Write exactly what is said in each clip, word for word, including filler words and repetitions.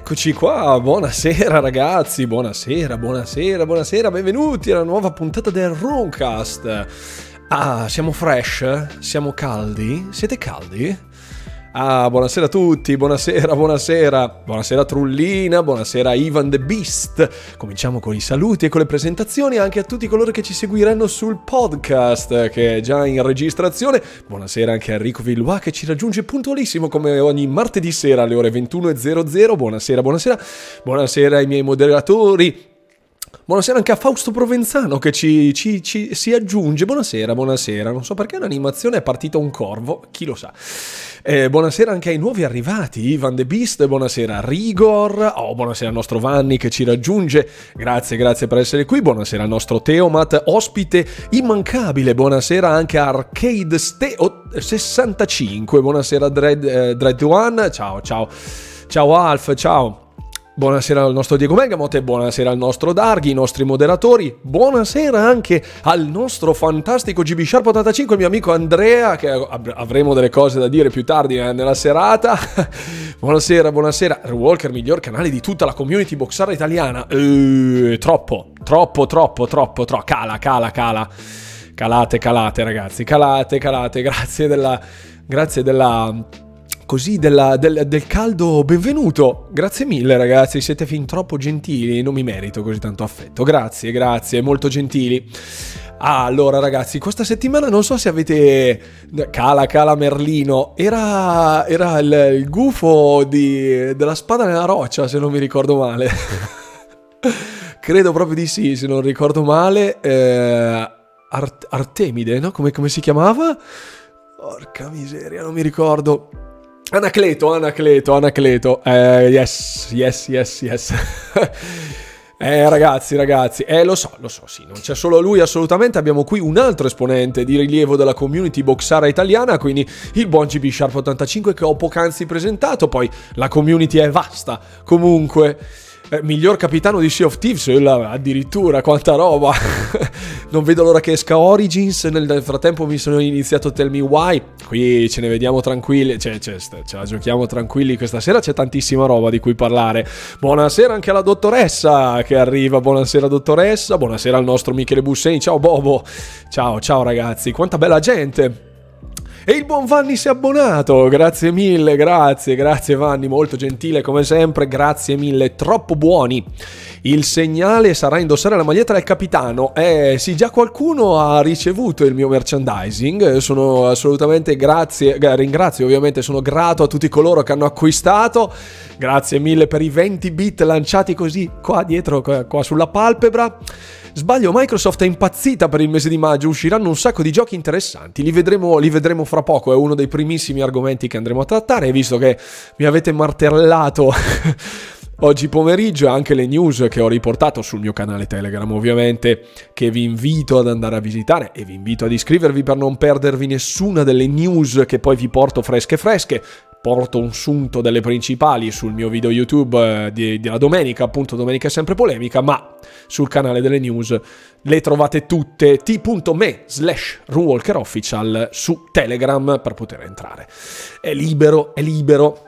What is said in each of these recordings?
Eccoci qua, buonasera ragazzi, buonasera, buonasera, buonasera, benvenuti alla nuova puntata del Roomcast. Ah, siamo fresh? Siamo caldi? Siete caldi? Ah, buonasera a tutti, buonasera, buonasera, buonasera Trullina, buonasera Ivan the Beast. Cominciamo con i saluti e con le presentazioni anche a tutti coloro che ci seguiranno sul podcast, che è già in registrazione. Buonasera anche a Enrico Villois che ci raggiunge puntualissimo come ogni martedì sera alle ore ventuno e zero zero. Buonasera, buonasera, buonasera ai miei moderatori. Buonasera anche a Fausto Provenzano che ci, ci, ci si aggiunge. Buonasera, buonasera. Non so perché l'animazione è partito un corvo, chi lo sa. Eh, buonasera anche ai nuovi arrivati, Ivan the Beast, buonasera Rigor, oh, buonasera al nostro Vanni che ci raggiunge, grazie, grazie per essere qui, buonasera al nostro Teomat, ospite immancabile, buonasera anche a Arcade Ste sessantacinque, buonasera Dread, eh, Dread One, ciao, ciao, ciao Alf, ciao. Buonasera al nostro Diego Megamot e buonasera al nostro Darghi, i nostri moderatori. Buonasera anche al nostro fantastico G B Sharp ottantacinque, il mio amico Andrea, che avremo delle cose da dire più tardi nella serata. Buonasera, buonasera. Walker, miglior canale di tutta la community boxara italiana. Uh, troppo, troppo, troppo, troppo, troppo. Cala, cala, cala. Calate, calate ragazzi, calate, calate. Grazie della... Grazie della... Così della, del, del caldo benvenuto, grazie mille ragazzi, siete fin troppo gentili, non mi merito così tanto affetto, grazie, grazie, molto gentili. Ah, allora ragazzi, questa settimana non so se avete... Cala, cala Merlino, era, era il, il gufo di, della spada nella roccia se non mi ricordo male. Credo proprio di sì, se non ricordo male. eh, Art, Artemide, no? Come, come si chiamava? Porca miseria, non mi ricordo. Anacleto, Anacleto, Anacleto, eh, yes, yes, yes, yes. eh, ragazzi, ragazzi, eh, lo so, lo so, sì, non c'è solo lui, assolutamente, abbiamo qui un altro esponente di rilievo della community boxara italiana, quindi il buon G B Sharp ottantacinque che ho poc'anzi presentato, poi la community è vasta, comunque... Eh, miglior capitano di Sea of Thieves, addirittura, quanta roba. Non vedo l'ora che esca Origins, nel frattempo mi sono iniziato Tell Me Why, qui ce ne vediamo tranquilli, cioè, cioè, ce la giochiamo tranquilli questa sera, c'è tantissima roba di cui parlare. Buonasera anche alla dottoressa che arriva, buonasera dottoressa, buonasera al nostro Michele Busseni, ciao Bobo, ciao, ciao ragazzi, quanta bella gente. E il buon Vanni si è abbonato, grazie mille, grazie, grazie Vanni, molto gentile come sempre, grazie mille, troppo buoni. Il segnale sarà indossare la maglietta del capitano. Eh sì, già qualcuno ha ricevuto il mio merchandising, sono assolutamente grazie, ringrazio ovviamente, sono grato a tutti coloro che hanno acquistato, grazie mille per i venti bit lanciati così qua dietro, qua sulla palpebra. Sbaglio, Microsoft è impazzita per il mese di maggio, usciranno un sacco di giochi interessanti, li vedremo, li vedremo fra poco, è uno dei primissimi argomenti che andremo a trattare, visto che mi avete martellato oggi pomeriggio, anche le news che ho riportato sul mio canale Telegram, ovviamente, che vi invito ad andare a visitare e vi invito ad iscrivervi per non perdervi nessuna delle news che poi vi porto fresche fresche. Porto un sunto delle principali sul mio video YouTube eh, di, della domenica, appunto Domenica è sempre polemica, ma sul canale delle news le trovate tutte, t.me slash runewalkerofficial su Telegram per poter entrare. È libero, è libero.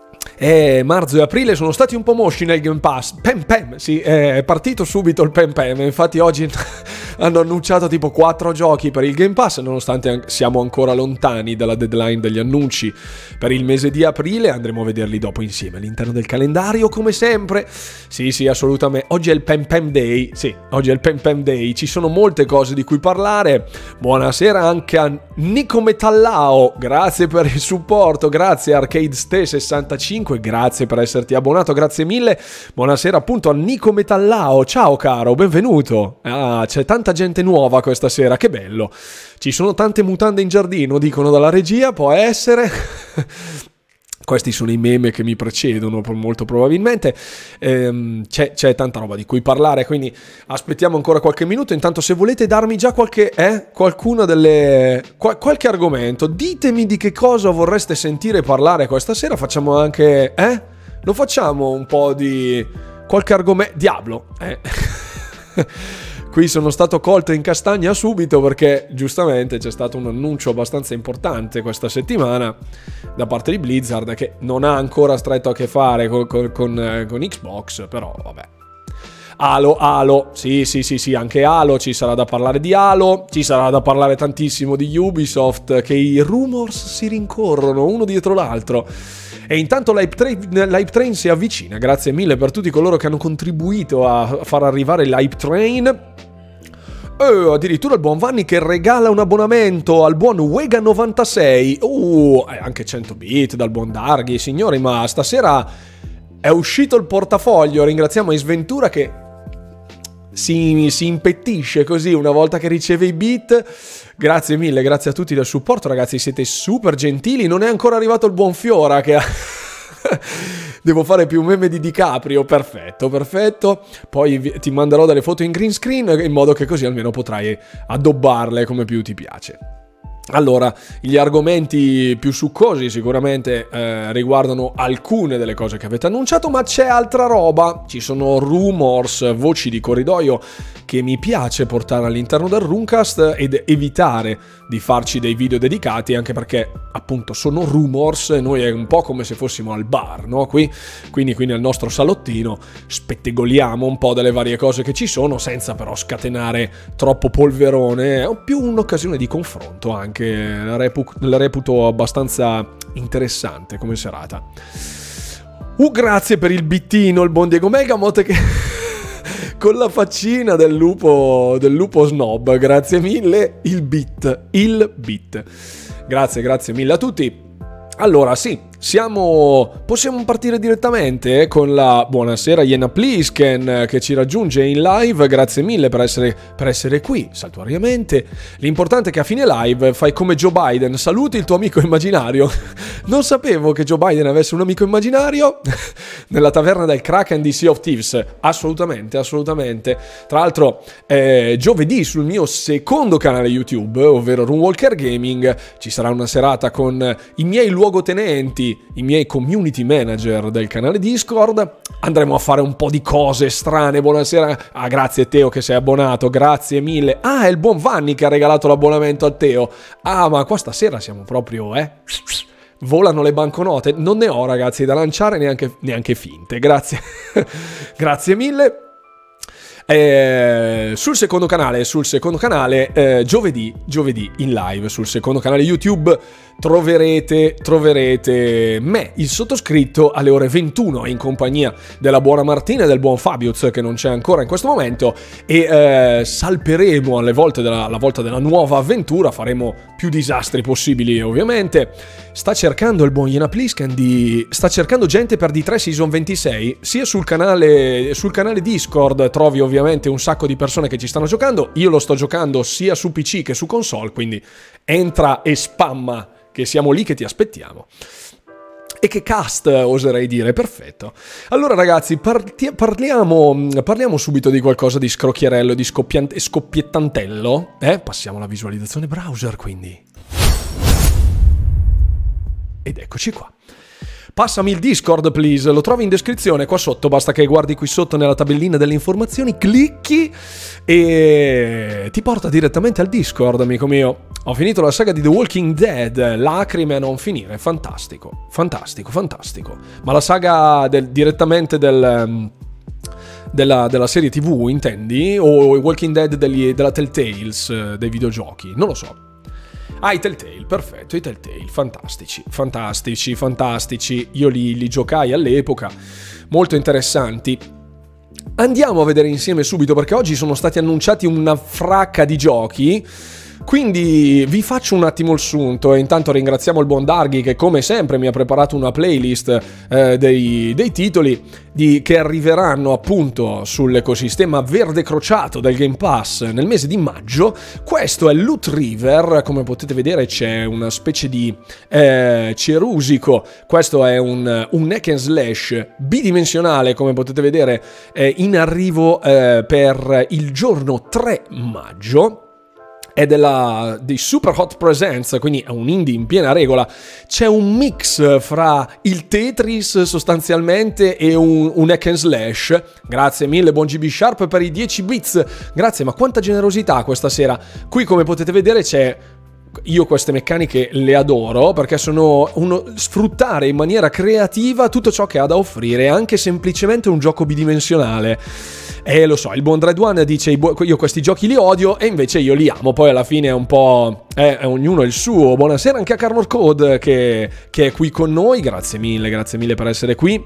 Eh, marzo e aprile sono stati un po' mosci nel Game Pass. Pem pem, sì, è partito subito il pem pem. Infatti oggi hanno annunciato tipo quattro giochi per il Game Pass, nonostante siamo ancora lontani dalla deadline degli annunci per il mese di aprile. Andremo a vederli dopo insieme all'interno del calendario, come sempre. Sì, sì, assolutamente. Oggi è il Pem Pem Day. Sì, oggi è il Pem Pem Day. Ci sono molte cose di cui parlare. Buonasera anche a Nico Metallao. Grazie per il supporto. Grazie Arcade Ste sessantacinque. Grazie per esserti abbonato. Grazie mille. Buonasera appunto a Nico Metallao. Ciao caro, benvenuto. Ah, c'è tanta gente nuova questa sera, che bello. Ci sono tante mutande in giardino, dicono dalla regia, può essere. Questi sono i meme che mi precedono molto probabilmente. ehm, c'è, c'è tanta roba di cui parlare, quindi aspettiamo ancora qualche minuto. Intanto se volete darmi già qualche eh, qualcuna delle qual- qualche argomento, ditemi di che cosa vorreste sentire parlare questa sera. Facciamo anche eh lo facciamo un po' di qualche argomento. Diablo eh qui sono stato colto in castagna subito perché giustamente c'è stato un annuncio abbastanza importante questa settimana da parte di Blizzard, che non ha ancora stretto a che fare con, con, con, con Xbox, però vabbè. Halo, Halo, sì sì sì sì, anche Halo, ci sarà da parlare di Halo, ci sarà da parlare tantissimo di Ubisoft, che i rumors si rincorrono uno dietro l'altro. E intanto l'hype train, l'hype train si avvicina, grazie mille per tutti coloro che hanno contribuito a far arrivare l'hype train. Oh, addirittura il buon Vanni che regala un abbonamento al buon Wega novantasei. Uh, anche cento bit dal buon Darghi, signori, ma stasera è uscito il portafoglio. Ringraziamo Ace Ventura che si, si impettisce così una volta che riceve i bit. Grazie mille, grazie a tutti del supporto, ragazzi, siete super gentili. Non è ancora arrivato il buon Fiora che ha... Devo fare più meme di DiCaprio, perfetto, perfetto. Poi ti manderò delle foto in green screen in modo che così almeno potrai addobbarle come più ti piace. Allora, gli argomenti più succosi sicuramente eh, riguardano alcune delle cose che avete annunciato, ma c'è altra roba. Ci sono rumors, voci di corridoio che mi piace portare all'interno del Runcast ed evitare di farci dei video dedicati, anche perché appunto sono rumors e noi è un po' come se fossimo al bar, no? Qui, quindi qui nel nostro salottino spettegoliamo un po' delle varie cose che ci sono senza però scatenare troppo polverone, è più un'occasione di confronto anche. La, repu- la reputo abbastanza interessante come serata. Uh, grazie per il bittino, il buon Diego Megamot che con la faccina del lupo del lupo snob, grazie mille, il bit, il bit. Grazie, grazie mille a tutti. Allora, sì, siamo possiamo partire direttamente eh, con la buonasera Iena Plisken che ci raggiunge in live. Grazie mille per essere, per essere qui saltuariamente. L'importante è che a fine live fai come Joe Biden, saluti il tuo amico immaginario. Non sapevo che Joe Biden avesse un amico immaginario nella taverna del Kraken di Sea of Thieves. Assolutamente, assolutamente. Tra l'altro eh, giovedì sul mio secondo canale YouTube, ovvero Runewalker Gaming, ci sarà una serata con i miei luogotenenti, i miei community manager del canale Discord. Andremo a fare un po' di cose strane. Buonasera. Ah, grazie Teo che sei abbonato, grazie mille. Ah, è il buon Vanni che ha regalato l'abbonamento al Teo. Ah, ma qua stasera siamo proprio, eh... volano le banconote. Non ne ho, ragazzi, da lanciare neanche, neanche finte. Grazie. Grazie mille. Eh, sul secondo canale, sul secondo canale eh, giovedì, giovedì in live sul secondo canale YouTube troverete, troverete me, il sottoscritto, alle ore ventuno in compagnia della buona Martina e del buon Fabius che non c'è ancora in questo momento, e eh, salperemo alle volte della, alla volta della nuova avventura, faremo più disastri possibili ovviamente. Sta cercando il buon Iena Plisken di sta cercando gente per D tre Season ventisei, sia sul canale sul canale Discord trovi ovviamente un sacco di persone che ci stanno giocando. Io lo sto giocando sia su P C che su console, quindi entra e spamma che siamo lì che ti aspettiamo. E che cast, oserei dire, perfetto. Allora ragazzi, parti- parliamo, parliamo subito di qualcosa di scrocchierello, di scoppiante- scoppiettantello. Eh? Passiamo alla visualizzazione browser, quindi. Ed eccoci qua. Passami il Discord, please. Lo trovi in descrizione qua sotto. Basta che guardi qui sotto nella tabellina delle informazioni, clicchi e ti porta direttamente al Discord, amico mio. Ho finito la saga di The Walking Dead, lacrime a non finire. Fantastico, fantastico, fantastico. Ma la saga del, direttamente del... Della, della serie tivù, intendi? O Walking Dead degli, della Telltales, dei videogiochi? Non lo so. Ah, i Telltale, perfetto, i Telltale, fantastici, fantastici, fantastici. Io li, li giocai all'epoca, molto interessanti. Andiamo a vedere insieme subito, perché oggi sono stati annunciati una fracca di giochi. Quindi vi faccio un attimo il sunto e intanto ringraziamo il buon Darghi che come sempre mi ha preparato una playlist eh, dei, dei titoli di, che arriveranno appunto sull'ecosistema verde crociato del Game Pass nel mese di maggio. Questo è Loot River, come potete vedere c'è una specie di eh, cerusico. Questo è un, un hack and slash bidimensionale, come potete vedere eh, in arrivo eh, per il giorno tre maggio. è della, dei Super Hot Presents, quindi è un indie in piena regola. C'è un mix fra il Tetris sostanzialmente e un, un hack and slash. Grazie mille buon G B Sharp per i dieci bits, grazie, ma quanta generosità questa sera. Qui come potete vedere c'è, io queste meccaniche le adoro perché sono uno sfruttare in maniera creativa tutto ciò che ha da offrire, anche semplicemente un gioco bidimensionale. E lo so, il buon Dread One dice io questi giochi li odio e invece io li amo, poi alla fine è un po' eh, è ognuno il suo. Buonasera anche a Carnor Code che, che è qui con noi, grazie mille, grazie mille per essere qui.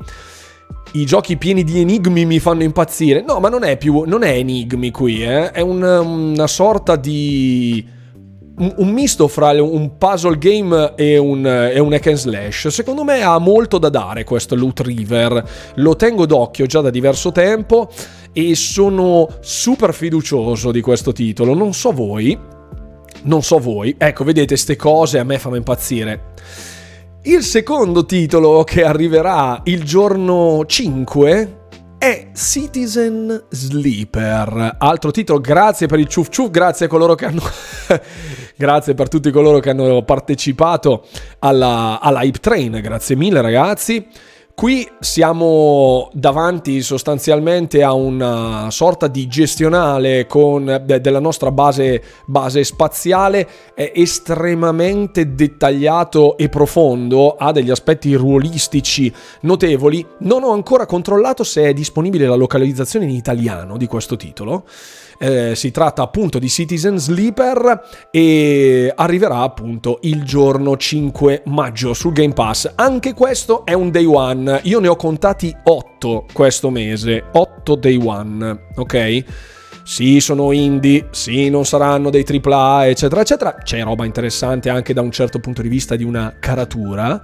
I giochi pieni di enigmi mi fanno impazzire. No, ma non è più, non è enigmi qui, eh? È un, una sorta di un misto fra un puzzle game e un, e un hack and slash. Secondo me ha molto da dare questo Loot River, lo tengo d'occhio già da diverso tempo e sono super fiducioso di questo titolo. Non so voi, non so voi, ecco, vedete, ste cose a me fanno impazzire. Il secondo titolo che arriverà il giorno cinque è Citizen Sleeper, altro titolo. Grazie per il ciuf ciuf, grazie a coloro che hanno grazie per tutti coloro che hanno partecipato alla, alla Hype Train, grazie mille ragazzi. Qui siamo davanti sostanzialmente a una sorta di gestionale con de, della nostra base, base spaziale, è estremamente dettagliato e profondo, ha degli aspetti ruolistici notevoli. Non ho ancora controllato se è disponibile la localizzazione in italiano di questo titolo. Eh, si tratta appunto di Citizen Sleeper e arriverà appunto il giorno cinque maggio sul Game Pass. Anche questo è un day one, io ne ho contati otto questo mese, otto day one, ok? Sì, sono indie, sì, non saranno dei tripla A, eccetera, eccetera. C'è roba interessante anche da un certo punto di vista di una caratura,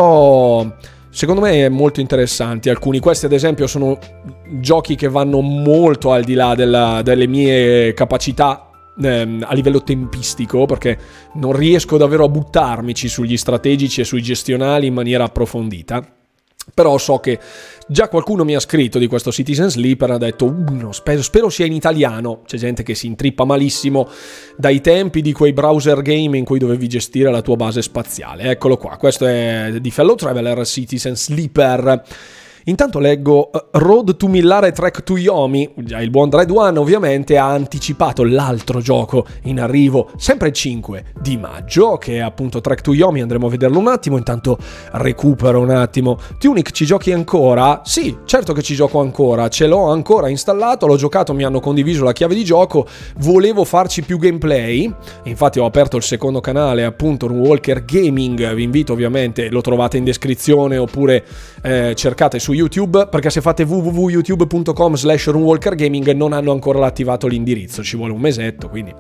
però secondo me è molto interessanti. Alcuni, questi ad esempio, sono giochi che vanno molto al di là della, delle mie capacità ehm, a livello tempistico, perché non riesco davvero a buttarmici sugli strategici e sui gestionali in maniera approfondita. Però so che già qualcuno mi ha scritto di questo Citizen Sleeper, ha detto uh, no, spero, spero sia in italiano. C'è gente che si intrippa malissimo dai tempi di quei browser game in cui dovevi gestire la tua base spaziale. Eccolo qua, questo è di Fellow Traveler, Citizen Sleeper. Intanto leggo uh, Road to Millare Trek to Yomi. Già il buon Dread One ovviamente ha anticipato l'altro gioco in arrivo, sempre il cinque di maggio, che è appunto Trek to Yomi. Andremo a vederlo un attimo, intanto recupero un attimo. Tunic, ci giochi ancora? Sì, certo che ci gioco ancora, ce l'ho ancora installato, l'ho giocato, mi hanno condiviso la chiave di gioco, volevo farci più gameplay, infatti ho aperto il secondo canale, appunto Runewalker Gaming. Vi invito ovviamente, lo trovate in descrizione oppure eh, cercate su YouTube, perché se fate w w w punto youtube punto com slash runewalker gaming non hanno ancora attivato l'indirizzo, ci vuole un mesetto, quindi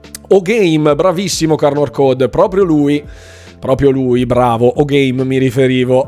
O-Game, bravissimo Carnor Code, proprio lui, proprio lui, bravo, O-Game mi riferivo.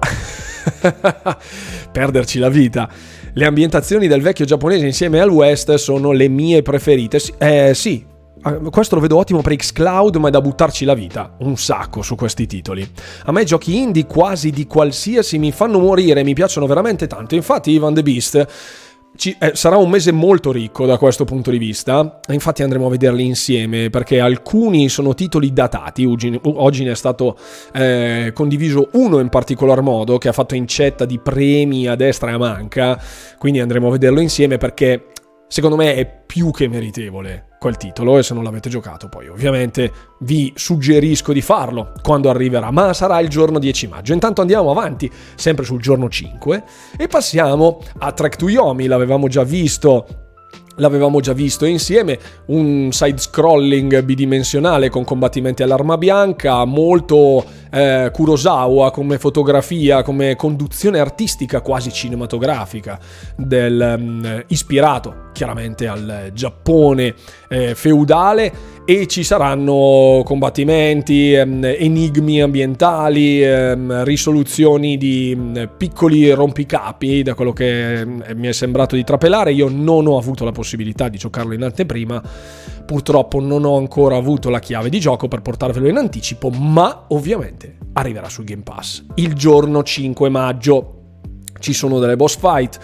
Perderci la vita. Le ambientazioni del vecchio giapponese insieme al West sono le mie preferite. Eh sì, questo lo vedo ottimo per xCloud, ma è da buttarci la vita un sacco su questi titoli. A me giochi indie quasi di qualsiasi mi fanno morire, mi piacciono veramente tanto. Infatti Ivan the Beast ci, eh, sarà un mese molto ricco da questo punto di vista, infatti andremo a vederli insieme, perché alcuni sono titoli datati. Oggi, oggi ne è stato eh, condiviso uno in particolar modo che ha fatto incetta di premi a destra e a manca, quindi andremo a vederlo insieme perché secondo me è più che meritevole quel titolo, e se non l'avete giocato poi ovviamente vi suggerisco di farlo quando arriverà, ma sarà il giorno dieci maggio. Intanto andiamo avanti sempre sul giorno cinque e passiamo a Trek to Yomi. L'avevamo già visto L'avevamo già visto insieme, un side-scrolling bidimensionale con combattimenti all'arma bianca, molto eh, Kurosawa come fotografia, come conduzione artistica quasi cinematografica, del, um, ispirato chiaramente al Giappone eh, feudale, e ci saranno combattimenti, ehm, enigmi ambientali, ehm, risoluzioni di ehm, piccoli rompicapi, da quello che ehm, mi è sembrato di trapelare. Io non ho avuto la possibilità di giocarlo in anteprima, purtroppo non ho ancora avuto la chiave di gioco per portarvelo in anticipo, ma ovviamente arriverà sul Game Pass il giorno cinque maggio. Ci sono delle boss fight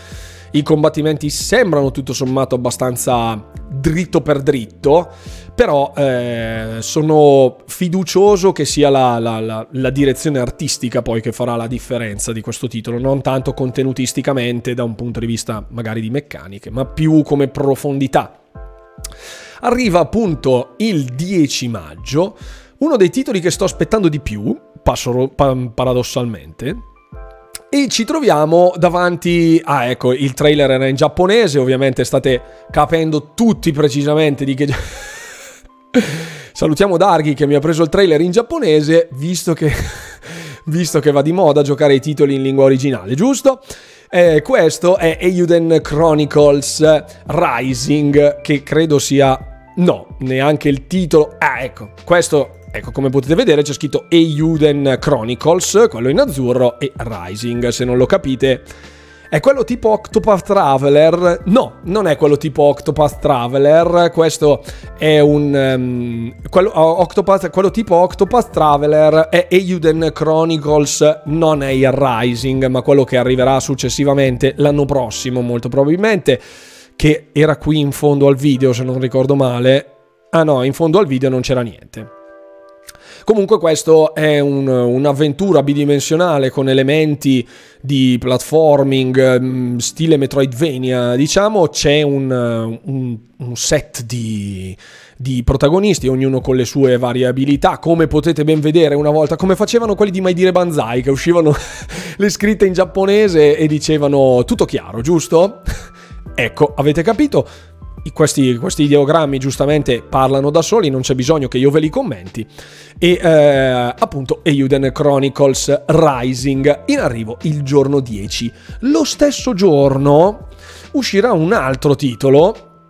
i combattimenti sembrano tutto sommato abbastanza dritto per dritto, però eh, sono fiducioso che sia la, la, la, la direzione artistica poi che farà la differenza di questo titolo, non tanto contenutisticamente da un punto di vista magari di meccaniche, ma più come profondità. Arriva appunto il dieci maggio, uno dei titoli che sto aspettando di più, passo, paradossalmente, e ci troviamo davanti a, ah, ecco, il trailer era in giapponese, ovviamente state capendo tutti precisamente di che... Salutiamo Darghi che mi ha preso il trailer in giapponese, visto che, visto che va di moda giocare i titoli in lingua originale, giusto? Eh, questo è Eiyuden Chronicles Rising, che credo sia... no, neanche il titolo... Ah, ecco, questo... Ecco, come potete vedere c'è scritto Eiyuden Chronicles, quello in azzurro, e Rising, se non lo capite. È quello tipo Octopath Traveler? No, non è quello tipo Octopath Traveler, questo è un... Um, quello, Octopath, quello tipo Octopath Traveler è Eiyuden Chronicles, non è il Rising, ma quello che arriverà successivamente l'anno prossimo, molto probabilmente, che era qui in fondo al video, se non ricordo male. Ah no, in fondo al video non c'era niente. Comunque questo è un, un'avventura bidimensionale con elementi di platforming, stile Metroidvania, diciamo. C'è un, un, un set di, di protagonisti, ognuno con le sue varie abilità, come potete ben vedere una volta, come facevano quelli di Mai Dire Banzai, che uscivano le scritte in giapponese e dicevano tutto chiaro, giusto? Ecco, avete capito? Questi, questi ideogrammi giustamente parlano da soli, non c'è bisogno che io ve li commenti. E eh, appunto Eiyuden Chronicles Rising in arrivo il giorno dieci. Lo stesso giorno uscirà un altro titolo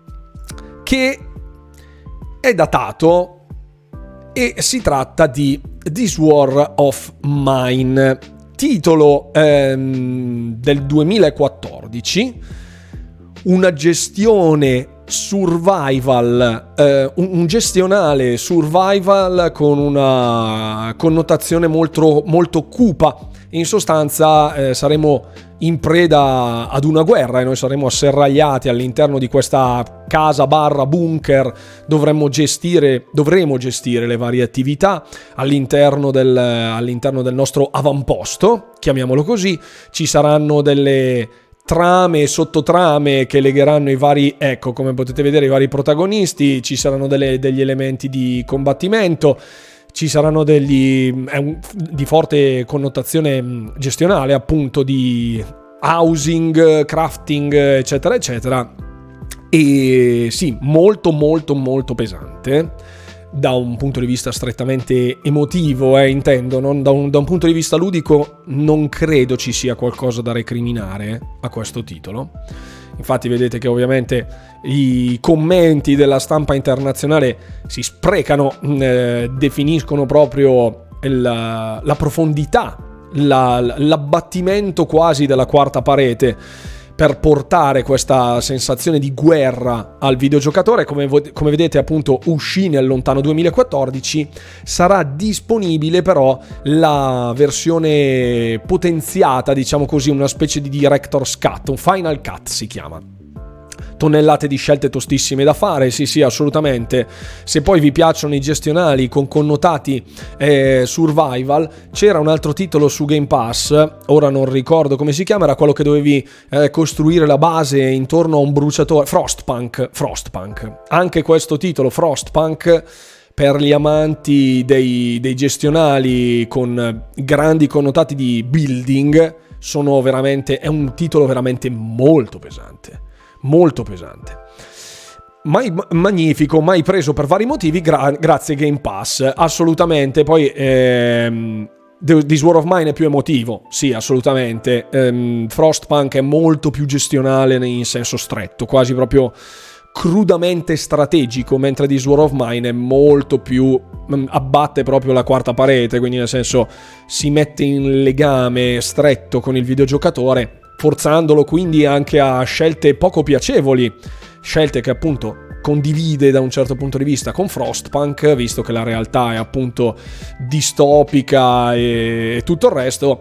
che è datato e si tratta di This War of Mine, titolo ehm, del duemilaquattordici, una gestione survival, eh, un, un gestionale survival con una connotazione molto, molto cupa. In sostanza eh, saremo in preda ad una guerra e noi saremo asserragliati all'interno di questa casa barra bunker. Dovremmo gestire, dovremo gestire le varie attività all'interno del, all'interno del nostro avamposto, chiamiamolo così. Ci saranno delle trame e sottotrame che legheranno i vari, ecco, come potete vedere, i vari protagonisti. Ci saranno delle, degli elementi di combattimento, ci saranno degli è un, di forte connotazione gestionale, appunto, di housing, crafting, eccetera eccetera. E sì, molto molto molto pesante da un punto di vista strettamente emotivo, eh, intendo, non da un, da un punto di vista ludico. Non credo ci sia qualcosa da recriminare a questo titolo. Infatti vedete che ovviamente i commenti della stampa internazionale si sprecano, eh, definiscono proprio il, la profondità, la, l'abbattimento quasi della quarta parete per portare questa sensazione di guerra al videogiocatore. Come, come vedete, appunto, uscì nel lontano duemilaquattordici. Sarà disponibile però la versione potenziata, diciamo così, una specie di Director's Cut, un Final Cut si chiama. Tonnellate di scelte tostissime da fare, sì sì, assolutamente. Se poi vi piacciono i gestionali con connotati eh, survival, c'era un altro titolo su Game Pass, ora non ricordo come si chiama, era quello che dovevi eh, costruire la base intorno a un bruciatore, Frostpunk, Frostpunk. Anche questo titolo, Frostpunk, per gli amanti dei, dei gestionali con grandi connotati di building, sono veramente, è un titolo veramente molto pesante. Molto pesante, mai magnifico, mai preso per vari motivi, gra- grazie Game Pass, assolutamente. Poi ehm, This War of Mine è più emotivo, sì, assolutamente. ehm, Frostpunk è molto più gestionale in senso stretto, quasi proprio crudamente strategico, mentre This War of Mine è molto più, abbatte proprio la quarta parete, quindi nel senso si mette in legame stretto con il videogiocatore, forzandolo quindi anche a scelte poco piacevoli, scelte che appunto condivide da un certo punto di vista con Frostpunk, visto che la realtà è appunto distopica e tutto il resto.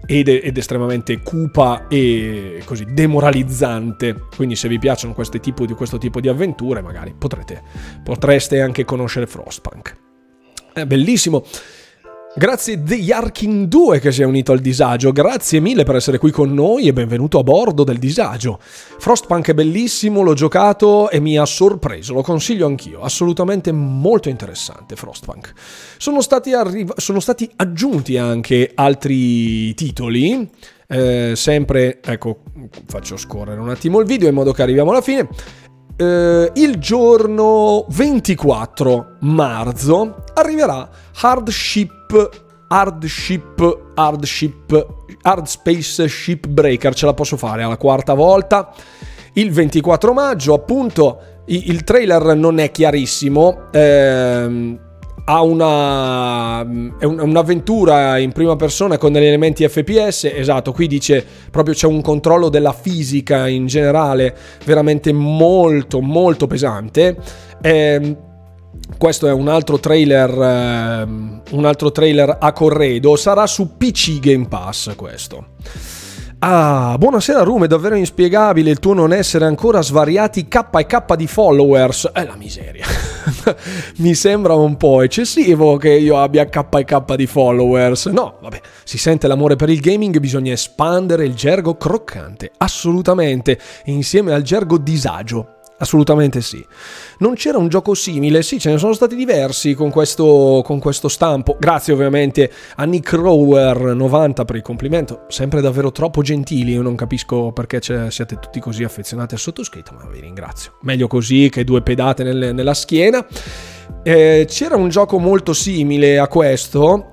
ed, ed estremamente cupa e così demoralizzante. Quindi se vi piacciono questi tipo di, questo tipo di avventure, magari potrete, potreste anche conoscere Frostpunk. È bellissimo. Grazie The Yarkin due che si è unito al disagio, grazie mille per essere qui con noi e benvenuto a bordo del disagio. Frostpunk è bellissimo, l'ho giocato e mi ha sorpreso, lo consiglio anch'io, assolutamente molto interessante Frostpunk. Sono stati, arriva- sono stati aggiunti anche altri titoli, eh, sempre, ecco, faccio scorrere un attimo il video in modo che arriviamo alla fine. Uh, il giorno ventiquattro marzo arriverà Hardship Hardship Hardship Hard Space Shipbreaker, ce la posso fare alla quarta volta. Il ventiquattro maggio, appunto, il trailer non è chiarissimo, ehm, ha una è un'avventura in prima persona con degli elementi F P S, esatto, qui dice proprio c'è un controllo della fisica in generale veramente molto molto pesante. Eh, questo è un altro trailer eh, un altro trailer a corredo, sarà su P C Game Pass questo. Ah, buonasera Rume, davvero inspiegabile il tuo non essere ancora svariati K e K di followers. È la miseria. Mi sembra un po' eccessivo che io abbia K e K di followers. No, vabbè, si sente l'amore per il gaming, bisogna espandere il gergo croccante. Assolutamente, insieme al gergo disagio. Assolutamente sì. Non c'era un gioco simile? Sì, ce ne sono stati diversi con questo, con questo stampo. Grazie ovviamente a Nick Rower novanta per il complimento, sempre davvero troppo gentili. Io non capisco perché siete tutti così affezionati al sottoscritto, ma vi ringrazio. Meglio così che due pedate nel, nella schiena. Eh, c'era un gioco molto simile a questo.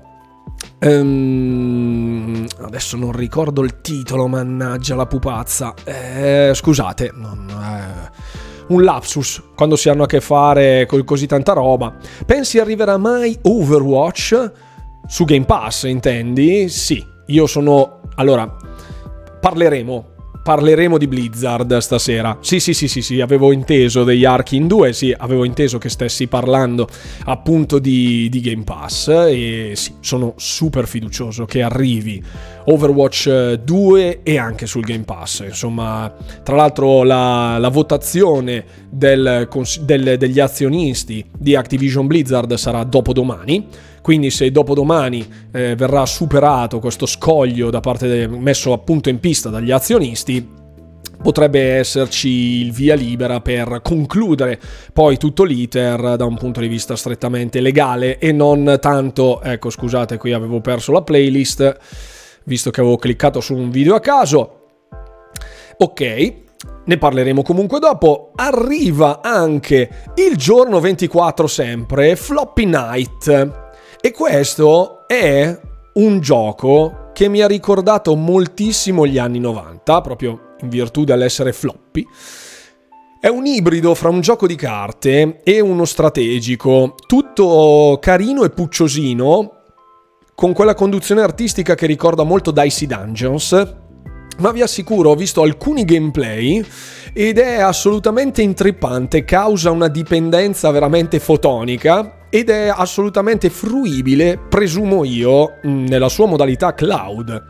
Um, adesso non ricordo il titolo, mannaggia la pupazza. Eh, scusate, non... Eh. Un lapsus quando si hanno a che fare con così tanta roba. Pensi arriverà mai Overwatch su Game Pass, intendi? Sì, io sono... Allora, parleremo parleremo di Blizzard stasera. Sì, sì, sì, sì, sì, avevo inteso degli Arkin due, sì, avevo inteso che stessi parlando appunto di, di Game Pass e sì, sono super fiducioso che arrivi Overwatch due e anche sul Game Pass. Insomma, tra l'altro la, la votazione del, del, degli azionisti di Activision Blizzard sarà dopodomani. Quindi se dopodomani eh, verrà superato questo scoglio da parte de- messo appunto in pista dagli azionisti, potrebbe esserci il via libera per concludere poi tutto l'iter da un punto di vista strettamente legale e non tanto, ecco scusate, qui avevo perso la playlist visto che avevo cliccato su un video a caso. Ok, ne parleremo comunque dopo. Arriva anche il giorno ventiquattro sempre Floppy Night. E questo è un gioco che mi ha ricordato moltissimo gli anni novanta, proprio in virtù dell'essere floppy. È un ibrido fra un gioco di carte e uno strategico, tutto carino e pucciosino, con quella conduzione artistica che ricorda molto Dicey Dungeons. Ma vi assicuro, ho visto alcuni gameplay ed è assolutamente intrippante, causa una dipendenza veramente fotonica ed è assolutamente fruibile, presumo io, nella sua modalità cloud.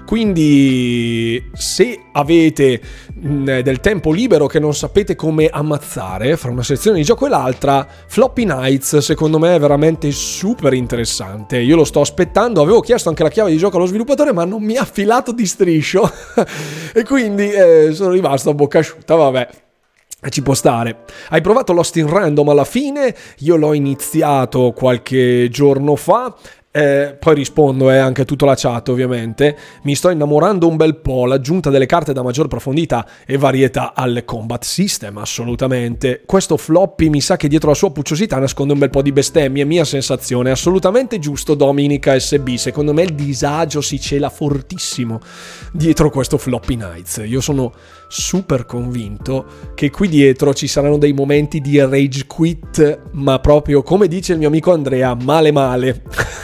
Quindi se avete del tempo libero che non sapete come ammazzare fra una sezione di gioco e l'altra, Floppy Nights secondo me è veramente super interessante. Io lo sto aspettando, avevo chiesto anche la chiave di gioco allo sviluppatore ma non mi ha filato di striscio e quindi eh, sono rimasto a bocca asciutta, vabbè. Ci può stare. Hai provato Lost in Random alla fine? Io l'ho iniziato qualche giorno fa. Eh, poi rispondo, è eh, anche tutto la chat ovviamente. Mi sto innamorando un bel po'. L'aggiunta delle carte da maggior profondità e varietà al combat system, assolutamente. Questo floppy mi sa che dietro la sua pucciosità nasconde un bel po' di bestemmie. Mia sensazione, assolutamente giusto Dominica S B. Secondo me il disagio si cela fortissimo dietro questo Floppy Nights. Io sono super convinto che qui dietro ci saranno dei momenti di rage quit, ma proprio come dice il mio amico Andrea, male male.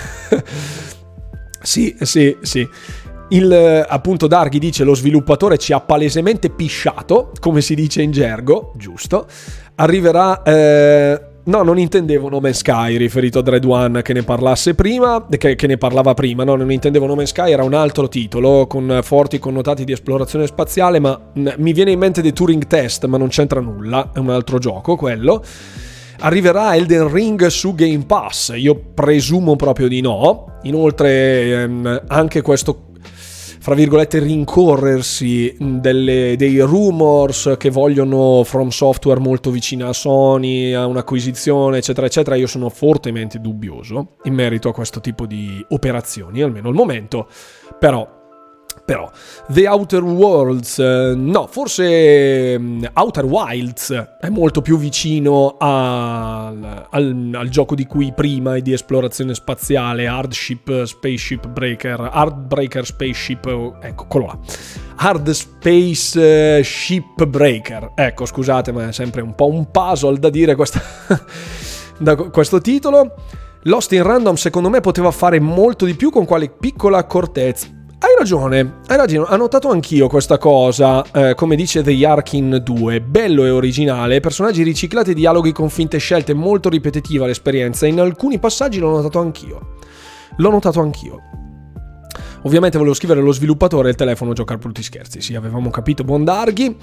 Sì, sì, sì. Il, appunto Darghi dice lo sviluppatore ci ha palesemente pisciato, come si dice in gergo, giusto. Arriverà eh, no, non intendevo No Man's Sky riferito a Dread One che ne parlasse prima, che, che ne parlava prima, no, non intendevo No Man's Sky, era un altro titolo con forti connotati di esplorazione spaziale, ma mi viene in mente The Turing Test, ma non c'entra nulla, è un altro gioco quello. Arriverà Elden Ring su Game Pass? Io presumo proprio di no. Inoltre ehm, anche questo, fra virgolette, rincorrersi delle, dei rumors che vogliono From Software molto vicina a Sony, a un'acquisizione, eccetera, eccetera, io sono fortemente dubbioso in merito a questo tipo di operazioni, almeno al momento, però... Però The Outer Worlds, eh, no, forse um, Outer Wilds è molto più vicino al, al, al gioco di cui prima e di esplorazione spaziale, Hardship Spaceship Breaker, Hardbreaker Spaceship, ecco, quello là. Hard Space Ship Breaker, ecco, scusate, ma è sempre un po' un puzzle da dire questa, da questo titolo. Lost in Random secondo me poteva fare molto di più con quale piccola accortezza. Hai ragione, hai ragione, ho notato anch'io questa cosa, eh, come dice The Yarkin due, bello e originale, personaggi riciclati, dialoghi con finte scelte, molto ripetitiva l'esperienza, in alcuni passaggi l'ho notato anch'io, l'ho notato anch'io. Ovviamente volevo scrivere lo sviluppatore e il telefono giocare brutti scherzi, sì, avevamo capito, buon Darghi.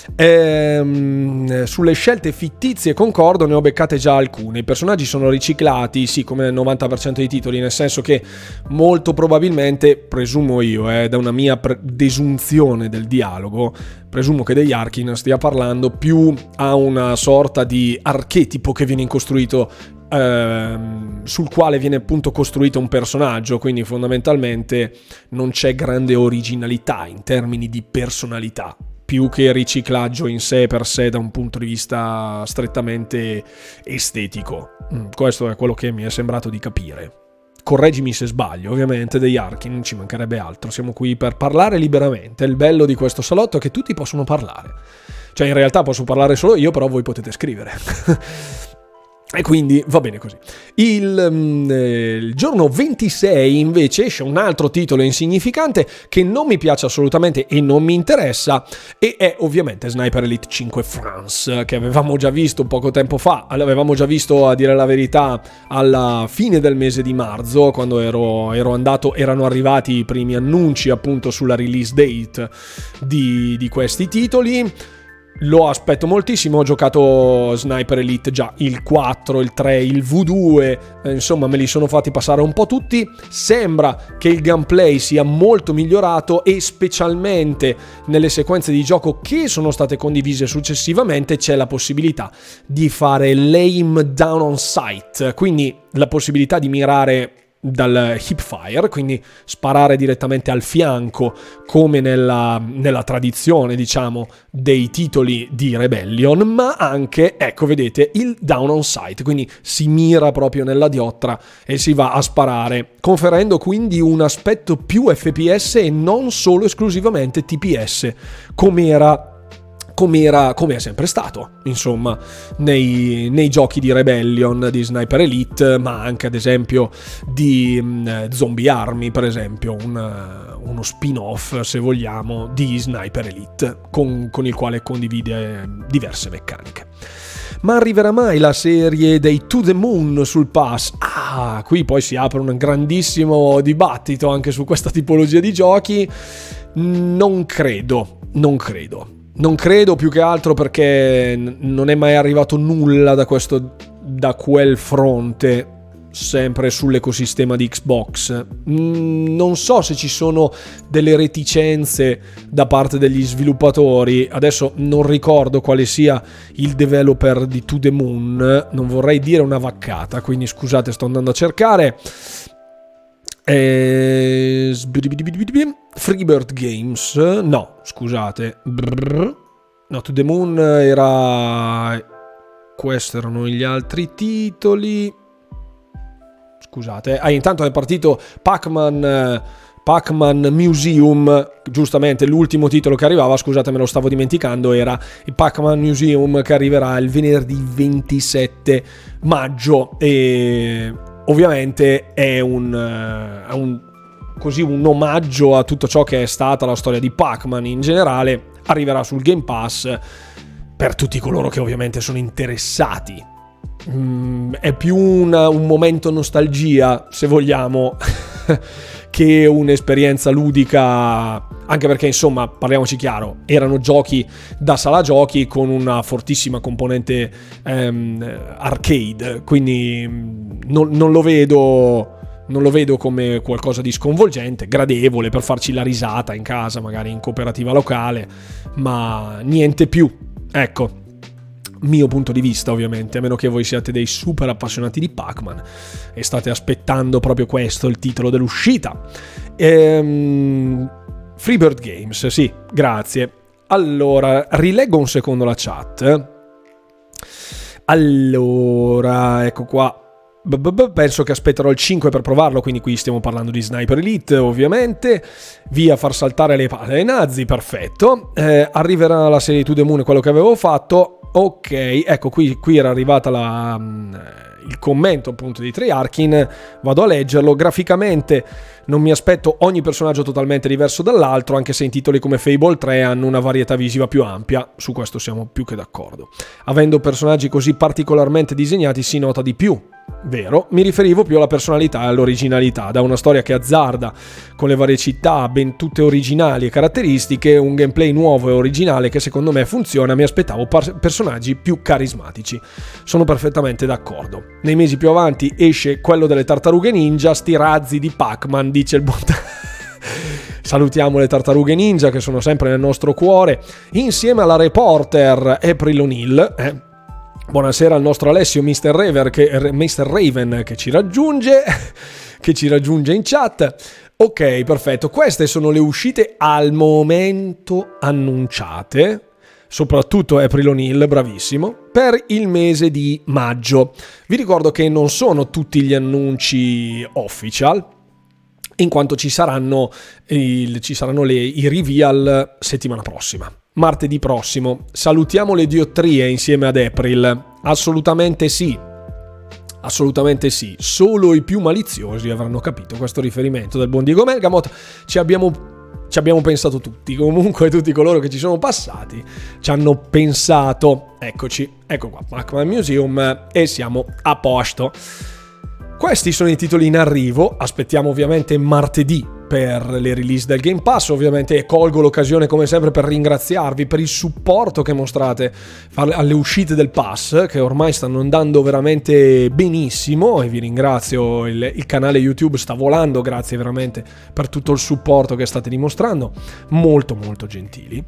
Ehm, sulle scelte fittizie concordo, ne ho beccate già alcune. I personaggi sono riciclati, sì, come nel novanta per cento dei titoli, nel senso che molto probabilmente, presumo io, eh, da una mia pre- desunzione del dialogo, presumo che degli Arkin stia parlando più a una sorta di archetipo che viene costruito, ehm, sul quale viene appunto costruito un personaggio, quindi fondamentalmente non c'è grande originalità in termini di personalità, più che riciclaggio in sé per sé da un punto di vista strettamente estetico. Questo è quello che mi è sembrato di capire. Correggimi se sbaglio, ovviamente, degli Arkin, non ci mancherebbe altro, siamo qui per parlare liberamente. Il bello di questo salotto è che tutti possono parlare, cioè in realtà posso parlare solo io, però voi potete scrivere. E quindi va bene così. Il, um, eh, il giorno ventisei invece esce un altro titolo insignificante che non mi piace assolutamente e non mi interessa, e è ovviamente Sniper Elite cinque France, che avevamo già visto poco tempo fa, l'avevamo già visto, a dire la verità, alla fine del mese di marzo, quando ero, ero andato, erano arrivati i primi annunci appunto sulla release date di, di questi titoli. Lo aspetto moltissimo, ho giocato Sniper Elite già il quattro, il tre, il V due, eh, insomma me li sono fatti passare un po' tutti. Sembra che il gameplay sia molto migliorato e specialmente nelle sequenze di gioco che sono state condivise successivamente c'è la possibilità di fare l'aim down on sight, quindi la possibilità di mirare dal hipfire, quindi sparare direttamente al fianco come nella, nella tradizione, diciamo, dei titoli di Rebellion, ma anche, ecco, vedete, il down on sight, quindi si mira proprio nella diottra e si va a sparare, conferendo quindi un aspetto più F P S e non solo esclusivamente T P S, come era come era, come è sempre stato, insomma, nei, nei giochi di Rebellion, di Sniper Elite, ma anche ad esempio di mh, Zombie Army, per esempio, un, uno spin-off, se vogliamo, di Sniper Elite, con, con il quale condivide diverse meccaniche. Ma arriverà mai la serie dei To The Moon sul pass? Ah, qui poi si apre un grandissimo dibattito anche su questa tipologia di giochi. Non credo, non credo. Non credo, più che altro perché non è mai arrivato nulla da questo, da quel fronte, sempre sull'ecosistema di Xbox. Non so se ci sono delle reticenze da parte degli sviluppatori. Adesso non ricordo quale sia il developer di To The Moon, non vorrei dire una vaccata, quindi scusate, sto andando a cercare. E... Freebird Games, no, scusate, Brrr. No, To The Moon era, questi erano gli altri titoli, scusate, ah, intanto è partito Pac-Man, Pac-Man Museum, giustamente l'ultimo titolo che arrivava, scusate me lo stavo dimenticando, era il Pac-Man Museum che arriverà il venerdì ventisette maggio e ovviamente è un, è un così un omaggio a tutto ciò che è stata la storia di Pac-Man in generale. Arriverà sul Game Pass per tutti coloro che ovviamente sono interessati mm, è più una, un momento nostalgia, se vogliamo, che un'esperienza ludica, anche perché insomma, parliamoci chiaro, erano giochi da sala giochi con una fortissima componente ehm, arcade, quindi non, non lo vedo non lo vedo come qualcosa di sconvolgente, gradevole per farci la risata in casa, magari in cooperativa locale, ma niente più, ecco. Mio punto di vista, ovviamente, a meno che voi siate dei super appassionati di Pac-Man e state aspettando proprio questo, il titolo dell'uscita. Ehm, Freebird Games, sì, grazie. Allora, rileggo un secondo la chat. Allora, ecco qua. Penso che aspetterò il cinque per provarlo, quindi qui stiamo parlando di Sniper Elite, ovviamente. Via far saltare le palle ai nazi, perfetto. Eh, arriverà la serie To The Moon, quello che avevo fatto. Ok, ecco qui, qui era arrivata la, il commento appunto di Treyarchin, vado a leggerlo. Graficamente non mi aspetto ogni personaggio totalmente diverso dall'altro, anche se in titoli come Fable tre hanno una varietà visiva più ampia, su questo siamo più che d'accordo. Avendo personaggi così particolarmente disegnati si nota di più. Vero, mi riferivo più alla personalità e all'originalità, da una storia che azzarda con le varie città ben tutte originali e caratteristiche, un gameplay nuovo e originale che secondo me funziona. Mi aspettavo par- personaggi più carismatici. Sono perfettamente d'accordo. Nei mesi più avanti esce quello delle tartarughe ninja, sti razzi di Pac-Man, dice il buon salutiamo le tartarughe ninja che sono sempre nel nostro cuore, insieme alla reporter April O'Neil, eh buonasera al nostro Alessio mister Raven che, mister Raven che ci raggiunge che ci raggiunge in chat. Ok, perfetto, queste sono le uscite al momento annunciate, soprattutto April O'Neil, bravissimo, per il mese di maggio. Vi ricordo che non sono tutti gli annunci official, in quanto ci saranno, il, ci saranno le, i reveal settimana prossima. Martedì prossimo. Salutiamo le diottrie insieme ad April. Assolutamente sì. Assolutamente sì. Solo i più maliziosi avranno capito questo riferimento del buon Diego Melgamot. Ci abbiamo, ci abbiamo pensato tutti. Comunque tutti coloro che ci sono passati ci hanno pensato. Eccoci. Ecco qua. Pac-Man Museum. E siamo a posto. Questi sono i titoli in arrivo. Aspettiamo ovviamente martedì per le release del Game Pass, ovviamente, e colgo l'occasione come sempre per ringraziarvi per il supporto che mostrate alle uscite del Pass, che ormai stanno andando veramente benissimo, e vi ringrazio. Il, il canale YouTube sta volando, grazie veramente per tutto il supporto che state dimostrando, molto molto gentili.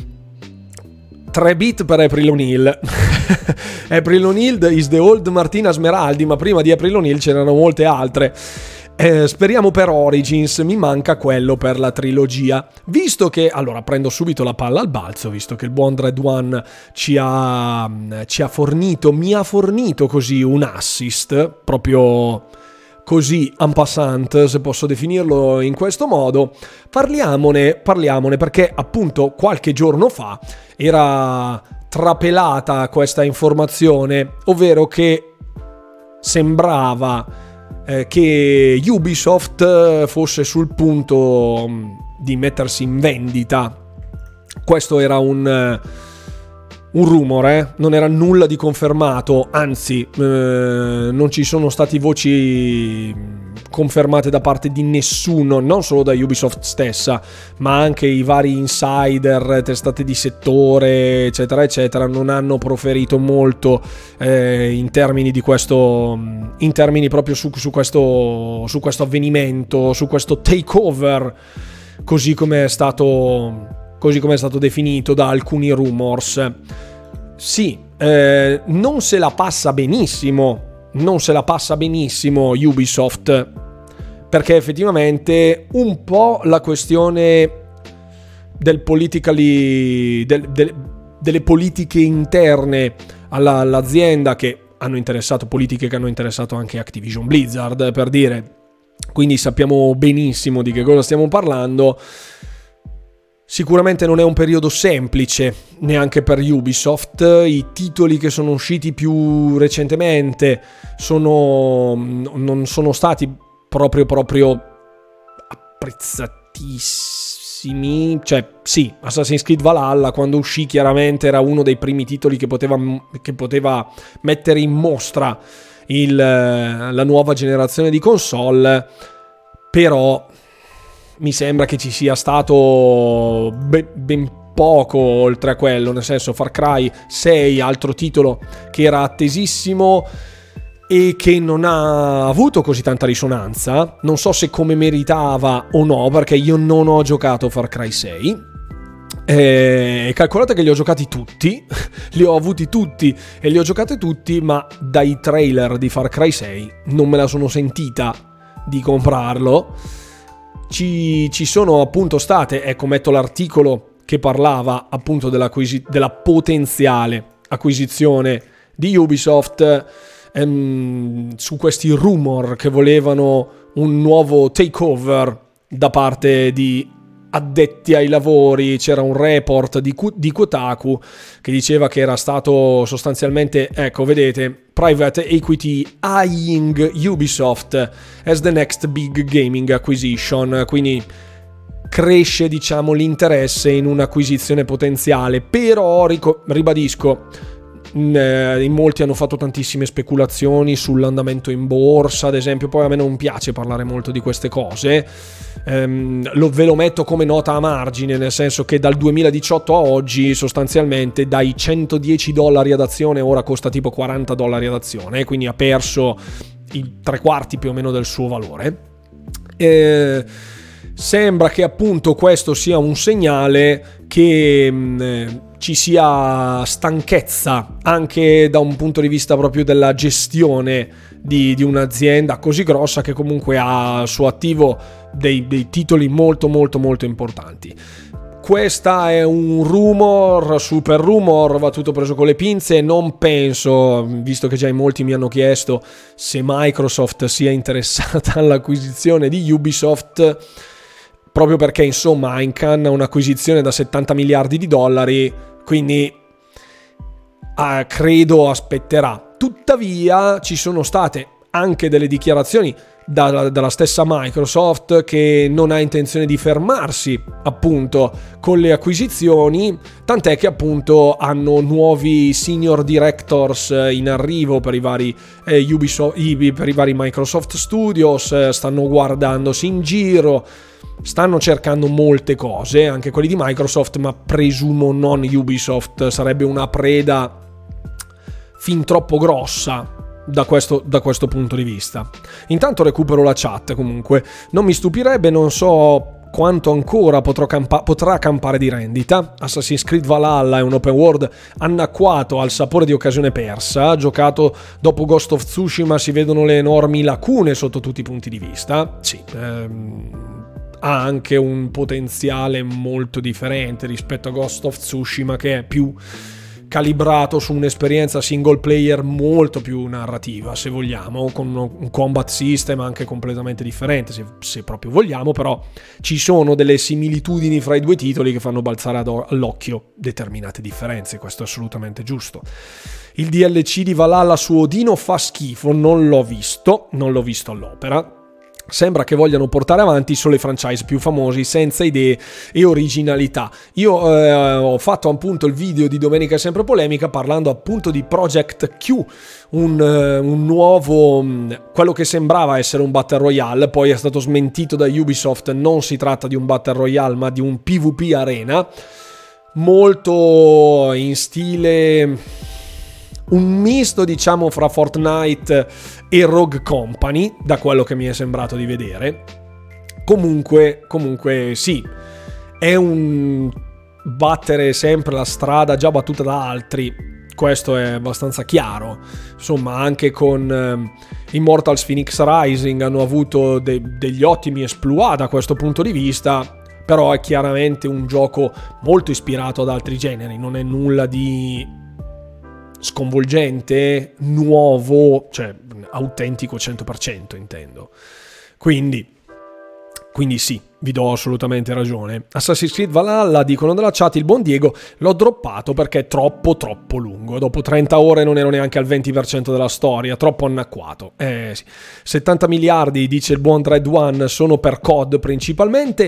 tre bit per April O'Neil. April O'Neil is the old Martina Smeraldi, ma prima di April O'Neil c'erano molte altre. Eh, speriamo per Origins, mi manca quello per la trilogia. Visto che, allora prendo subito la palla al balzo, visto che il buon Dread One ci ha, ci ha fornito, mi ha fornito così un assist, proprio così en passant, se posso definirlo in questo modo. Parliamone, parliamone perché appunto qualche giorno fa era trapelata questa informazione, ovvero che sembrava che Ubisoft fosse sul punto di mettersi in vendita. Questo era un, un rumore, eh? Non era nulla di confermato, anzi eh, non ci sono stati voci confermate da parte di nessuno, non solo da Ubisoft stessa, ma anche i vari insider, testate di settore, eccetera eccetera, non hanno proferito molto eh, in termini di questo, in termini proprio su, su questo su questo avvenimento, su questo takeover, così come è stato così come è stato definito da alcuni rumors. Sì, eh, non se la passa benissimo non se la passa benissimo Ubisoft, perché effettivamente un po' la questione del politically del, del, delle politiche interne alla, all'azienda, che hanno interessato, politiche che hanno interessato anche Activision Blizzard, per dire, quindi sappiamo benissimo di che cosa stiamo parlando. Sicuramente non è un periodo semplice neanche per Ubisoft. I titoli che sono usciti più recentemente sono non sono stati proprio proprio apprezzatissimi cioè sì, Assassin's Creed Valhalla quando uscì chiaramente era uno dei primi titoli che poteva, che poteva mettere in mostra il, la nuova generazione di console, però mi sembra che ci sia stato ben, ben poco oltre a quello, nel senso Far Cry sei, altro titolo che era attesissimo e che non ha avuto così tanta risonanza, non so se come meritava o no, perché io non ho giocato Far Cry sei, e calcolate che li ho giocati tutti, li ho avuti tutti e li ho giocati tutti, ma dai trailer di Far Cry sei non me la sono sentita di comprarlo. Ci, ci sono appunto state, ecco, metto l'articolo che parlava appunto della potenziale acquisizione di Ubisoft, ehm, su questi rumor che volevano un nuovo takeover da parte di addetti ai lavori. C'era un report di, di Kotaku che diceva che era stato sostanzialmente, ecco vedete, private equity eyeing Ubisoft as the next big gaming acquisition, quindi cresce diciamo l'interesse in un'acquisizione potenziale, però rico- ribadisco, in molti hanno fatto tantissime speculazioni sull'andamento in borsa ad esempio, poi a me non piace parlare molto di queste cose, ehm, lo, ve lo metto come nota a margine, nel senso che dal duemiladiciotto a oggi sostanzialmente dai centodieci dollari ad azione ora costa tipo quaranta dollari ad azione, quindi ha perso i tre quarti più o meno del suo valore. E sembra che appunto questo sia un segnale che mh, ci sia stanchezza anche da un punto di vista proprio della gestione di, di un'azienda così grossa che comunque ha al suo attivo dei, dei titoli molto molto molto importanti. Questa è un rumor, super rumor, va tutto preso con le pinze. Non penso, visto che già in molti mi hanno chiesto se Microsoft sia interessata all'acquisizione di Ubisoft, proprio perché insomma ha in canna un'acquisizione da settanta miliardi di dollari, quindi eh, credo aspetterà. Tuttavia ci sono state anche delle dichiarazioni dalla, dalla stessa Microsoft che non ha intenzione di fermarsi appunto con le acquisizioni, tant'è che appunto hanno nuovi senior directors in arrivo per i vari eh, Ubisoft, per i vari Microsoft Studios, eh, stanno guardandosi in giro, stanno cercando molte cose, anche quelli di Microsoft, ma presumo non Ubisoft, sarebbe una preda fin troppo grossa da questo, da questo punto di vista. Intanto recupero la chat, comunque non mi stupirebbe, non so quanto ancora potrò campa- potrà campare di rendita. Assassin's Creed Valhalla è un open world annacquato al sapore di occasione persa, giocato dopo Ghost of Tsushima si vedono le enormi lacune sotto tutti i punti di vista. Sì, ehm ha anche un potenziale molto differente rispetto a Ghost of Tsushima, che è più calibrato su un'esperienza single player molto più narrativa, se vogliamo, con un combat system anche completamente differente, se, se proprio vogliamo, però ci sono delle similitudini fra i due titoli che fanno balzare ad, all'occhio determinate differenze, questo è assolutamente giusto. Il D L C di Valhalla su Odino fa schifo, non l'ho visto, non l'ho visto all'opera. Sembra che vogliano portare avanti solo i franchise più famosi senza idee e originalità. Io eh, ho fatto appunto il video di Domenica è sempre polemica parlando appunto di Project Q, un, un nuovo, quello che sembrava essere un Battle Royale, poi è stato smentito da Ubisoft, non si tratta di un Battle Royale ma di un PvP arena, molto in stile... un misto diciamo fra Fortnite e Rogue Company, da quello che mi è sembrato di vedere. Comunque, comunque sì, è un battere sempre la strada già battuta da altri, questo è abbastanza chiaro. Insomma, anche con eh, Immortals Phoenix Rising hanno avuto de- degli ottimi exploit da questo punto di vista, però è chiaramente un gioco molto ispirato ad altri generi, non è nulla di sconvolgente, nuovo, cioè autentico cento per cento intendo. Quindi quindi sì, vi do assolutamente ragione. Assassin's Creed Valhalla, dicono dalla chat, il buon Diego, l'ho droppato perché è troppo troppo lungo. Dopo trenta ore non ero neanche al venti per cento della storia, troppo annacquato. Eh sì. settanta miliardi, dice il buon Dread One, sono per C O D principalmente.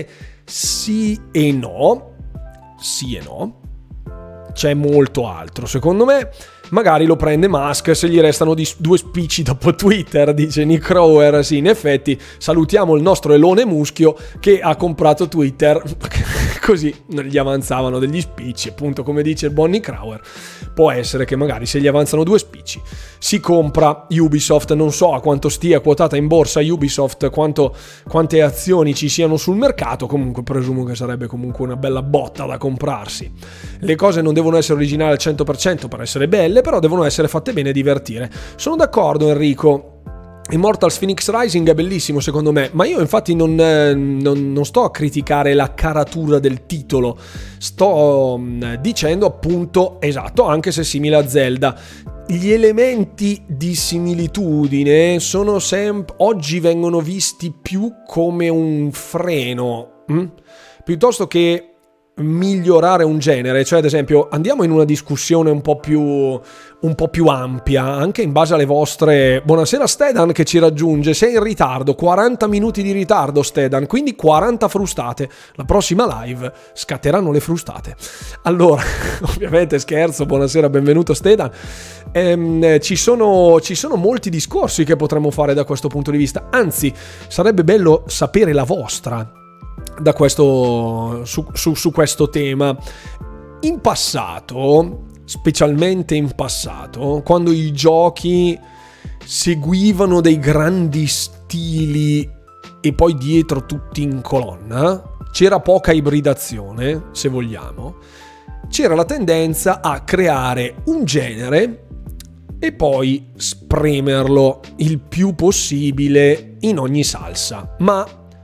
Sì e no, sì e no. C'è molto altro, secondo me. Magari lo prende Musk se gli restano di due spicci dopo Twitter, dice Nick Crower. Sì, in effetti salutiamo il nostro Elone Muschio che ha comprato Twitter, così gli avanzavano degli spicci, appunto come dice il buon Nick Crower. Può essere che magari se gli avanzano due spicci si compra Ubisoft. Non so a quanto stia quotata in borsa Ubisoft, quanto, quante azioni ci siano sul mercato, comunque presumo che sarebbe comunque una bella botta da comprarsi. Le cose non devono essere originali al cento per cento per essere belle, però devono essere fatte bene e divertire. Sono d'accordo, Enrico. Immortals Phoenix Rising è bellissimo secondo me, ma io infatti non, non, non sto a criticare la caratura del titolo, sto dicendo appunto, esatto, anche se simile a Zelda, gli elementi di similitudine sono sempre, oggi vengono visti più come un freno, hm? piuttosto che migliorare un genere. Cioè, ad esempio, andiamo in una discussione un po' più un po' più ampia, anche in base alle vostre. Buonasera Stedan che ci raggiunge, sei in ritardo, quaranta minuti di ritardo Stedan, quindi quaranta frustate. La prossima live scatteranno le frustate. Allora, ovviamente scherzo, buonasera, benvenuto Stedan. Ehm, ci sono ci sono molti discorsi che potremmo fare da questo punto di vista, anzi sarebbe bello sapere la vostra da questo su, su, su questo tema. In passato, specialmente in passato, quando i giochi seguivano dei grandi stili e poi dietro tutti in colonna, c'era poca ibridazione, se vogliamo, c'era la tendenza a creare un genere e poi spremerlo il più possibile in ogni salsa, ma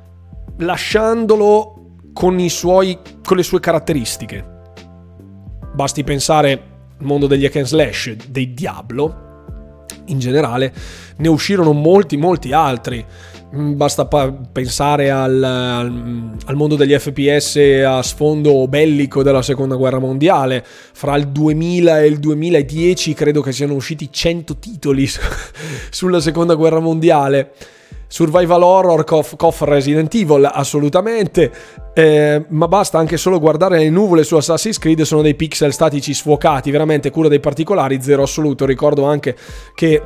lasciandolo con i suoi con le sue caratteristiche. Basti pensare al mondo degli hack and slash, dei Diablo, in generale ne uscirono molti molti altri. Basta pa- pensare al, al, al mondo degli F P S a sfondo bellico della seconda guerra mondiale. Fra il duemila e il duemiladieci credo che siano usciti cento titoli sulla seconda guerra mondiale. Survival horror, cof, cof Resident Evil, assolutamente, eh, ma basta anche solo guardare le nuvole su Assassin's Creed, sono dei pixel statici sfuocati, veramente cura dei particolari, zero assoluto. Ricordo anche che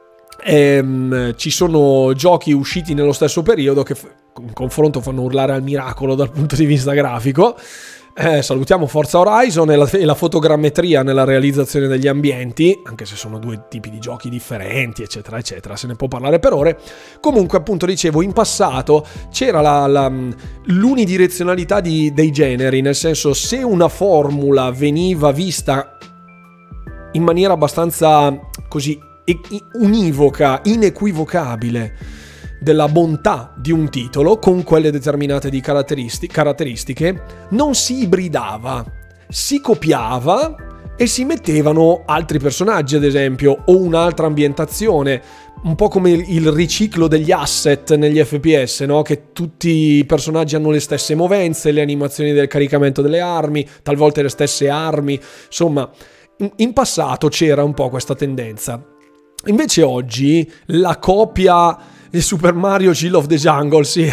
ehm, ci sono giochi usciti nello stesso periodo che in confronto fanno urlare al miracolo dal punto di vista grafico. Eh, salutiamo Forza Horizon e la, e la fotogrammetria nella realizzazione degli ambienti, anche se sono due tipi di giochi differenti, eccetera, eccetera, se ne può parlare per ore. Comunque, appunto, dicevo, in passato c'era la, la, l'unidirezionalità di, dei generi, nel senso, se una formula veniva vista in maniera abbastanza così univoca, inequivocabile, della bontà di un titolo con quelle determinate di caratteristiche, caratteristiche, non si ibridava, si copiava e si mettevano altri personaggi, ad esempio, o un'altra ambientazione, un po' come il riciclo degli asset negli F P S, no? Che tutti i personaggi hanno le stesse movenze, le animazioni del caricamento delle armi, talvolta le stesse armi, insomma, in passato c'era un po' questa tendenza. Invece oggi la copia di Super Mario Chill of the Jungle, sì,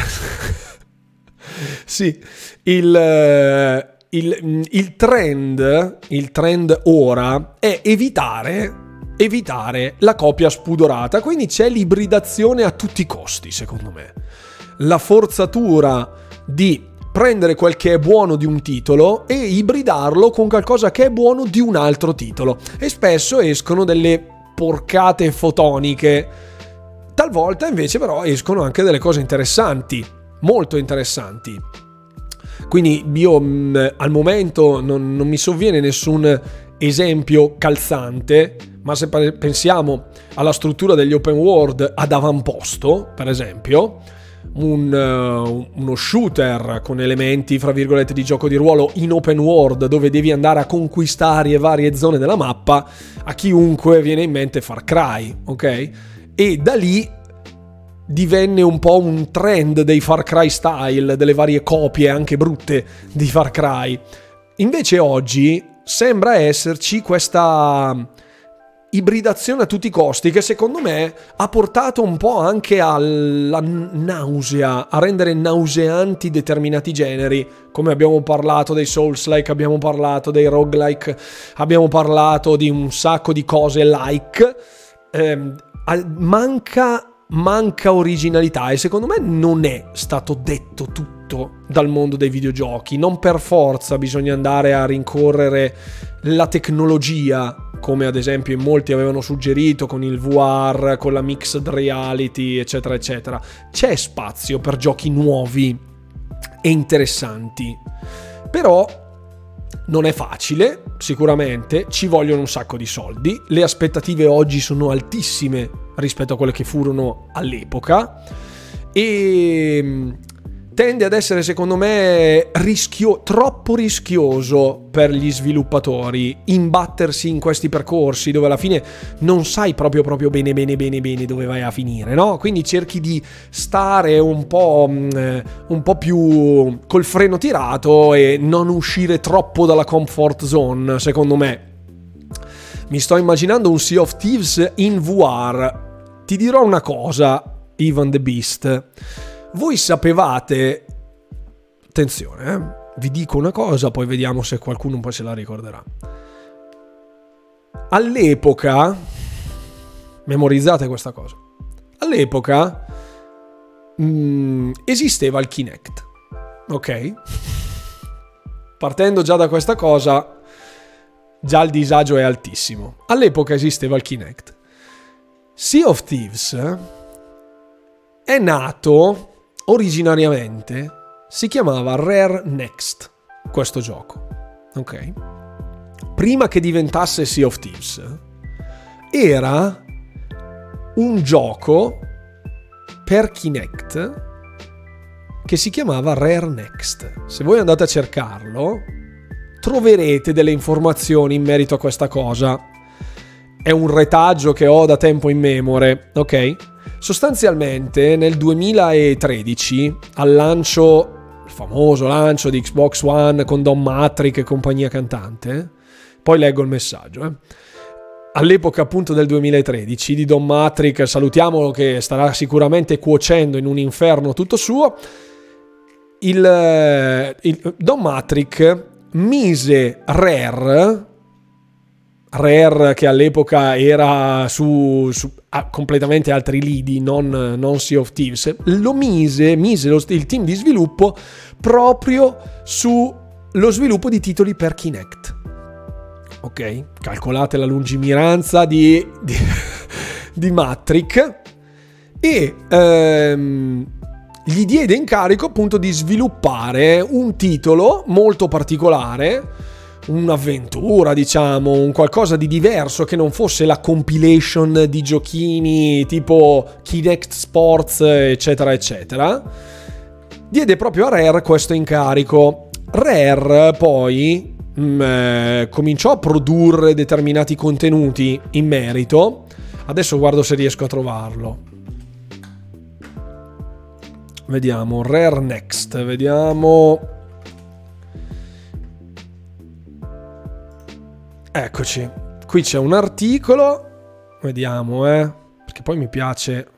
sì, il, il, il trend, il trend ora è evitare, evitare la copia spudorata, quindi c'è l'ibridazione a tutti i costi, secondo me. La forzatura di prendere quel che è buono di un titolo e ibridarlo con qualcosa che è buono di un altro titolo, e spesso escono delle porcate fotoniche. Talvolta invece però escono anche delle cose interessanti, molto interessanti. Quindi io mh, al momento non, non mi sovviene nessun esempio calzante, ma se pensiamo alla struttura degli open world ad avamposto, per esempio, un, uh, uno shooter con elementi fra virgolette di gioco di ruolo in open world dove devi andare a conquistare varie zone della mappa, a chiunque viene in mente Far Cry, ok? E da lì divenne un po' un trend dei Far Cry style, delle varie copie anche brutte di Far Cry. Invece oggi sembra esserci questa ibridazione a tutti i costi, che secondo me ha portato un po' anche alla nausea, a rendere nauseanti determinati generi, come abbiamo parlato dei Souls-like, abbiamo parlato dei roguelike, abbiamo parlato di un sacco di cose like. Eh, manca manca originalità, e secondo me non è stato detto tutto dal mondo dei videogiochi. Non per forza bisogna andare a rincorrere la tecnologia, come ad esempio in molti avevano suggerito con il V R, con la mixed reality, eccetera eccetera. C'è spazio per giochi nuovi e interessanti, però non è facile, sicuramente ci vogliono un sacco di soldi, le aspettative oggi sono altissime rispetto a quelle che furono all'epoca, e tende ad essere, secondo me, rischio, troppo rischioso per gli sviluppatori imbattersi in questi percorsi dove alla fine non sai proprio proprio bene bene bene bene dove vai a finire, no? Quindi cerchi di stare un po', eh, un po' più col freno tirato e non uscire troppo dalla comfort zone, secondo me. Mi sto immaginando un Sea of Thieves in V R. Ti dirò una cosa, Ivan the Beast. Voi sapevate, attenzione, eh, vi dico una cosa, poi vediamo se qualcuno poi se la ricorderà. All'epoca, memorizzate questa cosa, all'epoca mh, esisteva il Kinect, ok? Partendo già da questa cosa, già il disagio è altissimo. All'epoca esisteva il Kinect. Sea of Thieves è nato originariamente, si chiamava Rare Next questo gioco, ok? Prima che diventasse Sea of Thieves era un gioco per Kinect che si chiamava Rare Next. Se voi andate a cercarlo troverete delle informazioni in merito a questa cosa. È un retaggio che ho da tempo in memoria, ok? Sostanzialmente nel duemilatredici, al lancio, il famoso lancio di Xbox One con Don Matrick e compagnia cantante, poi leggo il messaggio, eh. All'epoca appunto del duemilatredici di Don Matrick, salutiamolo che starà sicuramente cuocendo in un inferno tutto suo, il, il Don Matrick mise Rare Rare, che all'epoca era su, su ah, completamente altri lidi, non, non Sea of Thieves, lo mise, mise lo, il team di sviluppo proprio sullo sviluppo di titoli per Kinect. Ok? Calcolate la lungimiranza di, di, di Matrick, e ehm, gli diede in carico appunto di sviluppare un titolo molto particolare, un'avventura, diciamo, un qualcosa di diverso che non fosse la compilation di giochini tipo Kinect Sports, eccetera eccetera. Diede proprio a Rare questo incarico. Rare poi mh, eh, cominciò a produrre determinati contenuti in merito. Adesso guardo se riesco a trovarlo. Vediamo, Rare Next, vediamo. Eccoci, qui c'è un articolo, vediamo, eh, perché poi mi piace.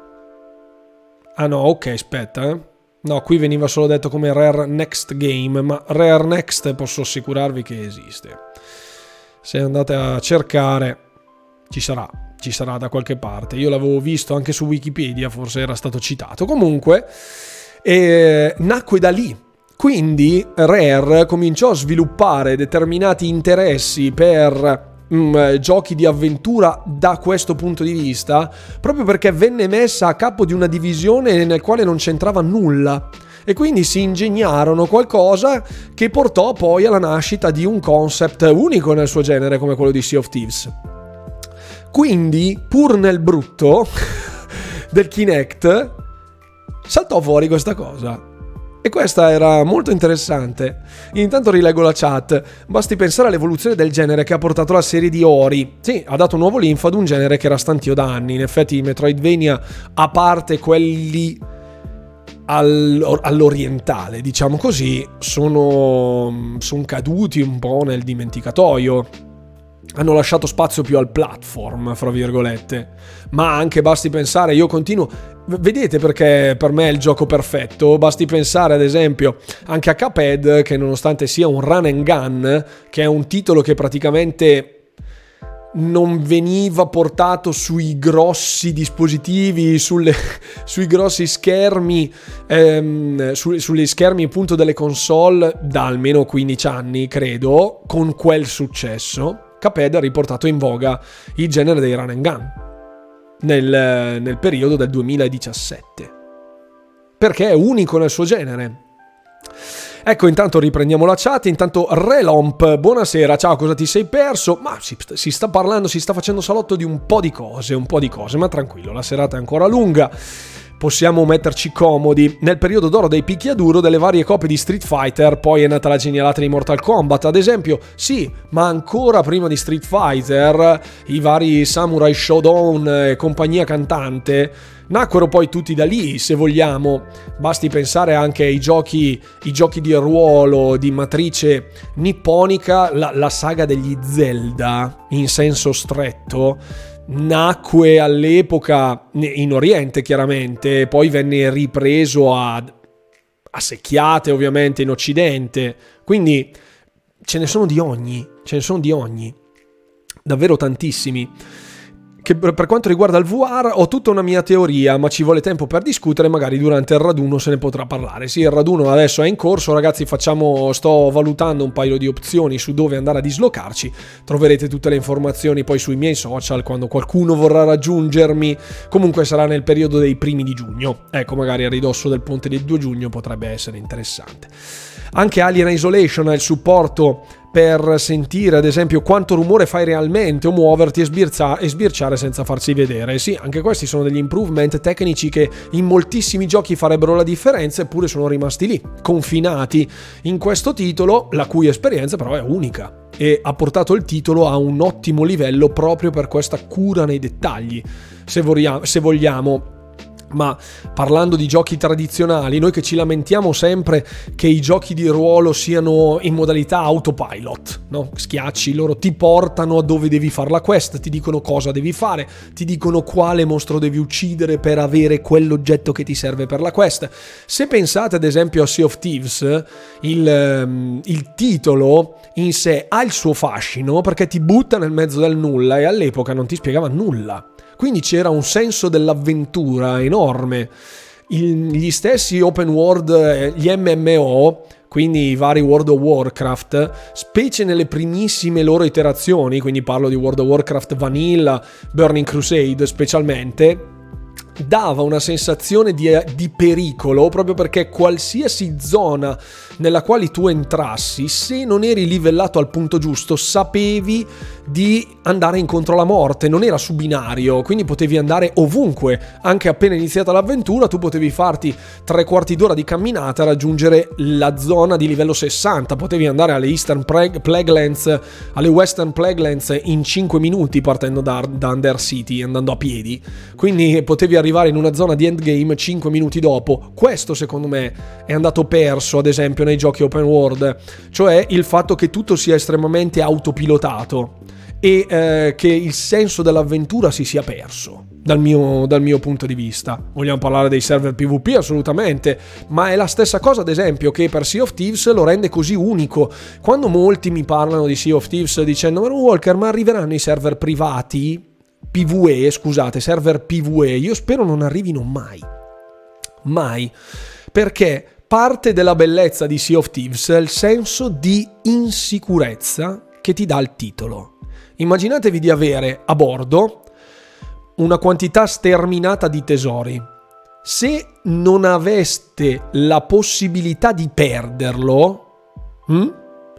Ah no, ok, aspetta, eh. No, qui veniva solo detto come Rare Next Game, ma Rare Next posso assicurarvi che esiste. Se andate a cercare, ci sarà, ci sarà da qualche parte. Io l'avevo visto anche su Wikipedia, forse era stato citato. Comunque, eh, nacque da lì. Quindi Rare cominciò a sviluppare determinati interessi per mm, giochi di avventura da questo punto di vista, proprio perché venne messa a capo di una divisione nel quale non c'entrava nulla, e quindi si ingegnarono qualcosa che portò poi alla nascita di un concept unico nel suo genere come quello di Sea of Thieves. Quindi, pur nel brutto del Kinect, saltò fuori questa cosa. E questa era molto interessante. Intanto rileggo la chat. Basti pensare all'evoluzione del genere che ha portato la serie di Ori. Sì, ha dato nuovo linfa ad un genere che era stantio da anni. In effetti i Metroidvania, a parte quelli all- all'orientale, diciamo così, sono, sono caduti un po' nel dimenticatoio. hanno lasciato spazio più al platform, fra virgolette. Ma anche basti pensare, io continuo, vedete perché per me è il gioco perfetto, basti pensare ad esempio anche a Cuphead, che nonostante sia un run and gun, che è un titolo che praticamente non veniva portato sui grossi dispositivi, sulle, sui grossi schermi, ehm, su, sugli schermi appunto delle console da almeno quindici anni, credo, con quel successo. Cuphead ha riportato in voga il genere dei run and gun nel, nel periodo del duemiladiciassette, perché è unico nel suo genere. Ecco, intanto riprendiamo la chat. Intanto Relomp, buonasera, ciao, cosa ti sei perso? Ma si, si sta parlando, si sta facendo salotto di un po' di cose, un po' di cose, ma tranquillo, la serata è ancora lunga, possiamo metterci comodi. Nel periodo d'oro dei picchiaduro delle varie copie di Street Fighter, poi è nata la genialata di Mortal Kombat, ad esempio, sì, ma ancora prima di Street Fighter, i vari Samurai Shodown e compagnia cantante nacquero poi tutti da lì, se vogliamo. Basti pensare anche ai giochi, i giochi di ruolo di matrice nipponica, la, la saga degli Zelda, in senso stretto, nacque all'epoca in Oriente chiaramente, poi venne ripreso a, a secchiate ovviamente in Occidente, quindi ce ne sono di ogni, ce ne sono di ogni, davvero tantissimi. Che per quanto riguarda il V R ho tutta una mia teoria, ma ci vuole tempo per discutere, magari durante il raduno se ne potrà parlare. Sì, il raduno adesso è in corso, ragazzi, facciamo, sto valutando un paio di opzioni su dove andare a dislocarci. Troverete tutte le informazioni poi sui miei social quando qualcuno vorrà raggiungermi. Comunque sarà nel periodo dei primi di giugno, ecco, magari a ridosso del ponte del due giugno potrebbe essere interessante. Anche Alien Isolation ha il supporto per sentire ad esempio quanto rumore fai realmente o muoverti e, sbirza- e sbirciare senza farsi vedere. Sì, anche questi sono degli improvement tecnici che in moltissimi giochi farebbero la differenza, eppure sono rimasti lì, confinati in questo titolo, la cui esperienza però è unica e ha portato il titolo a un ottimo livello proprio per questa cura nei dettagli, se vogliamo, se vogliamo. Ma parlando di giochi tradizionali, noi che ci lamentiamo sempre che i giochi di ruolo siano in modalità autopilot, no? Schiacci, loro ti portano a dove devi fare la quest, ti dicono cosa devi fare, ti dicono quale mostro devi uccidere per avere quell'oggetto che ti serve per la quest. Se pensate ad esempio a Sea of Thieves, il, il titolo in sé ha il suo fascino perché ti butta nel mezzo del nulla e all'epoca non ti spiegava nulla. Quindi c'era un senso dell'avventura enorme. Il, gli stessi open world, gli M M O, quindi i vari World of Warcraft, specie nelle primissime loro iterazioni, quindi parlo di World of Warcraft Vanilla, Burning Crusade specialmente, dava una sensazione di, di pericolo, proprio perché qualsiasi zona nella quale tu entrassi, se non eri livellato al punto giusto, sapevi di andare incontro alla morte, non era su binario, quindi potevi andare ovunque. Anche appena iniziata l'avventura tu potevi farti tre quarti d'ora di camminata a raggiungere la zona di livello sessanta, potevi andare alle Eastern Plaguelands, alle Western Plaguelands in cinque minuti partendo da, da Undercity, andando a piedi, quindi potevi arrivare in una zona di endgame cinque minuti dopo. Questo secondo me è andato perso ad esempio nei giochi open world, cioè il fatto che tutto sia estremamente autopilotato e eh, che il senso dell'avventura si sia perso dal mio, dal mio punto di vista. Vogliamo parlare dei server PvP? Assolutamente, ma è la stessa cosa ad esempio che per Sea of Thieves lo rende così unico. Quando molti mi parlano di Sea of Thieves dicendo ma Walker, ma arriveranno i server privati? PvE, scusate, server PvE, io spero non arrivino mai, mai, perché parte della bellezza di Sea of Thieves è il senso di insicurezza che ti dà il titolo. Immaginatevi di avere a bordo una quantità sterminata di tesori. Se non aveste la possibilità di perderlo, hm?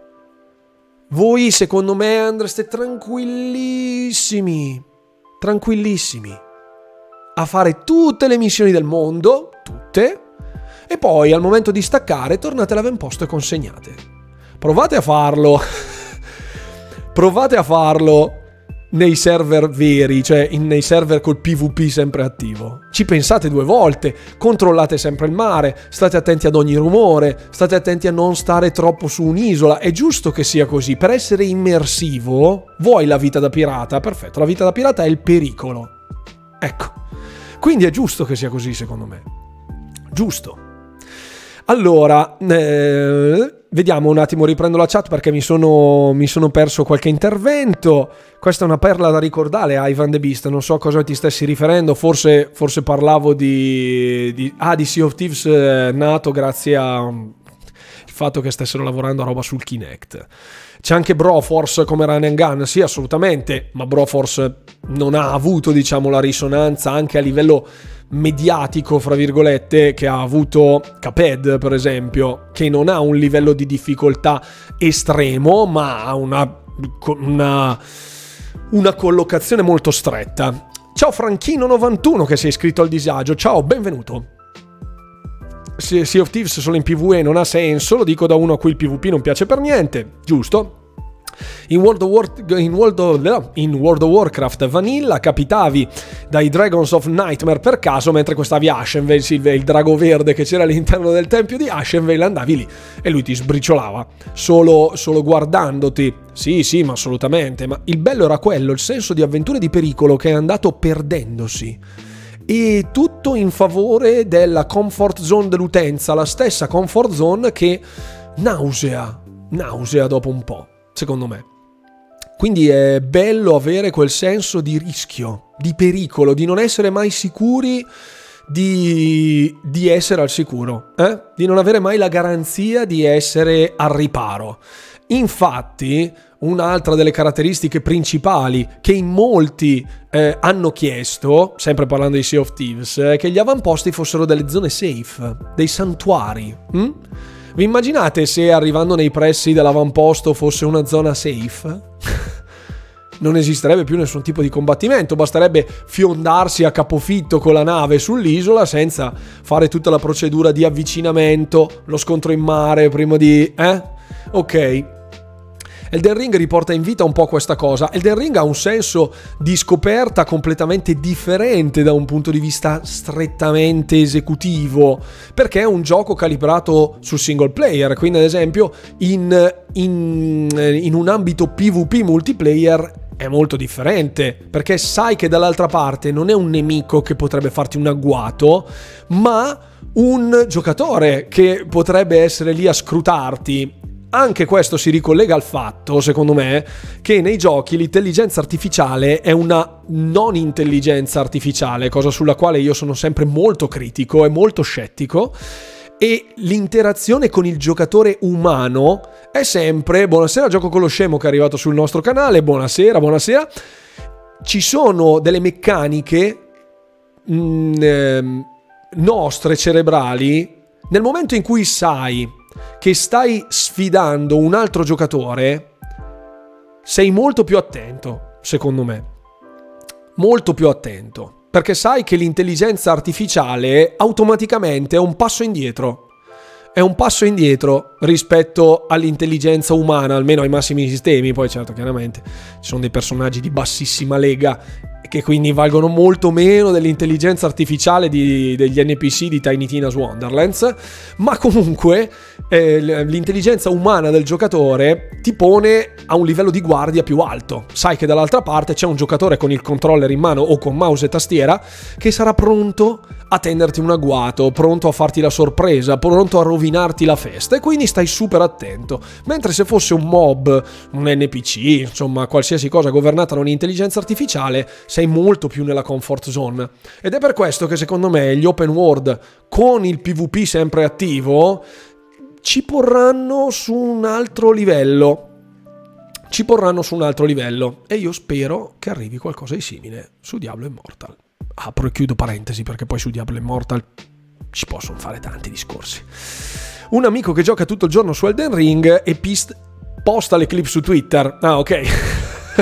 voi secondo me andreste tranquillissimi, tranquillissimi, a fare tutte le missioni del mondo, tutte, e poi al momento di staccare tornate all'avamposto e consegnate. Provate a farlo, provate a farlo nei server veri, cioè in, nei server col PvP sempre attivo. Ci pensate due volte, controllate sempre il mare, state attenti ad ogni rumore, state attenti a non stare troppo su un'isola. È giusto che sia così, per essere immersivo. Vuoi la vita da pirata? Perfetto, la vita da pirata è il pericolo. Ecco, quindi è giusto che sia così, secondo me. Giusto. Allora, eh, vediamo un attimo, riprendo la chat perché mi sono, mi sono perso qualche intervento. Questa è una perla da ricordare, Ivan the Beast, non so a cosa ti stessi riferendo, forse, forse parlavo di, di, ah, di Sea of Thieves eh, nato grazie al fatto che stessero lavorando a roba sul Kinect. C'è anche Broforce come Run and Gun, sì, assolutamente, ma Broforce non ha avuto, diciamo, la risonanza anche a livello mediatico, fra virgolette, che ha avuto Cuphead, per esempio, che non ha un livello di difficoltà estremo, ma ha una, una, una collocazione molto stretta. Ciao Franchino novantuno che sei iscritto al disagio, ciao, benvenuto. Sea of Thieves solo in PvE non ha senso, lo dico da uno a cui il PvP non piace per niente, giusto? In World of, War, in World of, in World of Warcraft Vanilla capitavi dai Dragons of Nightmare per caso mentre questavi Ashenvale, il drago verde che c'era all'interno del tempio di Ashenvale, andavi lì e lui ti sbriciolava solo, solo guardandoti. Sì, sì, ma assolutamente, ma il bello era quello, il senso di avventura e di pericolo che è andato perdendosi. E tutto in favore della comfort zone dell'utenza, la stessa comfort zone che nausea, nausea dopo un po', secondo me. Quindi è bello avere quel senso di rischio, di pericolo, di non essere mai sicuri di, di essere al sicuro, eh? Di non avere mai la garanzia di essere al riparo. Infatti, un'altra delle caratteristiche principali che in molti eh, hanno chiesto, sempre parlando di Sea of Thieves, è che gli avamposti fossero delle zone safe, dei santuari. Hm? Vi immaginate se arrivando nei pressi dell'avamposto fosse una zona safe? Non esisterebbe più nessun tipo di combattimento, basterebbe fiondarsi a capofitto con la nave sull'isola senza fare tutta la procedura di avvicinamento, lo scontro in mare prima di... eh? Ok. Elden Ring riporta in vita un po' questa cosa. Elden Ring ha un senso di scoperta completamente differente da un punto di vista strettamente esecutivo, perché è un gioco calibrato sul single player, quindi ad esempio in, in, in un ambito PvP multiplayer è molto differente, perché sai che dall'altra parte non è un nemico che potrebbe farti un agguato, ma un giocatore che potrebbe essere lì a scrutarti. Anche questo si ricollega al fatto, secondo me, che nei giochi l'intelligenza artificiale è una non intelligenza artificiale, cosa sulla quale io sono sempre molto critico e molto scettico, e l'interazione con il giocatore umano è sempre buonasera gioco con lo scemo che è arrivato sul nostro canale, buonasera, buonasera. Ci sono delle meccaniche mh, eh, nostre cerebrali nel momento in cui sai che stai sfidando un altro giocatore, sei molto più attento, secondo me. Molto più attento. Perché sai che l'intelligenza artificiale automaticamente è un passo indietro. È un passo indietro rispetto all'intelligenza umana, almeno ai massimi sistemi. Poi certo, chiaramente, ci sono dei personaggi di bassissima lega che quindi valgono molto meno dell'intelligenza artificiale di, degli N P C di Tiny Tina's Wonderlands, ma comunque eh, l'intelligenza umana del giocatore ti pone a un livello di guardia più alto. Sai che dall'altra parte c'è un giocatore con il controller in mano o con mouse e tastiera che sarà pronto a tenderti un agguato, pronto a farti la sorpresa, pronto a rovinarti la festa, e quindi stai super attento. Mentre se fosse un mob, un N P C, insomma qualsiasi cosa governata da un'intelligenza artificiale, sei molto più nella comfort zone. Ed è per questo che secondo me gli open world con il PvP sempre attivo ci porranno su un altro livello. Ci porranno su un altro livello e io spero che arrivi qualcosa di simile su Diablo Immortal. Apro e chiudo parentesi perché poi su Diablo Immortal ci possono fare tanti discorsi. Un amico che gioca tutto il giorno su Elden Ring e pist- posta le clip su Twitter. Ah, ok.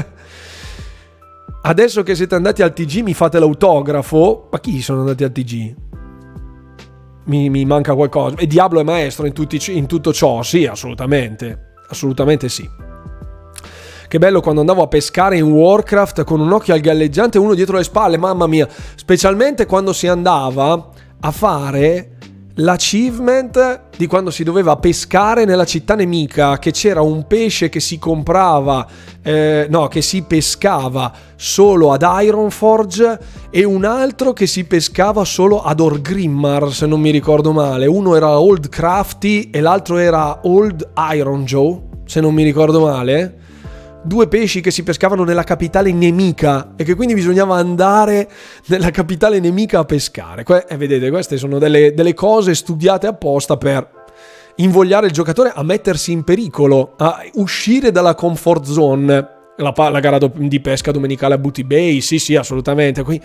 Adesso che siete andati al T G mi fate l'autografo. Ma chi sono andati al T G? Mi, mi manca qualcosa. E Diablo è maestro in, tutti, in tutto ciò? Sì, assolutamente. Assolutamente sì. che bello quando andavo a pescare in Warcraft con un occhio al galleggiante e uno dietro le spalle, mamma mia, specialmente quando si andava a fare l'achievement di quando si doveva pescare nella città nemica, che c'era un pesce che si comprava eh, no, che si pescava solo ad Ironforge e un altro che si pescava solo ad Orgrimmar, se non mi ricordo male. Uno era Old Crafty e l'altro era Old Iron Joe, se non mi ricordo male. Due pesci che si pescavano nella capitale nemica e che quindi bisognava andare nella capitale nemica a pescare. Que- e vedete, queste sono delle, delle cose studiate apposta per invogliare il giocatore a mettersi in pericolo, a uscire dalla comfort zone. La, la gara di pesca domenicale a Booty Bay, sì sì, assolutamente. Qui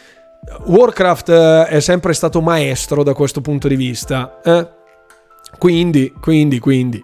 Warcraft eh, è sempre stato maestro da questo punto di vista, eh? quindi quindi quindi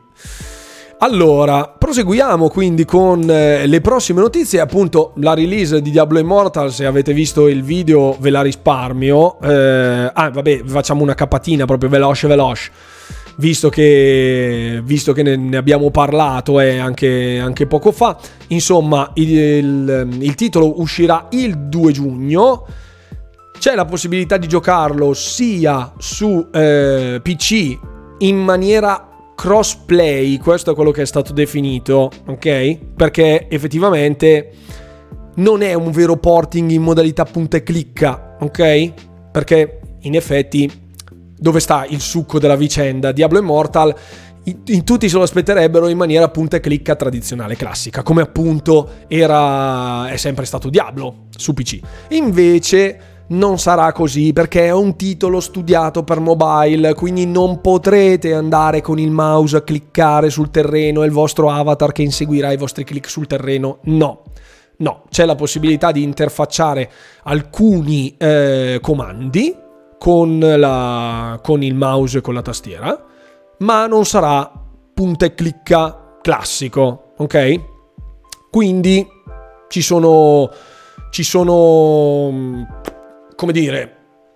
Allora, proseguiamo quindi con eh, le prossime notizie. Appunto, la release di Diablo Immortal, se avete visto il video ve la risparmio. Eh, ah, vabbè, facciamo una capatina proprio veloce veloce. Visto che, visto che ne, ne abbiamo parlato eh, anche, anche poco fa. Insomma, il, il, il titolo uscirà il due giugno. C'è la possibilità di giocarlo sia su eh, P C in maniera crossplay, questo è quello che è stato definito, ok? Perché effettivamente non è un vero porting in modalità punta e clicca, ok? Perché in effetti dove sta il succo della vicenda? Diablo Immortal in, in tutti se lo aspetterebbero in maniera punta e clicca tradizionale, classica, come appunto era è sempre stato Diablo su P C. Invece non sarà così, perché è un titolo studiato per mobile, quindi non potrete andare con il mouse a cliccare sul terreno e il vostro avatar che inseguirà i vostri click sul terreno. No, no, c'è la possibilità di interfacciare alcuni eh, comandi con, la, con il mouse e con la tastiera, ma non sarà punta e clicca classico, ok? Quindi ci sono... ci sono... come dire,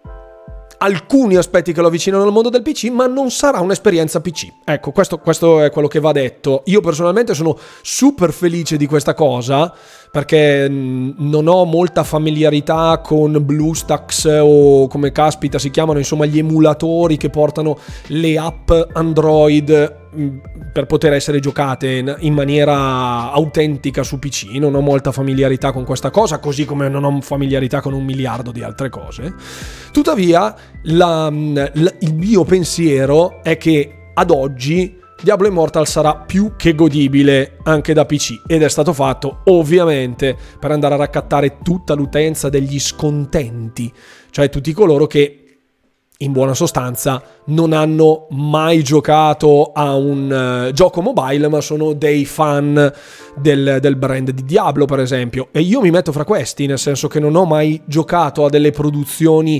alcuni aspetti che lo avvicinano al mondo del P C, ma non sarà un'esperienza P C. Ecco, questo, questo è quello che va detto. Io personalmente sono super felice di questa cosa, perché non ho molta familiarità con BlueStacks o come caspita si chiamano, insomma, gli emulatori che portano le app Android per poter essere giocate in maniera autentica su P C. Non ho molta familiarità con questa cosa, così come non ho familiarità con un miliardo di altre cose. Tuttavia la, la, il mio pensiero è che ad oggi Diablo Immortal sarà più che godibile anche da P C, ed è stato fatto ovviamente per andare a raccattare tutta l'utenza degli scontenti, cioè tutti coloro che in buona sostanza non hanno mai giocato a un uh, gioco mobile, ma sono dei fan del, del brand di Diablo, per esempio. E io mi metto fra questi, nel senso che non ho mai giocato a delle produzioni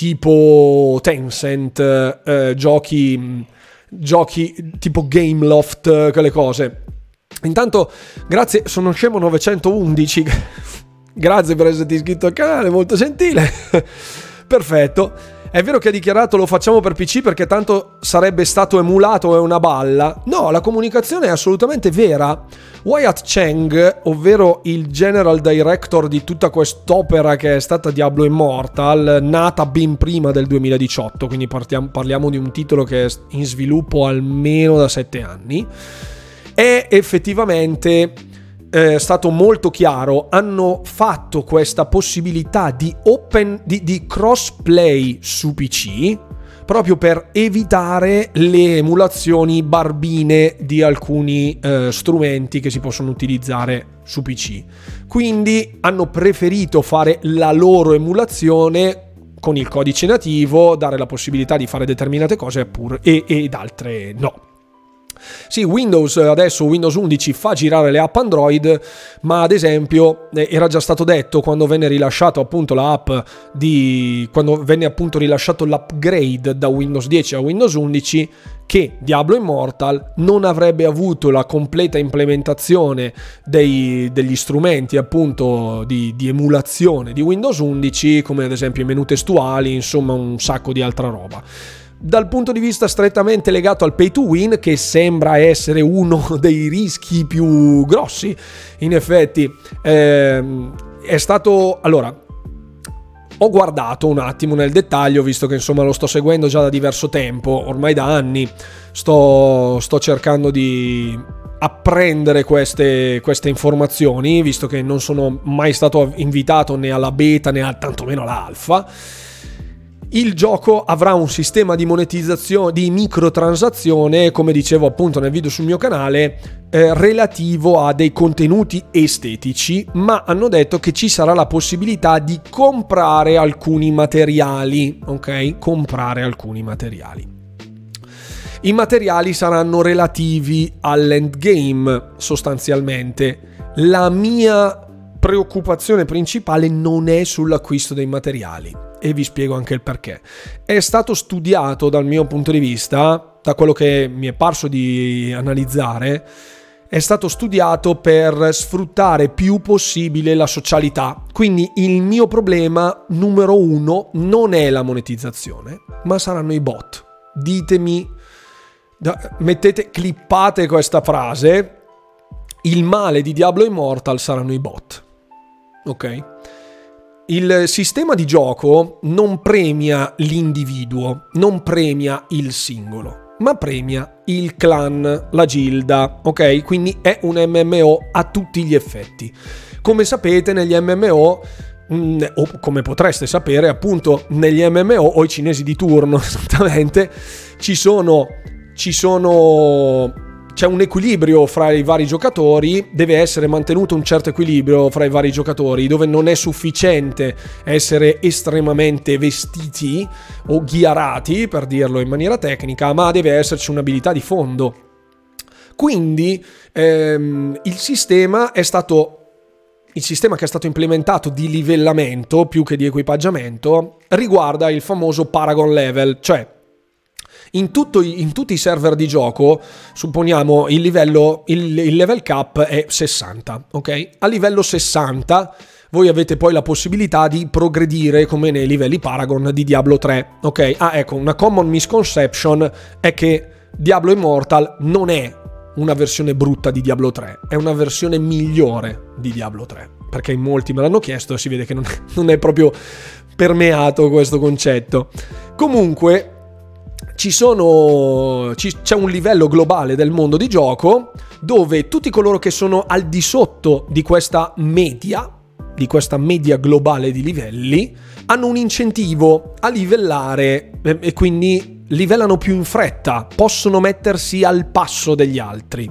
tipo Tencent, uh, giochi, giochi tipo Gameloft, quelle cose. Intanto, grazie, sono scemo novecentoundici. Grazie per esserti iscritto al canale, molto gentile. Perfetto. È vero che ha dichiarato lo facciamo per P C perché tanto sarebbe stato emulato, è una balla. No, la comunicazione è assolutamente vera. Wyatt Cheng, ovvero il general director di tutta quest'opera che è stata Diablo Immortal, nata ben prima del duemiladiciotto, quindi partiamo, parliamo di un titolo che è in sviluppo almeno da sette anni, è effettivamente... è stato molto chiaro. Hanno fatto questa possibilità di open di, di crossplay su P C proprio per evitare le emulazioni barbine di alcuni eh, strumenti che si possono utilizzare su P C. Quindi hanno preferito fare la loro emulazione con il codice nativo, dare la possibilità di fare determinate cose pur, e, ed altre no. Sì, Windows adesso, Windows undici fa girare le app Android, ma ad esempio era già stato detto quando venne rilasciato appunto la app di quando venne appunto rilasciato l'upgrade da Windows dieci a Windows undici che Diablo Immortal non avrebbe avuto la completa implementazione dei, degli strumenti appunto di, di emulazione di Windows undici, come ad esempio i menu testuali, insomma un sacco di altra roba. Dal punto di vista strettamente legato al pay to win, che sembra essere uno dei rischi più grossi, in effetti ehm, è stato... Allora, ho guardato un attimo nel dettaglio, visto che insomma lo sto seguendo già da diverso tempo, ormai da anni, sto, sto cercando di apprendere queste, queste informazioni, visto che non sono mai stato invitato né alla beta né a, tantomeno all'alfa. Il gioco avrà un sistema di monetizzazione, di microtransazione, come dicevo appunto nel video sul mio canale, eh, relativo a dei contenuti estetici, ma hanno detto che ci sarà la possibilità di comprare alcuni materiali, ok? Comprare alcuni materiali. I materiali saranno relativi all'endgame, sostanzialmente. La mia preoccupazione principale non è sull'acquisto dei materiali. E vi spiego anche il perché. È stato studiato dal mio punto di vista, da quello che mi è parso di analizzare, è stato studiato per sfruttare più possibile la socialità. Quindi il mio problema numero uno non è la monetizzazione, ma saranno i bot. Ditemi, mettete, clippate questa frase, il male di Diablo Immortal saranno i bot. Ok? Il sistema di gioco non premia l'individuo, non premia il singolo, ma premia il clan, la gilda, ok? Quindi è un M M O a tutti gli effetti. Come sapete, negli M M O, mh, o come potreste sapere, appunto, negli M M O, o i cinesi di turno, esattamente, ci sono, ci sono... c'è un equilibrio fra i vari giocatori, deve essere mantenuto un certo equilibrio fra i vari giocatori, dove non è sufficiente essere estremamente vestiti o ghiarati, per dirlo in maniera tecnica, ma deve esserci un'abilità di fondo. Quindi ehm, il sistema è stato il sistema che è stato implementato di livellamento più che di equipaggiamento riguarda il famoso Paragon Level, cioè In, tutto, in tutti i server di gioco, supponiamo il livello, il, il level cap è sessanta, ok? A livello sessanta voi avete poi la possibilità di progredire come nei livelli Paragon di Diablo tre, ok? Ah, ecco, una common misconception è che Diablo Immortal non è una versione brutta di Diablo tre, è una versione migliore di Diablo tre, perché in molti me l'hanno chiesto e si vede che non, non è proprio permeato questo concetto. Comunque Ci sono, ci, c'è un livello globale del mondo di gioco dove tutti coloro che sono al di sotto di questa media, di questa media globale di livelli, hanno un incentivo a livellare e, e quindi livellano più in fretta, possono mettersi al passo degli altri.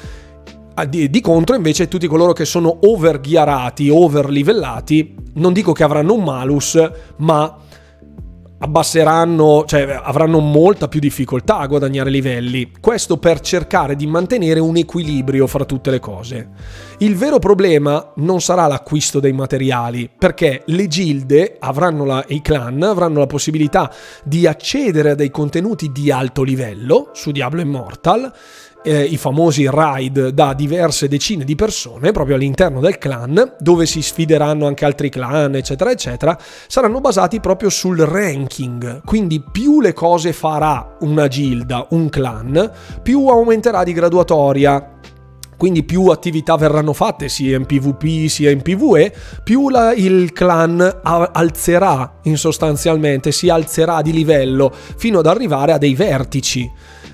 Di, di contro invece tutti coloro che sono overghiarati, overlivellati, non dico che avranno un malus, ma abbasseranno, cioè avranno molta più difficoltà a guadagnare livelli. Questo per cercare di mantenere un equilibrio fra tutte le cose. Il vero problema non sarà l'acquisto dei materiali, perché le gilde avranno la, i clan avranno la possibilità di accedere a dei contenuti di alto livello su Diablo Immortal, eh, i famosi raid da diverse decine di persone proprio all'interno del clan, dove si sfideranno anche altri clan, eccetera eccetera, saranno basati proprio sul ranking. Quindi più le cose farà una gilda, un clan, più aumenterà di graduatoria. Quindi più attività verranno fatte sia in PvP sia in PvE, più la, il clan alzerà, in sostanzialmente si alzerà di livello fino ad arrivare a dei vertici.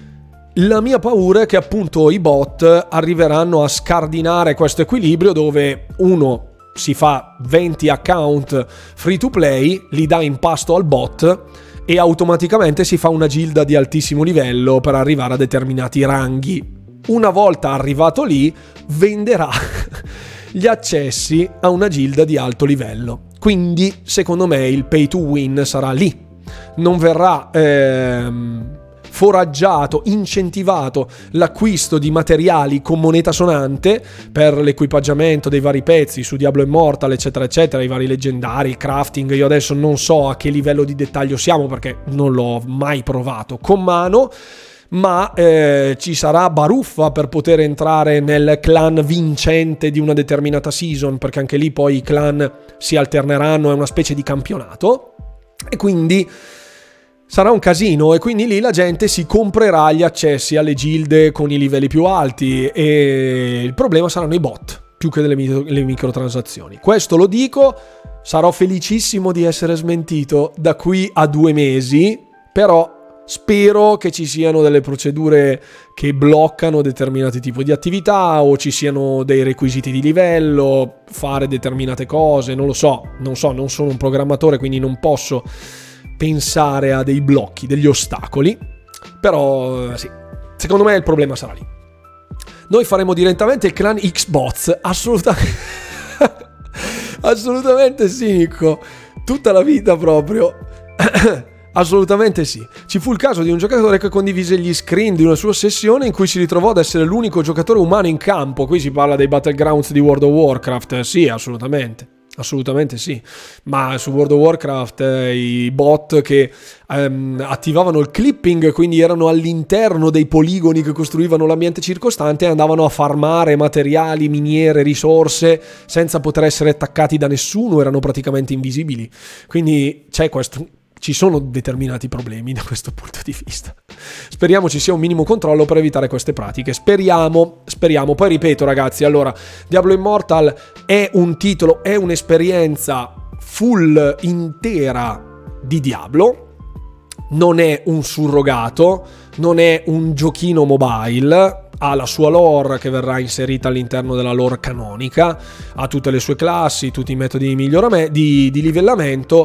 La mia paura è che appunto i bot arriveranno a scardinare questo equilibrio, dove uno si fa venti account free to play, li dà in pasto al bot e automaticamente si fa una gilda di altissimo livello per arrivare a determinati ranghi. Una volta arrivato lì, venderà gli accessi a una gilda di alto livello. Quindi, secondo me, il pay to win sarà lì. Non verrà ehm, foraggiato, incentivato l'acquisto di materiali con moneta sonante per l'equipaggiamento dei vari pezzi su Diablo Immortal, eccetera, eccetera, i vari leggendari, il crafting. Io adesso non so a che livello di dettaglio siamo, perché non l'ho mai provato con mano, ma eh, ci sarà baruffa per poter entrare nel clan vincente di una determinata season, perché anche lì poi i clan si alterneranno, è una specie di campionato, e quindi sarà un casino, e quindi lì la gente si comprerà gli accessi alle gilde con i livelli più alti, e il problema saranno i bot più che delle micro, le microtransazioni. Questo lo dico, sarò felicissimo di essere smentito da qui a due mesi, però spero che ci siano delle procedure che bloccano determinati tipi di attività, o ci siano dei requisiti di livello, fare determinate cose, non lo so, non so, non sono un programmatore, quindi non posso pensare a dei blocchi, degli ostacoli, però sì, secondo me il problema sarà lì. Noi faremo direttamente il clan Xbox, assolutamente, assolutamente sì, Nico, tutta la vita proprio. Assolutamente sì. Ci fu il caso di un giocatore che condivise gli screen di una sua sessione in cui si ritrovò ad essere l'unico giocatore umano in campo. Qui si parla dei Battlegrounds di World of Warcraft. Sì, assolutamente. Assolutamente sì, ma su World of Warcraft eh, i bot che ehm, attivavano il clipping, quindi erano all'interno dei poligoni che costruivano l'ambiente circostante, e andavano a farmare materiali, miniere, risorse senza poter essere attaccati da nessuno, erano praticamente invisibili. Quindi c'è questo, ci sono determinati problemi da questo punto di vista. Speriamo ci sia un minimo controllo per evitare queste pratiche. Speriamo, speriamo. Poi ripeto, ragazzi, allora, Diablo Immortal è un titolo, è un'esperienza full intera di Diablo. Non è un surrogato, non è un giochino mobile. Ha la sua lore che verrà inserita all'interno della lore canonica, ha tutte le sue classi, tutti i metodi di miglioramento, di, di livellamento.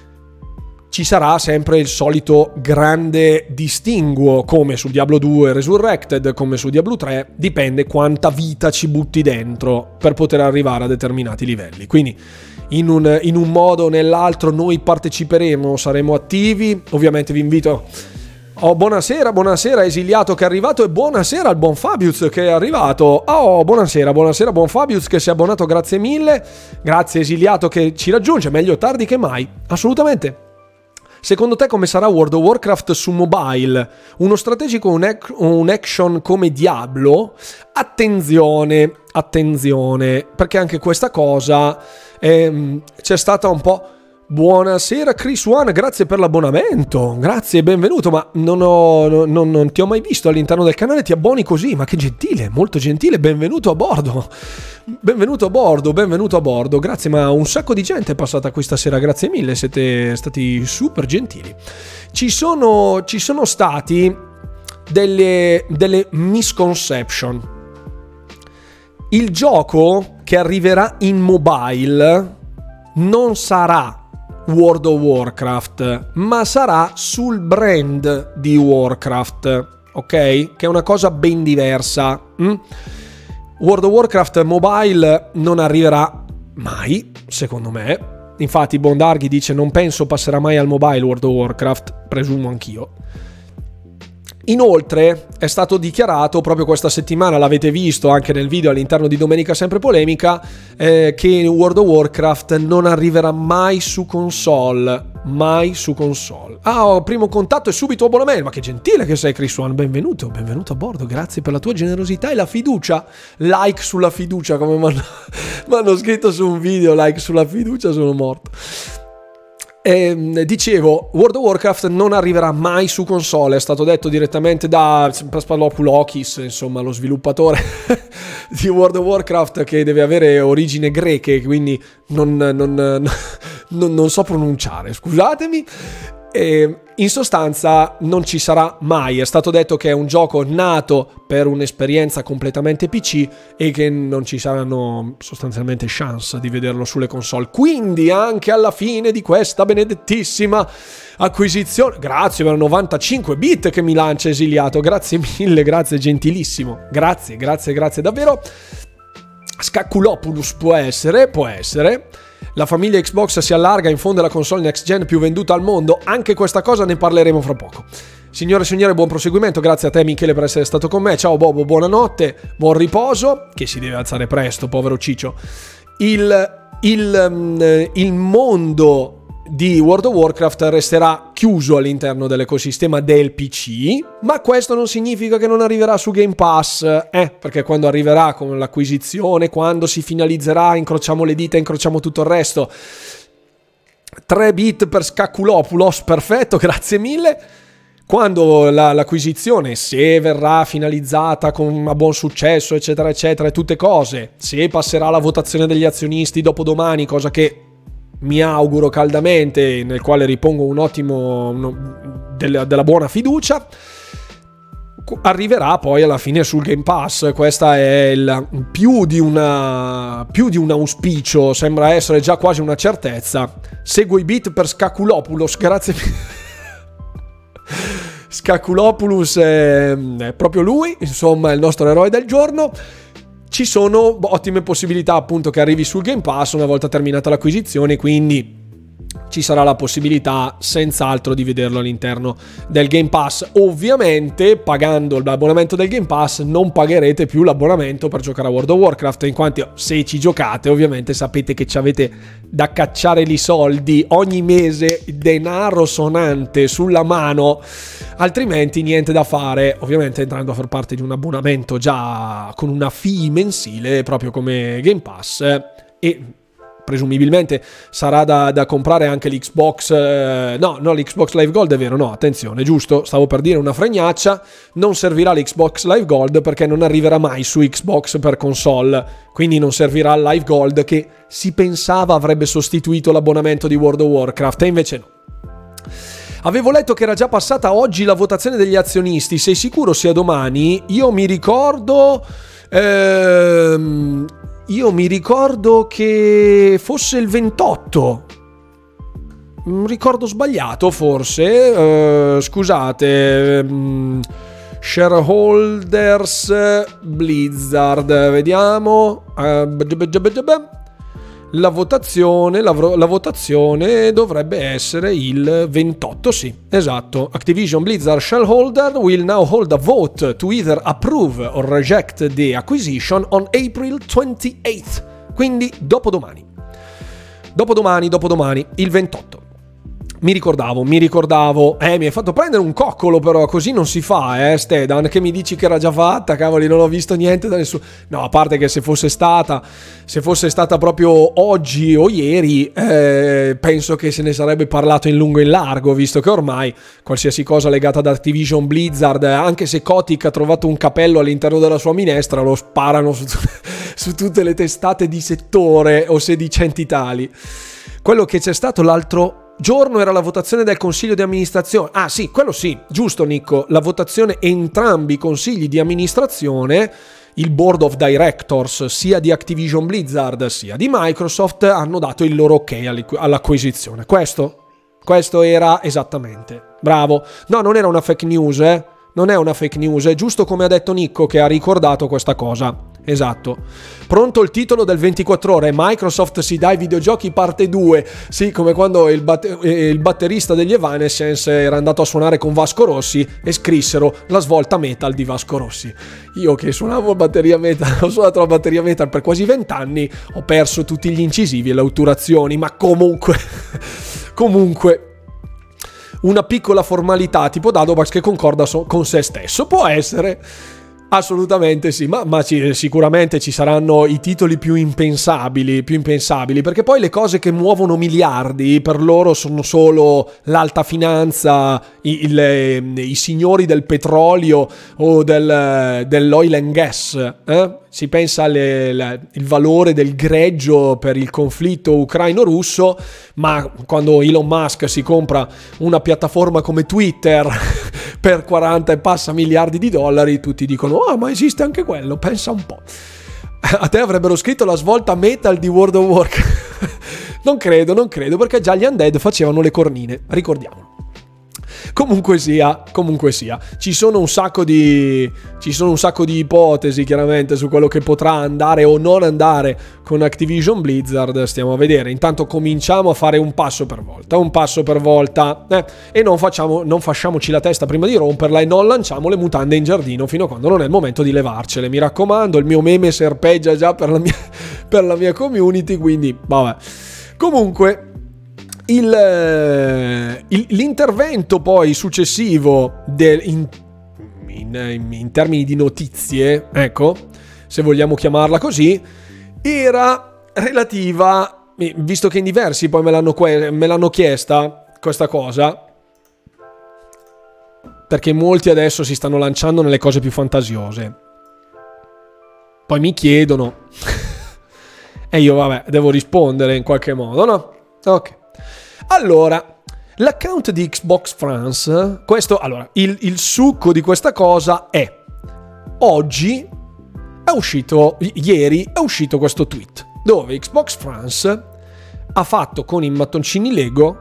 Ci sarà sempre il solito grande distinguo, come su Diablo due Resurrected, come su Diablo tre, dipende quanta vita ci butti dentro per poter arrivare a determinati livelli. Quindi in un, in un modo o nell'altro noi parteciperemo, saremo attivi. Ovviamente vi invito... Oh, buonasera, buonasera Esiliato che è arrivato, e buonasera al buon Fabius che è arrivato. Oh, buonasera, buonasera buon Fabius che si è abbonato, grazie mille. Grazie Esiliato che ci raggiunge, meglio tardi che mai, assolutamente. Secondo te come sarà World of Warcraft su mobile? Uno strategico o un, ac- un action come Diablo? Attenzione, attenzione, perché anche questa cosa ehm, c'è stata un po'... Buonasera Chris One, grazie per l'abbonamento, grazie, benvenuto, ma non, ho, non, non ti ho mai visto all'interno del canale, ti abboni così, ma che gentile, molto gentile, benvenuto a bordo, benvenuto a bordo, benvenuto a bordo, grazie, ma un sacco di gente è passata qui stasera, grazie mille, siete stati super gentili. Ci sono, ci sono stati delle, delle misconception. Il gioco che arriverà in mobile non sarà World of Warcraft, ma sarà sul brand di Warcraft, ok? Che è una cosa ben diversa. Mm? World of Warcraft Mobile non arriverà mai, secondo me. Infatti Bondarghi dice non penso passerà mai al mobile World of Warcraft, presumo anch'io. Inoltre è stato dichiarato proprio questa settimana, l'avete visto anche nel video all'interno di Domenica Sempre Polemica, eh, che World of Warcraft non arriverà mai su console, mai su console. Ah, oh, primo contatto e subito abbonamento, ma che gentile che sei Chris One, benvenuto, benvenuto a bordo, grazie per la tua generosità e la fiducia, like sulla fiducia come mi hanno scritto su un video, like sulla fiducia, sono morto. Eh, dicevo, World of Warcraft non arriverà mai su console, è stato detto direttamente da Paspalopoulos, insomma lo sviluppatore di World of Warcraft, che deve avere origini greche, quindi non, non, non, non so pronunciare, scusatemi. E in sostanza non ci sarà mai, è stato detto che è un gioco nato per un'esperienza completamente P C e che non ci saranno sostanzialmente chance di vederlo sulle console, quindi anche alla fine di questa benedettissima acquisizione, grazie per novantacinque bit che mi lancia Esiliato, grazie mille, grazie gentilissimo, grazie, grazie, grazie davvero. Scacculopoulos può essere, può essere. La famiglia Xbox si allarga, in fondo è la console next gen più venduta al mondo, anche questa cosa ne parleremo fra poco. Signore e signore, buon proseguimento, grazie a te Michele per essere stato con me, ciao Bobo, buonanotte, buon riposo, che si deve alzare presto, povero Ciccio. Il, il, il mondo di World of Warcraft resterà chiuso all'interno dell'ecosistema del P C, ma questo non significa che non arriverà su Game Pass, eh, perché quando arriverà con l'acquisizione, quando si finalizzerà, incrociamo le dita, incrociamo tutto il resto, tre bit per Skakulopoulos, perfetto, grazie mille. Quando la, l'acquisizione, se verrà finalizzata con a buon successo, eccetera, eccetera, e tutte cose, se passerà la votazione degli azionisti dopodomani, cosa che mi auguro caldamente, nel quale ripongo un ottimo, uno, della, della buona fiducia, arriverà poi alla fine sul Game Pass. Questa è il, più di una più di un auspicio, sembra essere già quasi una certezza. Seguo i beat per Skakulopoulos, grazie Skakulopoulos è, è proprio lui, insomma, è il nostro eroe del giorno. Ci sono ottime possibilità appunto che arrivi sul Game Pass una volta terminata l'acquisizione, quindi ci sarà la possibilità senz'altro di vederlo all'interno del Game Pass. Ovviamente pagando l'abbonamento del Game Pass non pagherete più l'abbonamento per giocare a World of Warcraft, in quanto se ci giocate ovviamente sapete che ci avete da cacciare i soldi ogni mese, denaro sonante sulla mano, altrimenti niente da fare. Ovviamente entrando a far parte di un abbonamento già con una fee mensile proprio come Game Pass, e presumibilmente sarà da, da comprare anche l'Xbox, eh, no, no, l'Xbox Live Gold, è vero, no, attenzione, giusto, stavo per dire una fregnaccia, non servirà l'Xbox Live Gold perché non arriverà mai su Xbox per console, quindi non servirà il Live Gold che si pensava avrebbe sostituito l'abbonamento di World of Warcraft, e invece no. Avevo letto che era già passata oggi la votazione degli azionisti, sei sicuro sia domani? Io mi ricordo... Ehm... Io mi ricordo che fosse il ventotto. Un ricordo sbagliato, forse. Uh, scusate. Um, shareholders Blizzard. Vediamo. Uh, la votazione, la, la votazione dovrebbe essere il ventotto, sì, esatto. Activision Blizzard shareholder will now hold a vote to either approve or reject the acquisition on April twenty-eighth. Quindi dopodomani. Dopodomani, dopodomani, il ventotto. Mi ricordavo, mi ricordavo, eh, mi hai fatto prendere un coccolo però, così non si fa, eh, Stedan, che mi dici che era già fatta, cavoli, non ho visto niente da nessuno. No, a parte che se fosse stata, se fosse stata proprio oggi o ieri, eh, penso che se ne sarebbe parlato in lungo e in largo, visto che ormai qualsiasi cosa legata ad Activision Blizzard, anche se Kotick ha trovato un capello all'interno della sua minestra, lo sparano su, su tutte le testate di settore o sedicenti tali. Quello che c'è stato l'altro giorno era la votazione del consiglio di amministrazione. Ah sì, quello sì, giusto Nico, la votazione, entrambi i consigli di amministrazione, il board of directors sia di Activision Blizzard sia di Microsoft, hanno dato il loro ok all'acquisizione. Questo, questo era esattamente, bravo. No, non era una fake news, eh. Non è una fake news, è giusto come ha detto Nico che ha ricordato questa cosa. Esatto. Pronto il titolo del ventiquattro ore, Microsoft si dà ai videogiochi parte due. Sì, come quando il, bat- il batterista degli Evanescence era andato a suonare con Vasco Rossi e scrissero la svolta metal di Vasco Rossi. Io che suonavo batteria metal, ho suonato la batteria metal per quasi vent'anni, ho perso tutti gli incisivi e le otturazioni, ma comunque comunque una piccola formalità tipo Dadobax che concorda so- con se stesso può essere. Assolutamente sì, ma, ma ci, sicuramente ci saranno i titoli più impensabili, più impensabili, perché poi le cose che muovono miliardi per loro sono solo l'alta finanza, i, il, i signori del petrolio o del, dell'oil and gas. Eh? Si pensa al valore del greggio per il conflitto ucraino-russo, ma quando Elon Musk si compra una piattaforma come Twitter per quaranta e passa miliardi di dollari, tutti dicono ah, ma esiste anche quello, pensa un po'. A te avrebbero scritto la svolta metal di World of Warcraft. Non credo, non credo, perché già gli Undead facevano le cornine, ricordiamolo. Comunque sia, comunque sia, ci sono un sacco di ci sono un sacco di ipotesi chiaramente su quello che potrà andare o non andare con Activision Blizzard, stiamo a vedere. Intanto cominciamo a fare un passo per volta, un passo per volta, eh, e non facciamo non fasciamoci la testa prima di romperla e non lanciamo le mutande in giardino fino a quando non è il momento di levarcele. Mi raccomando, il mio meme serpeggia già per la mia per la mia community, quindi vabbè. Comunque Il, il, l'intervento poi successivo del, in, in, in termini di notizie, ecco, se vogliamo chiamarla così, era relativa visto che in diversi poi me l'hanno, que- me l'hanno chiesta questa cosa, perché molti adesso si stanno lanciando nelle cose più fantasiose, poi mi chiedono e io vabbè devo rispondere in qualche modo, no? Ok, allora l'account di Xbox France, questo, allora il, il succo di questa cosa è: oggi è uscito, ieri è uscito questo tweet dove Xbox France ha fatto con i mattoncini Lego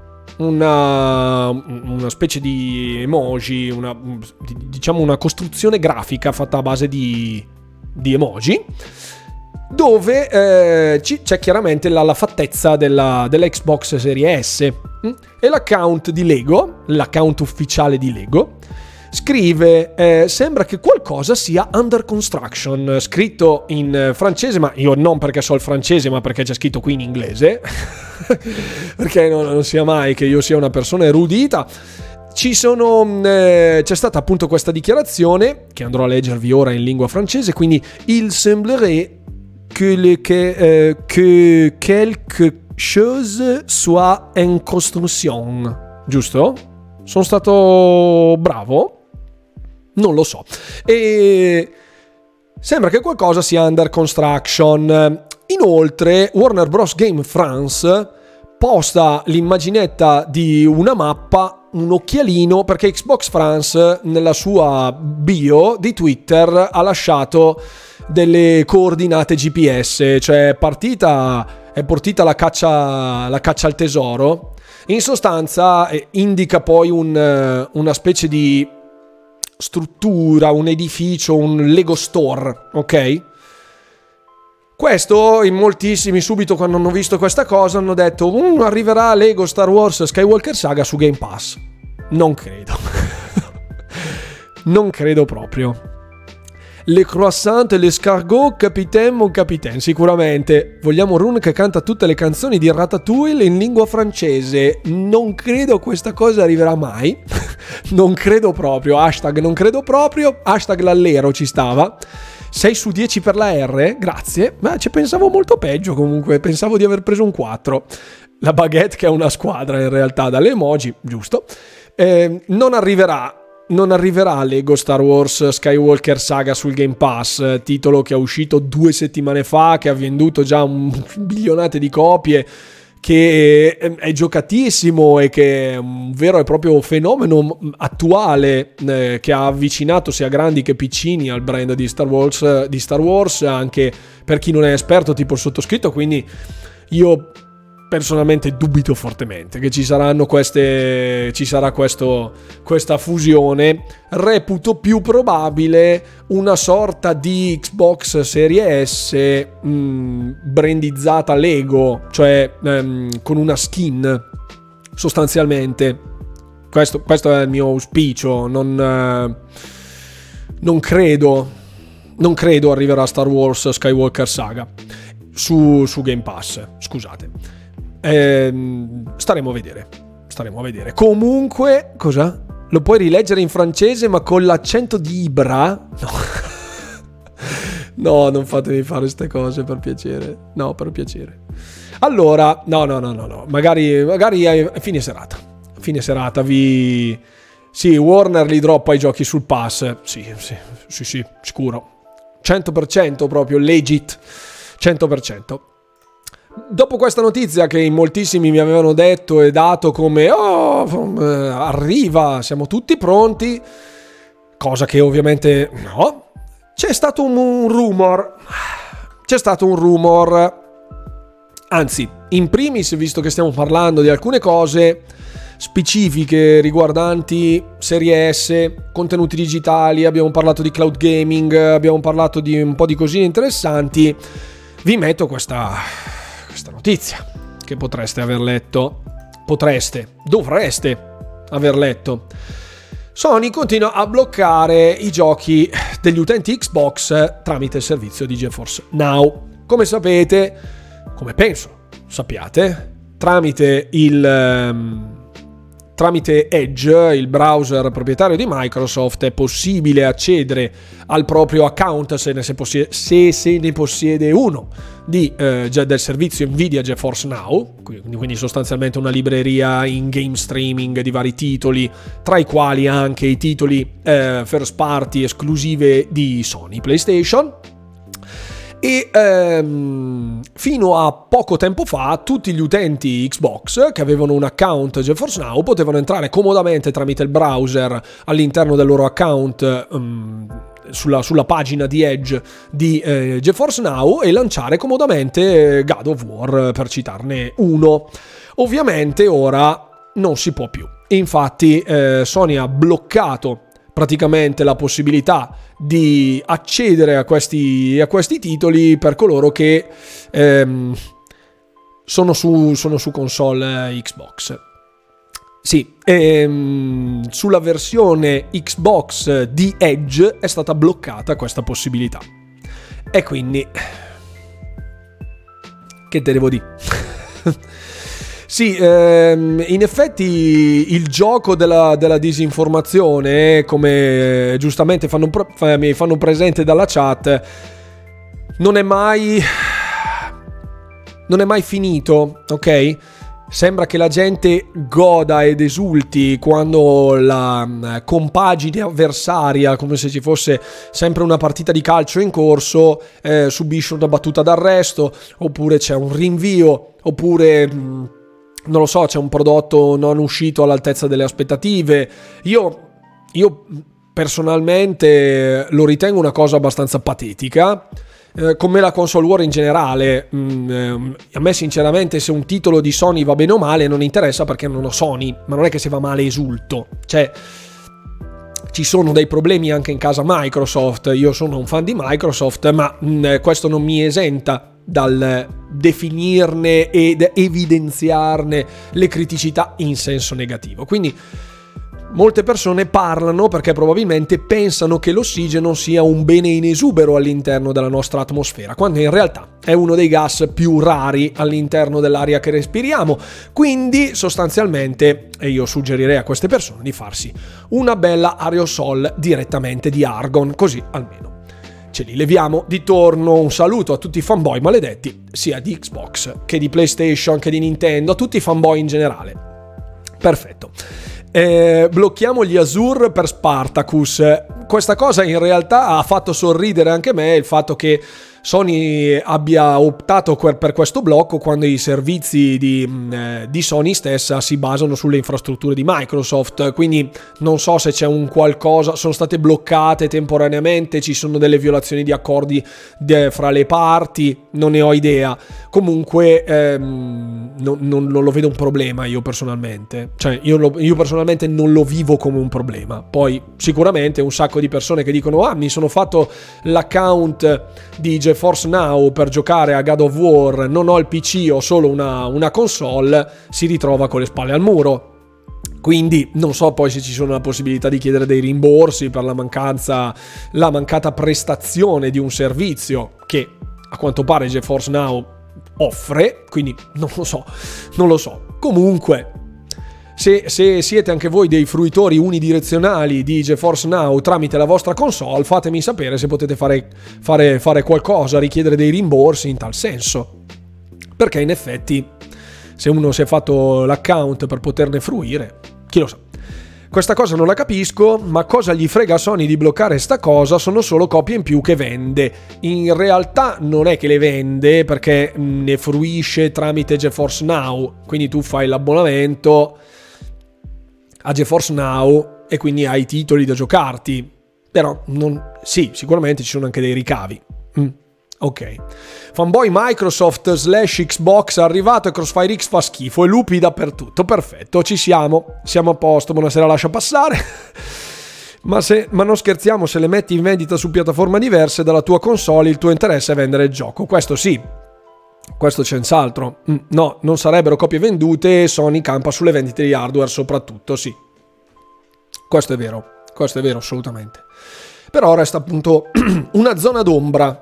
una, una specie di emoji, una, diciamo una costruzione grafica fatta a base di, di emoji, dove eh, c- c'è chiaramente la, la fattezza della, della Xbox Series S, e l'account di Lego, l'account ufficiale di Lego, scrive eh, sembra che qualcosa sia under construction, scritto in francese, ma io non perché so il francese, ma perché c'è scritto qui in inglese perché non, non sia mai che io sia una persona erudita. Ci sono eh, c'è stata appunto questa dichiarazione che andrò a leggervi ora in lingua francese, quindi il semblerait que, le, que, euh, que quelque chose soit en construction, giusto? Sono stato bravo? Non lo so. E sembra che qualcosa sia under construction. Inoltre Warner Bros. Game France posta l'immaginetta di una mappa, un occhialino, perché Xbox France nella sua bio di Twitter ha lasciato delle coordinate G P S, cioè è partita, è partita la caccia, la caccia al tesoro. In sostanza eh, indica poi un, una specie di struttura, un edificio, un Lego Store, ok? Questo in moltissimi subito quando hanno visto questa cosa hanno detto mm, arriverà Lego Star Wars Skywalker Saga su Game Pass. Non credo. Non credo proprio. Le croissant, l'escargot, capitaine, mon capitaine. Sicuramente. Vogliamo Rune che canta tutte le canzoni di Ratatouille in lingua francese. Non credo questa cosa arriverà mai. Non credo proprio. Hashtag non credo proprio. Hashtag l'allero ci stava. sei su dieci per la R, grazie. Ma ci pensavo molto peggio comunque. Pensavo di aver preso un quattro. La baguette che è una squadra in realtà dalle emoji, giusto. Eh, non arriverà. Non arriverà Lego Star Wars Skywalker Saga sul Game Pass, titolo che è uscito due settimane fa, che ha venduto già un bilionate di copie, che è giocatissimo e che è un vero e proprio fenomeno attuale eh, che ha avvicinato sia grandi che piccini al brand di Star Wars, di Star Wars, anche per chi non è esperto tipo il sottoscritto. Quindi io personalmente dubito fortemente che ci saranno queste ci sarà questo questa fusione. Reputo più probabile una sorta di Xbox Series S mh, brandizzata Lego, cioè mh, con una skin sostanzialmente. Questo, questo è il mio auspicio. Non, eh, non credo non credo arriverà Star Wars Skywalker Saga su, su Game Pass, scusate. Eh, staremo a vedere staremo a vedere comunque. Cosa? Lo puoi rileggere in francese ma con l'accento di Ibra? No. No, non fatemi fare queste cose, per piacere. No, per piacere. Allora, no, no, no, no, no. Magari, magari a fine serata. A fine serata vi... Sì, Warner li droppa i giochi sul pass. Sì, sì, sì, sì, sicuro. cento per cento proprio, legit. cento per cento. Dopo questa notizia che in moltissimi mi avevano detto e dato come oh, arriva, siamo tutti pronti, cosa che ovviamente no, c'è stato un rumor, c'è stato un rumor, anzi, in primis, visto che stiamo parlando di alcune cose specifiche riguardanti Serie S, contenuti digitali, abbiamo parlato di cloud gaming, abbiamo parlato di un po' di cosine interessanti, vi metto questa... questa notizia che potreste aver letto, potreste, dovreste aver letto. Sony continua a bloccare i giochi degli utenti Xbox tramite il servizio di GeForce Now. Come sapete, come penso sappiate, tramite il um, tramite Edge, il browser proprietario di Microsoft, è possibile accedere al proprio account se, ne se, possiede, se se ne possiede uno di, eh, del servizio Nvidia GeForce Now, quindi, quindi sostanzialmente una libreria in game streaming di vari titoli, tra i quali anche i titoli eh, first party esclusive di Sony PlayStation. E ehm, fino a poco tempo fa tutti gli utenti Xbox che avevano un account GeForce Now potevano entrare comodamente tramite il browser all'interno del loro account um, sulla, sulla pagina di Edge di eh, GeForce Now e lanciare comodamente God of War, per citarne uno. Ovviamente ora non si può più. Infatti eh, Sony ha bloccato praticamente la possibilità di accedere a questi, a questi titoli per coloro che ehm, sono, su, sono su console Xbox. Sì, ehm, sulla versione Xbox di Edge è stata bloccata questa possibilità. E quindi, che te devo dire? Sì, ehm, in effetti il gioco della, della disinformazione, come giustamente fanno, mi fanno presente dalla chat, non è mai non è mai finito, ok? Sembra che la gente goda ed esulti quando la compagine avversaria, come se ci fosse sempre una partita di calcio in corso, eh, subisce una battuta d'arresto, oppure c'è un rinvio, oppure mh, non lo so, c'è un prodotto non uscito all'altezza delle aspettative. Io, io personalmente lo ritengo una cosa abbastanza patetica. Eh, come la console war in generale, mh, eh, a me sinceramente se un titolo di Sony va bene o male non interessa, perché non ho Sony, ma non è che se va male esulto. Cioè, ci sono dei problemi anche in casa Microsoft, io sono un fan di Microsoft, ma mh, questo non mi esenta dal definirne ed evidenziarne le criticità in senso negativo. Quindi molte persone parlano perché probabilmente pensano che l'ossigeno sia un bene in esubero all'interno della nostra atmosfera, quando in realtà è uno dei gas più rari all'interno dell'aria che respiriamo. Quindi sostanzialmente, e io suggerirei a queste persone di farsi una bella aerosol direttamente di argon, così almeno ce li leviamo di torno. Un saluto a tutti i fanboy maledetti, sia di Xbox che di PlayStation che di Nintendo, a tutti i fanboy in generale. Perfetto. Eh, blocchiamo gli Azure per Spartacus. Questa cosa in realtà ha fatto sorridere anche me, il fatto che Sony abbia optato per questo blocco quando i servizi di, eh, di Sony stessa si basano sulle infrastrutture di Microsoft. Quindi non so se c'è un qualcosa, sono state bloccate temporaneamente, ci sono delle violazioni di accordi de, fra le parti, non ne ho idea. Comunque ehm, non, non, non lo vedo un problema io personalmente, cioè io, lo, io personalmente non lo vivo come un problema. Poi sicuramente un sacco di persone che dicono ah mi sono fatto l'account di GeForce Now per giocare a God of War, non ho il P C, ho solo una, una console, si ritrova con le spalle al muro. Quindi non so poi se ci sono la possibilità di chiedere dei rimborsi per la mancanza, la mancata prestazione di un servizio che a quanto pare GeForce Now offre, quindi non lo so, non lo so. Comunque, se, se siete anche voi dei fruitori unidirezionali di GeForce Now tramite la vostra console, fatemi sapere se potete fare, fare, fare qualcosa, richiedere dei rimborsi in tal senso. Perché in effetti, se uno si è fatto l'account per poterne fruire, chi lo sa. Questa cosa non la capisco, ma cosa gli frega a Sony di bloccare sta cosa? Sono solo copie in più che vende. In realtà non è che le vende, perché ne fruisce tramite GeForce Now, quindi tu fai l'abbonamento a GeForce Now e quindi hai i titoli da giocarti. Però non, sì, sicuramente ci sono anche dei ricavi. Mm. Ok. Fanboy Microsoft slash Xbox arrivato e Crossfire X fa schifo e lupi dappertutto. Perfetto, ci siamo. Siamo a posto. Buonasera, lascia passare. ma, se, ma non scherziamo, se le metti in vendita su piattaforme diverse dalla tua console, il tuo interesse è vendere il gioco. Questo sì. Questo senz'altro. Mm, no, non sarebbero copie vendute. Sony campa sulle vendite di hardware soprattutto, sì. Questo è vero. Questo è vero, assolutamente. Però resta appunto una zona d'ombra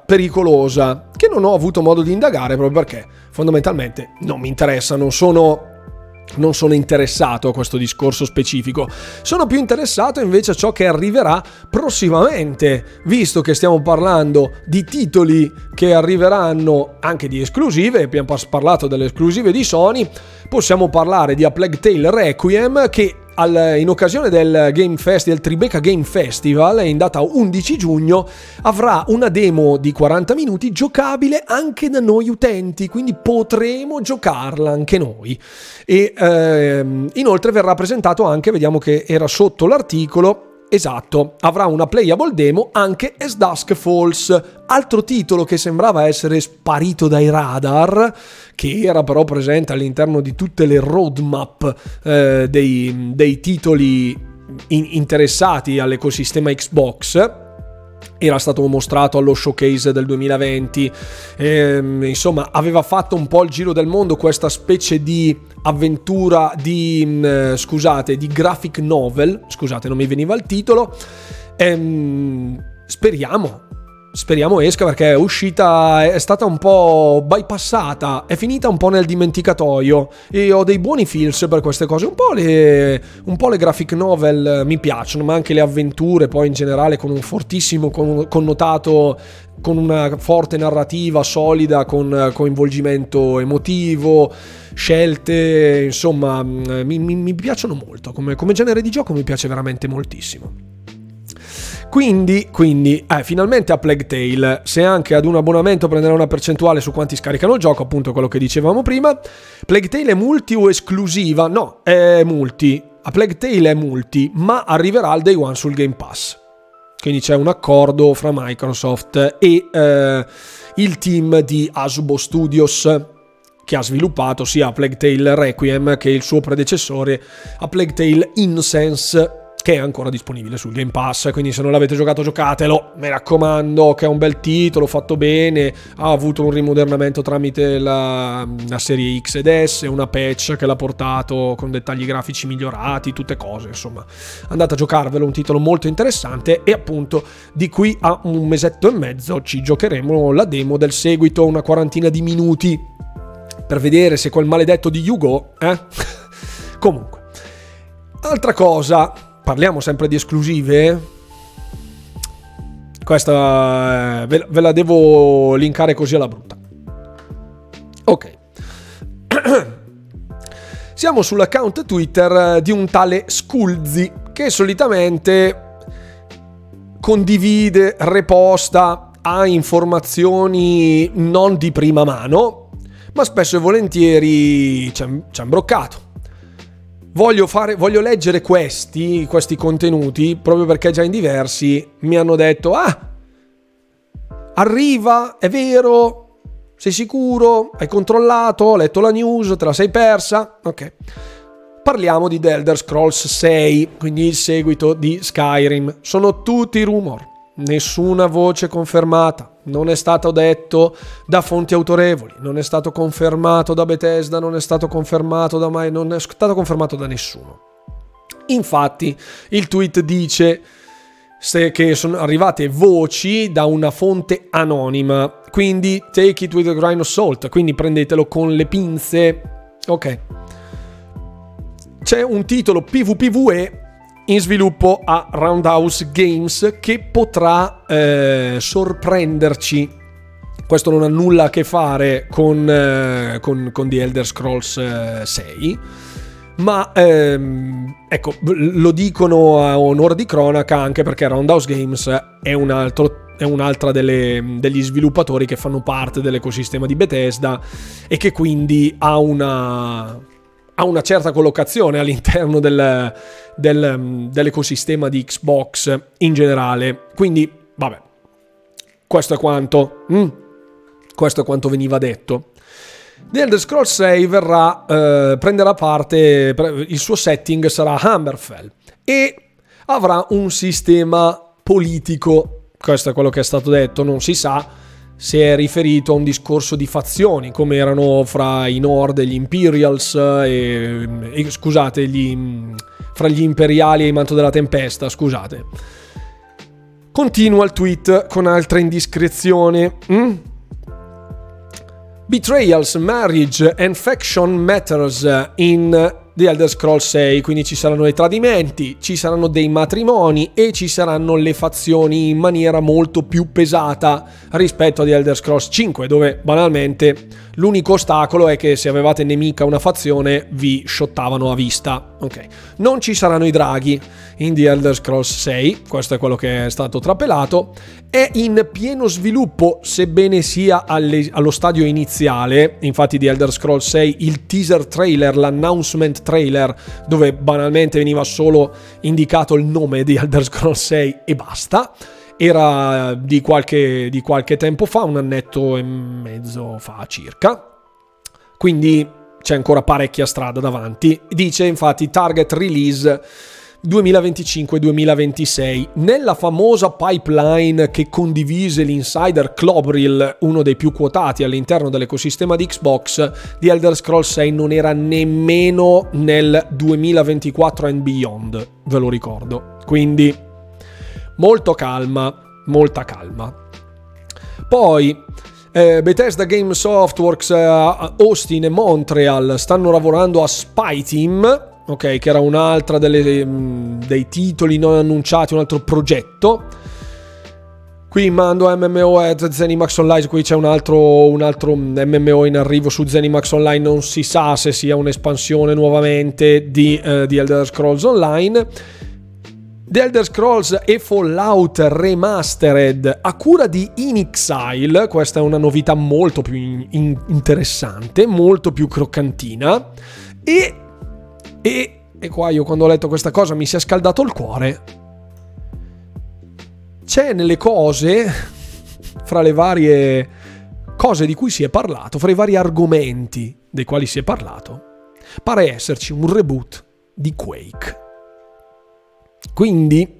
pericolosa che non ho avuto modo di indagare proprio perché fondamentalmente non mi interessa, non sono non sono interessato a questo discorso specifico. Sono più interessato invece a ciò che arriverà prossimamente, visto che stiamo parlando di titoli che arriveranno anche di esclusive. Abbiamo parlato delle esclusive di Sony, possiamo parlare di A Plague Tale Requiem, che Al, in occasione del Game Fest, del Tribeca Game Festival, in data undici giugno, avrà una demo di quaranta minuti giocabile anche da noi utenti, quindi potremo giocarla anche noi. E ehm, inoltre verrà presentato anche, vediamo che era sotto l'articolo, esatto, avrà una playable demo anche As Dusk Falls, altro titolo che sembrava essere sparito dai radar, che era però presente all'interno di tutte le roadmap eh, dei, dei titoli in, interessati all'ecosistema Xbox. Era stato mostrato allo showcase del duemilaventi, ehm, insomma aveva fatto un po' il giro del mondo questa specie di avventura di mh, scusate di graphic novel, scusate non mi veniva il titolo, ehm, speriamo Speriamo esca, perché è uscita, è stata un po' bypassata, è finita un po' nel dimenticatoio, e ho dei buoni feels per queste cose. Un po' le, un po' le graphic novel mi piacciono, ma anche le avventure poi in generale, con un fortissimo connotato, con una forte narrativa solida, con coinvolgimento emotivo, scelte, insomma mi, mi, mi piacciono molto, come, come genere di gioco mi piace veramente moltissimo. Quindi, quindi eh, finalmente A Plague Tale, se anche ad un abbonamento prenderà una percentuale su quanti scaricano il gioco, appunto quello che dicevamo prima. Plague Tale è multi o esclusiva? No, è multi. A Plague Tale è multi, ma arriverà al day one sul Game Pass. Quindi c'è un accordo fra Microsoft e eh, il team di Asobo Studios, che ha sviluppato sia A Plague Tale Requiem che il suo predecessore A Plague Tale Innocence, che è ancora disponibile sul Game Pass. Quindi se non l'avete giocato, giocatelo, mi raccomando, che è un bel titolo, fatto bene, ha avuto un rimodernamento tramite la, la serie X ed S, una patch che l'ha portato con dettagli grafici migliorati, tutte cose, insomma andate a giocarvelo, un titolo molto interessante. E appunto di qui a un mesetto e mezzo ci giocheremo la demo del seguito, una quarantina di minuti, per vedere se quel maledetto di Hugo eh? Comunque, altra cosa, parliamo sempre di esclusive. Questa ve, ve la devo linkare così alla brutta. Ok. Siamo sull'account Twitter di un tale Sculzi, che solitamente condivide, reposta, ha informazioni non di prima mano, ma spesso e volentieri ci ha imbroccato. Voglio, fare, voglio leggere questi, questi contenuti, proprio perché già in diversi mi hanno detto: ah, arriva, è vero, sei sicuro, hai controllato, ho letto la news, te la sei persa. Ok, parliamo di The Elder Scrolls sei, quindi il seguito di Skyrim. Sono tutti rumor, nessuna voce confermata, non è stato detto da fonti autorevoli, non è stato confermato da Bethesda, non è stato confermato da mai, non è stato confermato da nessuno. Infatti il tweet dice che sono arrivate voci da una fonte anonima, quindi take it with a grain of salt, quindi prendetelo con le pinze. Ok, c'è un titolo PvPvE in sviluppo a Roundhouse Games che potrà eh, sorprenderci. Questo non ha nulla a che fare con, eh, con, con The Elder Scrolls eh, sei, ma ehm, ecco, lo dicono a onor di cronaca, anche perché Roundhouse Games è un altro è un'altra delle, degli sviluppatori che fanno parte dell'ecosistema di Bethesda e che quindi ha una ha una certa collocazione all'interno del, del, dell'ecosistema di Xbox in generale. Quindi vabbè, questo è quanto mm, questo è quanto veniva detto. The Elder Scrolls sei verrà eh, prenderà parte, il suo setting sarà Hammerfell e avrà un sistema politico. Questo è quello che è stato detto. Non si sa se è riferito a un discorso di fazioni, come erano fra i Nord e gli Imperials e, e scusate gli, fra gli Imperiali e i Manto della Tempesta, scusate. Continua il tweet con altra indiscrezione. mm? Betrayals, Marriage and Faction Matters in The Elder Scrolls sei, quindi ci saranno i tradimenti, ci saranno dei matrimoni e ci saranno le fazioni in maniera molto più pesata rispetto a The Elder Scrolls cinque, dove banalmente l'unico ostacolo è che se avevate nemica una fazione vi shottavano a vista. Ok, non ci saranno i draghi in The Elder Scrolls sei, questo è quello che è stato trapelato. È in pieno sviluppo, sebbene sia alle, allo stadio iniziale. Infatti The Elder Scrolls sei, il teaser trailer, l'announcement trailer, dove banalmente veniva solo indicato il nome di Elder Scrolls sei e basta, era di qualche, di qualche tempo fa, un annetto e mezzo fa circa, quindi c'è ancora parecchia strada davanti. Dice infatti target release duemilaventicinque duemilaventisei. Nella famosa pipeline che condivise l'insider Klobrille, uno dei più quotati all'interno dell'ecosistema di Xbox, The Elder Scrolls sei non era nemmeno nel duemilaventiquattro and beyond, ve lo ricordo. Quindi molto calma, molta calma. Poi eh, Bethesda Game Softworks, eh, Austin e Montreal stanno lavorando a Spy Team, ok, che era un'altra delle, mh, dei titoli non annunciati, un altro progetto. Qui mando M M O at Zenimax Online, qui c'è un altro, un altro M M O in arrivo su Zenimax Online, non si sa se sia un'espansione nuovamente di, uh, di Elder Scrolls Online. The Elder Scrolls e Fallout Remastered a cura di In Exile, questa è una novità molto più in, in, interessante, molto più croccantina, e E, e qua io quando ho letto questa cosa mi si è scaldato il cuore. C'è nelle cose, fra le varie cose di cui si è parlato, fra i vari argomenti dei quali si è parlato, pare esserci un reboot di Quake. Quindi,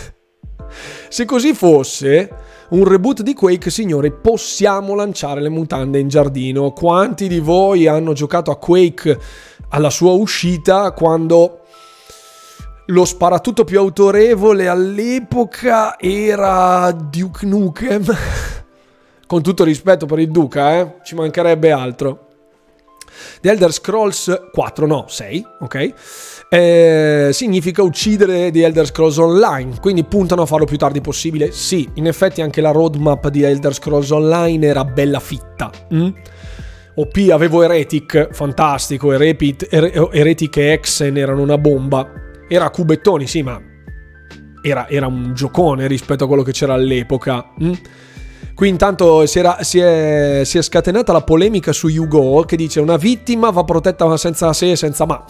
se così fosse, un reboot di Quake, signori, possiamo lanciare le mutande in giardino. Quanti di voi hanno giocato a Quake alla sua uscita, quando lo sparatutto più autorevole all'epoca era Duke Nukem? Con tutto rispetto per il Duca, eh? Ci mancherebbe altro. The Elder Scrolls quattro, no, sei, ok? Eh, significa uccidere The Elder Scrolls Online, quindi puntano a farlo più tardi possibile. Sì, in effetti anche la roadmap di Elder Scrolls Online era bella fitta. Mm? O P, avevo Heretic, fantastico, Heretic, Heretic e Exen erano una bomba. Era a cubettoni, sì, ma era, era un giocone rispetto a quello che c'era all'epoca. Mm? Qui intanto si, era, si, è, si è scatenata la polemica su YouGo, che dice una vittima va protetta senza se e senza ma.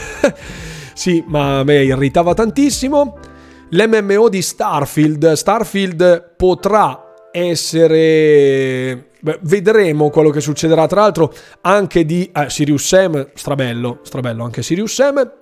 Sì, ma a me irritava tantissimo. L'M M O di Starfield. Starfield potrà essere... Beh, vedremo quello che succederà. Tra l'altro anche di eh, Sirius Sam, strabello, strabello anche Sirius Sam.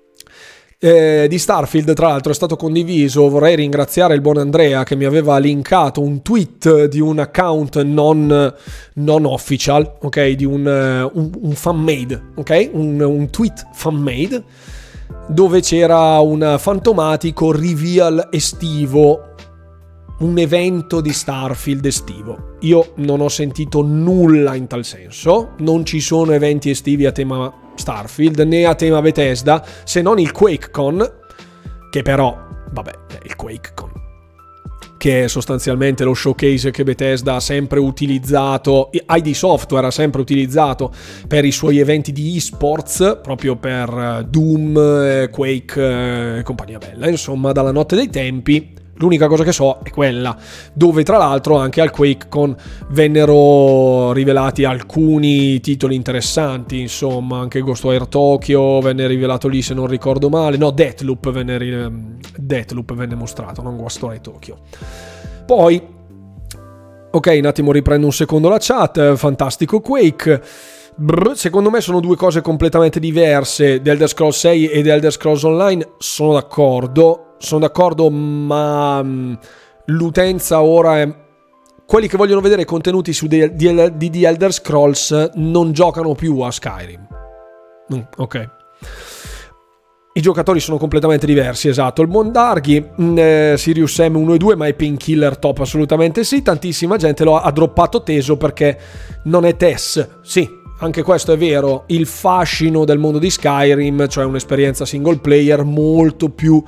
Eh, di Starfield, tra l'altro, è stato condiviso. Vorrei ringraziare il buon Andrea che mi aveva linkato un tweet di un account non, non official, ok? Di un, un, un fan made, ok? Un, un tweet fan made dove c'era un fantomatico reveal estivo, un evento di Starfield estivo. Io non ho sentito nulla in tal senso, non ci sono eventi estivi a tema Starfield né a tema Bethesda, se non il QuakeCon, che però, vabbè, è il QuakeCon, che è sostanzialmente lo showcase che Bethesda ha sempre utilizzato, I D Software ha sempre utilizzato per i suoi eventi di esports, proprio per Doom, Quake e compagnia bella, insomma, dalla notte dei tempi. L'unica cosa che so è quella, dove tra l'altro anche al QuakeCon vennero rivelati alcuni titoli interessanti, insomma, anche Ghostwire Tokyo venne rivelato lì se non ricordo male, no, Deathloop venne, Deathloop venne mostrato, non Ghostwire Tokyo. Poi, ok, un attimo riprendo un secondo la chat, fantastico Quake. Brr, secondo me sono due cose completamente diverse, The Elder Scrolls sei e The Elder Scrolls Online, sono d'accordo. Sono d'accordo, ma um, l'utenza ora è... quelli che vogliono vedere contenuti su di, di, di The Elder Scrolls non giocano più a Skyrim. Mm, ok. i giocatori sono completamente diversi, esatto. Il Mondarghi, mh, eh, Sirius Sam uno e due, ma è Painkiller top assolutamente sì. Tantissima gente lo ha droppato teso perché non è Tess. Sì, anche questo è vero. Il fascino del mondo di Skyrim, cioè un'esperienza single player molto più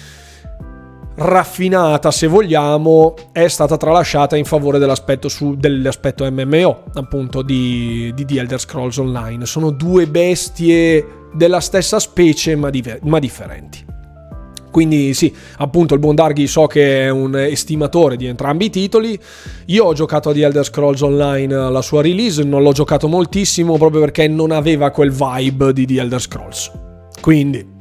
raffinata, se vogliamo, è stata tralasciata in favore dell'aspetto, su, dell'aspetto M M O, appunto, di, di The Elder Scrolls Online. Sono due bestie della stessa specie ma, diver- ma differenti. Quindi sì, appunto il Bondarghi so che è un estimatore di entrambi i titoli. Io ho giocato a The Elder Scrolls Online alla sua release, non l'ho giocato moltissimo proprio perché non aveva quel vibe di The Elder Scrolls, quindi,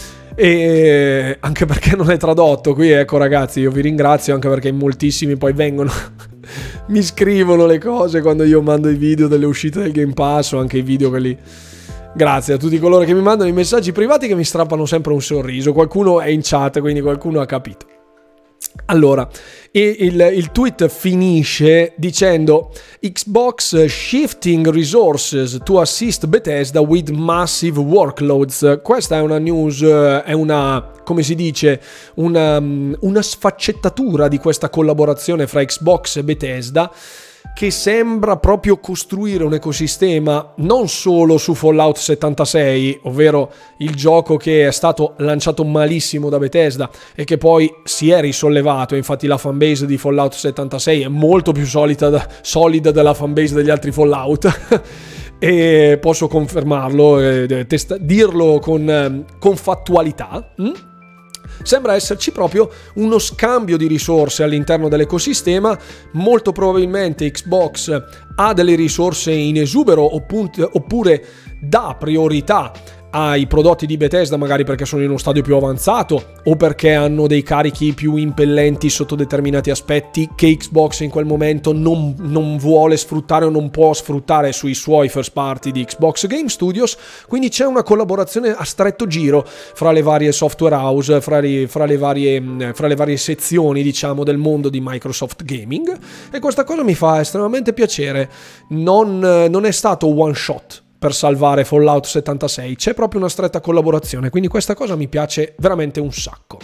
e anche perché non è tradotto qui. Ecco ragazzi, io vi ringrazio anche perché in moltissimi poi vengono mi scrivono le cose quando io mando i video delle uscite del Game Pass, o anche i video quelli. Grazie a tutti coloro che mi mandano i messaggi privati che mi strappano sempre un sorriso. Qualcuno è in chat, quindi qualcuno ha capito. Allora, il, il tweet finisce dicendo: Xbox shifting resources to assist Bethesda with massive workloads. Questa è una news, è una, come si dice, una, una sfaccettatura di questa collaborazione fra Xbox e Bethesda, che sembra proprio costruire un ecosistema non solo su Fallout settantasei, ovvero il gioco che è stato lanciato malissimo da Bethesda e che poi si è risollevato. Infatti la fanbase di Fallout settantasei è molto più solida, da, solida della fanbase degli altri Fallout e posso confermarlo, eh, testa, dirlo con, con fattualità. hm? Sembra esserci proprio uno scambio di risorse all'interno dell'ecosistema. Molto probabilmente Xbox ha delle risorse in esubero oppure dà priorità ai prodotti di Bethesda, magari perché sono in uno stadio più avanzato o perché hanno dei carichi più impellenti sotto determinati aspetti che Xbox in quel momento non, non vuole sfruttare o non può sfruttare sui suoi first party di Xbox Game Studios. Quindi c'è una collaborazione a stretto giro fra le varie software house, fra, le, fra, le, varie, fra le varie sezioni, diciamo, del mondo di Microsoft Gaming, e questa cosa mi fa estremamente piacere. Non, non è stato one shot per salvare Fallout settantasei, c'è proprio una stretta collaborazione, quindi questa cosa mi piace veramente un sacco.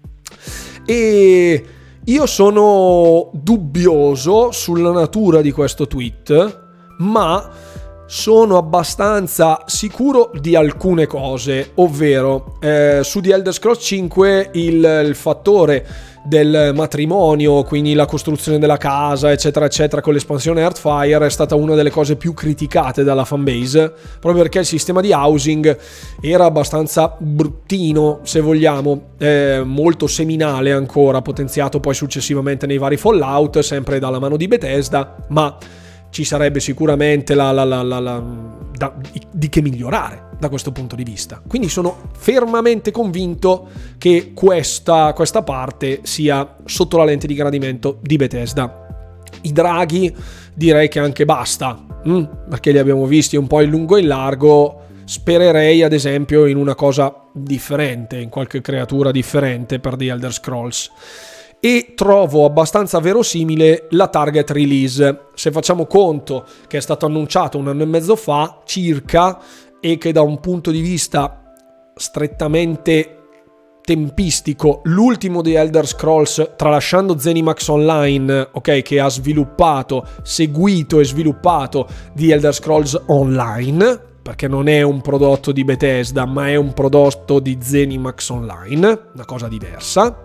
E io sono dubbioso sulla natura di questo tweet, ma sono abbastanza sicuro di alcune cose, ovvero eh, su The Elder Scrolls cinque il, il fattore del matrimonio, quindi la costruzione della casa eccetera eccetera con l'espansione Earthfire, è stata una delle cose più criticate dalla fanbase, proprio perché il sistema di housing era abbastanza bruttino, se vogliamo, eh, molto seminale ancora, potenziato poi successivamente nei vari Fallout, sempre dalla mano di Bethesda, ma ci sarebbe sicuramente la, la, la, la, la, da, di che migliorare da questo punto di vista. Quindi sono fermamente convinto che questa, questa parte sia sotto la lente di gradimento di Bethesda. I draghi direi che anche basta, mm, perché li abbiamo visti un po' in lungo e in largo. Spererei ad esempio in una cosa differente, in qualche creatura differente per The Elder Scrolls. E trovo abbastanza verosimile la target release. Se facciamo conto che è stato annunciato un anno e mezzo fa circa, e che da un punto di vista strettamente tempistico l'ultimo di Elder Scrolls, tralasciando Zenimax Online, ok, che ha sviluppato, seguito e sviluppato The Elder Scrolls Online, perché non è un prodotto di Bethesda ma è un prodotto di Zenimax Online, una cosa diversa.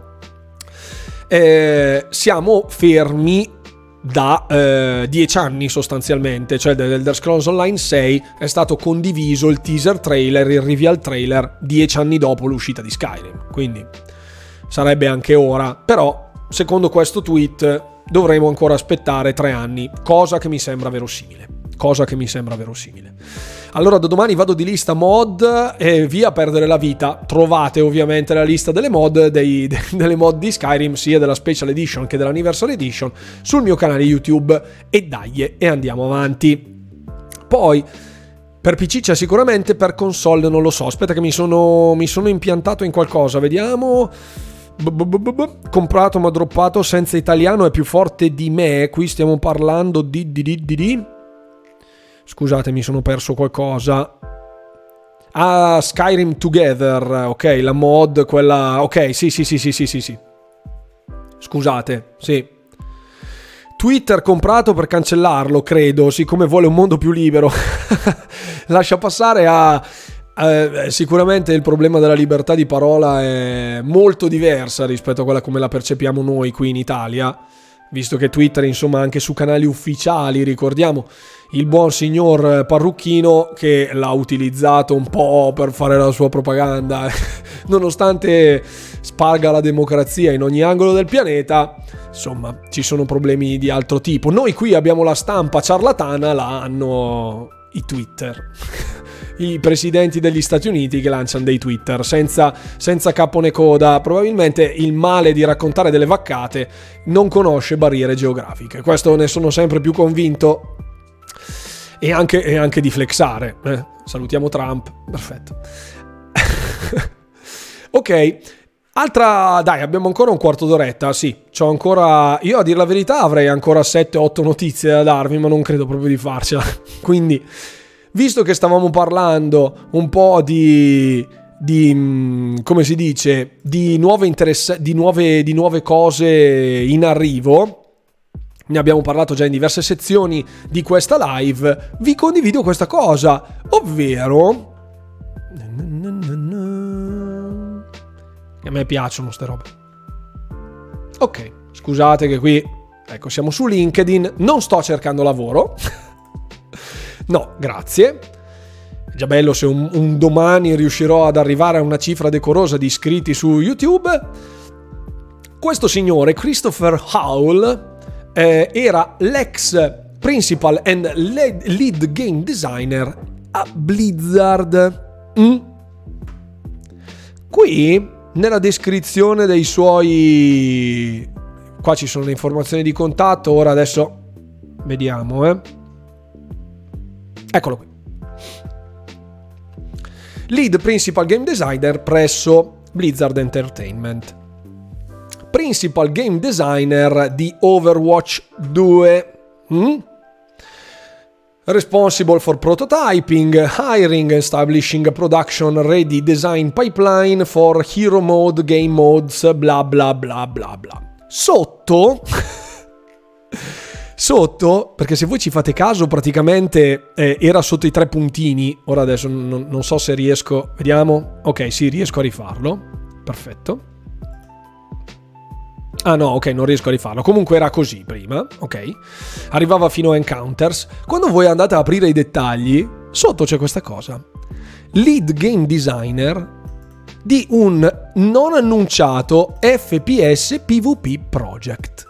Eh, siamo fermi da eh, dieci anni sostanzialmente, cioè dell'Elder Scrolls Online sei è stato condiviso il teaser trailer, il reveal trailer dieci anni dopo l'uscita di Skyrim, quindi sarebbe anche ora, però secondo questo tweet dovremo ancora aspettare tre anni, cosa che mi sembra verosimile. Cosa che mi sembra verosimile. Allora da domani vado di lista mod e via a perdere la vita. Trovate ovviamente la lista delle mod dei, de, delle mod di Skyrim, sia della Special Edition che dell'Anniversary Edition, sul mio canale YouTube. E dai, e andiamo avanti. Poi per P C c'è sicuramente, per console non lo so. Aspetta che mi sono, mi sono impiantato in qualcosa, vediamo. Comprato ma droppato senza italiano, è più forte di me. Qui stiamo parlando di di di di di Scusate, mi sono perso qualcosa. Ah, Skyrim Together, ok, la mod, quella... Ok, sì, sì, sì, sì, sì, sì, sì. Scusate, sì. Twitter comprato per cancellarlo, credo, siccome vuole un mondo più libero. Lascia passare a... Eh, sicuramente il problema della libertà di parola è molto diversa rispetto a quella come la percepiamo noi qui in Italia, visto che Twitter, insomma, anche su canali ufficiali, ricordiamo il buon signor Parrucchino che l'ha utilizzato un po' per fare la sua propaganda, nonostante sparga la democrazia in ogni angolo del pianeta. Insomma, ci sono problemi di altro tipo. Noi qui abbiamo la stampa ciarlatana, la hanno i Twitter. I presidenti degli Stati Uniti che lanciano dei Twitter senza, senza capo né coda. Probabilmente il male di raccontare delle vaccate non conosce barriere geografiche. Questo ne sono sempre più convinto. E anche, e anche di flexare. Eh, salutiamo Trump. Perfetto. Ok. Altra, dai, abbiamo ancora un quarto d'oretta. Sì, c'ho ancora. Io, a dire la verità, avrei ancora sette otto notizie da darvi, ma non credo proprio di farcela. Quindi, visto che stavamo parlando un po' di, di come si dice, di nuove, interess- di nuove, di nuove cose in arrivo, ne abbiamo parlato già in diverse sezioni di questa live, vi condivido questa cosa, ovvero... A me piacciono ste robe. Ok, scusate che qui, ecco, siamo su LinkedIn, non sto cercando lavoro. No, grazie. È già bello se un, un domani riuscirò ad arrivare a una cifra decorosa di iscritti su YouTube. Questo signore, Christopher Howell, eh, era l'ex principal and lead, lead game designer a Blizzard. Mm? Qui, nella descrizione dei suoi... Qua ci sono le informazioni di contatto, ora adesso vediamo, eh. Eccolo qui. Lead Principal Game Designer presso Blizzard Entertainment. Principal Game Designer di Overwatch due. Mm? Responsible for prototyping, hiring, establishing a production ready design pipeline for hero mode, game modes, bla bla bla bla bla. Sotto... Sotto, perché se voi ci fate caso, praticamente eh, era sotto i tre puntini. Ora adesso non, non so se riesco. Vediamo. Ok, sì, riesco a rifarlo. Perfetto. Ah no, ok, non riesco a rifarlo. Comunque era così prima, ok. Arrivava fino a Encounters. Quando voi andate a aprire i dettagli, sotto c'è questa cosa. Lead Game Designer di un non annunciato F P S PvP project.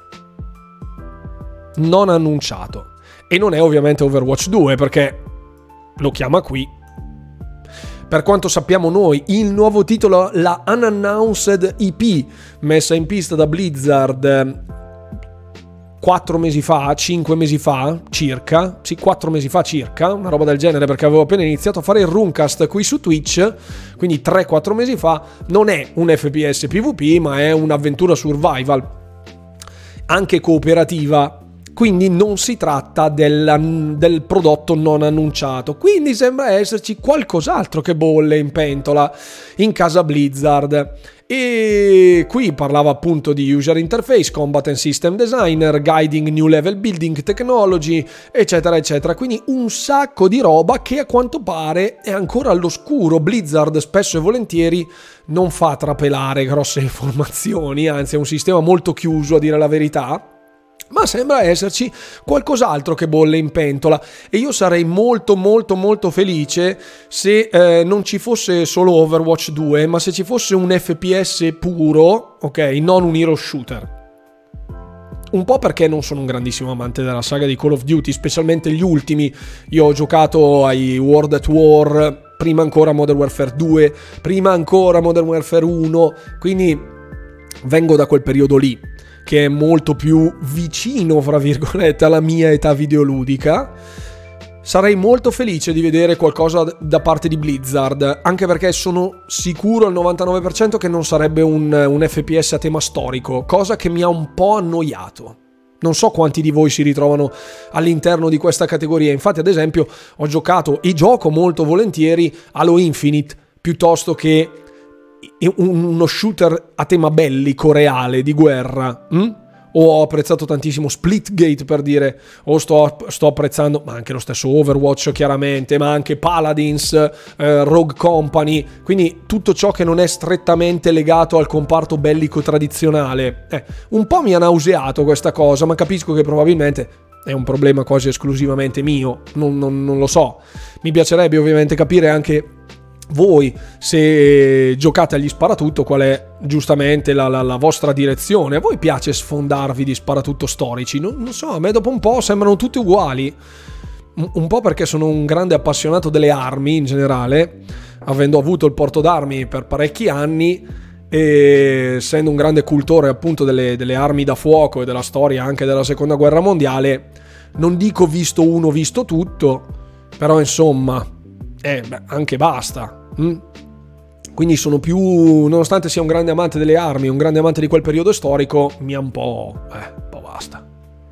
Non annunciato, e non è ovviamente Overwatch due, perché lo chiama qui. Per quanto sappiamo noi, il nuovo titolo, la Unannounced E P messa in pista da Blizzard quattro mesi fa, cinque mesi fa circa, sì, quattro mesi fa circa, una roba del genere, perché avevo appena iniziato a fare il Runecast qui su Twitch, quindi tre quattro mesi fa. Non è un F P S PvP, ma è un'avventura survival anche cooperativa. Quindi non si tratta del, del prodotto non annunciato. Quindi sembra esserci qualcos'altro che bolle in pentola in casa Blizzard. E qui parlava appunto di user interface, combat and system designer, guiding new level building technology, eccetera eccetera. Quindi un sacco di roba che a quanto pare è ancora all'oscuro. Blizzard spesso e volentieri non fa trapelare grosse informazioni, anzi è un sistema molto chiuso, a dire la verità. Ma sembra esserci qualcos'altro che bolle in pentola, e io sarei molto molto molto felice se eh, non ci fosse solo Overwatch due, ma se ci fosse un F P S puro, ok, non un hero shooter. Un po' perché non sono un grandissimo amante della saga di Call of Duty, specialmente gli ultimi. Io ho giocato ai World at War, prima ancora Modern Warfare due, prima ancora Modern Warfare uno, quindi vengo da quel periodo lì, che è molto più vicino, fra virgolette, alla mia età videoludica. Sarei molto felice di vedere qualcosa da parte di Blizzard, anche perché sono sicuro al novantanove per cento che non sarebbe un, un F P S a tema storico, cosa che mi ha un po' annoiato. Non so quanti di voi si ritrovano all'interno di questa categoria. Infatti, ad esempio, ho giocato e gioco molto volentieri Halo Infinite piuttosto che uno shooter a tema bellico reale di guerra. Hm? O ho apprezzato tantissimo Splitgate, per dire, o sto, sto apprezzando, ma anche lo stesso Overwatch chiaramente, ma anche Paladins, eh, Rogue Company, quindi tutto ciò che non è strettamente legato al comparto bellico tradizionale. Eh, un po' mi ha nauseato questa cosa, ma capisco che probabilmente è un problema quasi esclusivamente mio, non, non, non lo so. Mi piacerebbe ovviamente capire anche voi, se giocate agli sparatutto, qual è giustamente la, la, la vostra direzione. A voi piace sfondarvi di sparatutto storici? Non, non so, a me dopo un po' sembrano tutti uguali, un po' perché sono un grande appassionato delle armi in generale, avendo avuto il porto d'armi per parecchi anni e essendo un grande cultore appunto delle, delle armi da fuoco e della storia anche della seconda guerra mondiale. Non dico visto uno, visto tutto, però insomma, eh, beh, anche basta. Mm. Quindi sono più, nonostante sia un grande amante delle armi, un grande amante di quel periodo storico, mi ha un po', eh, un po' basta.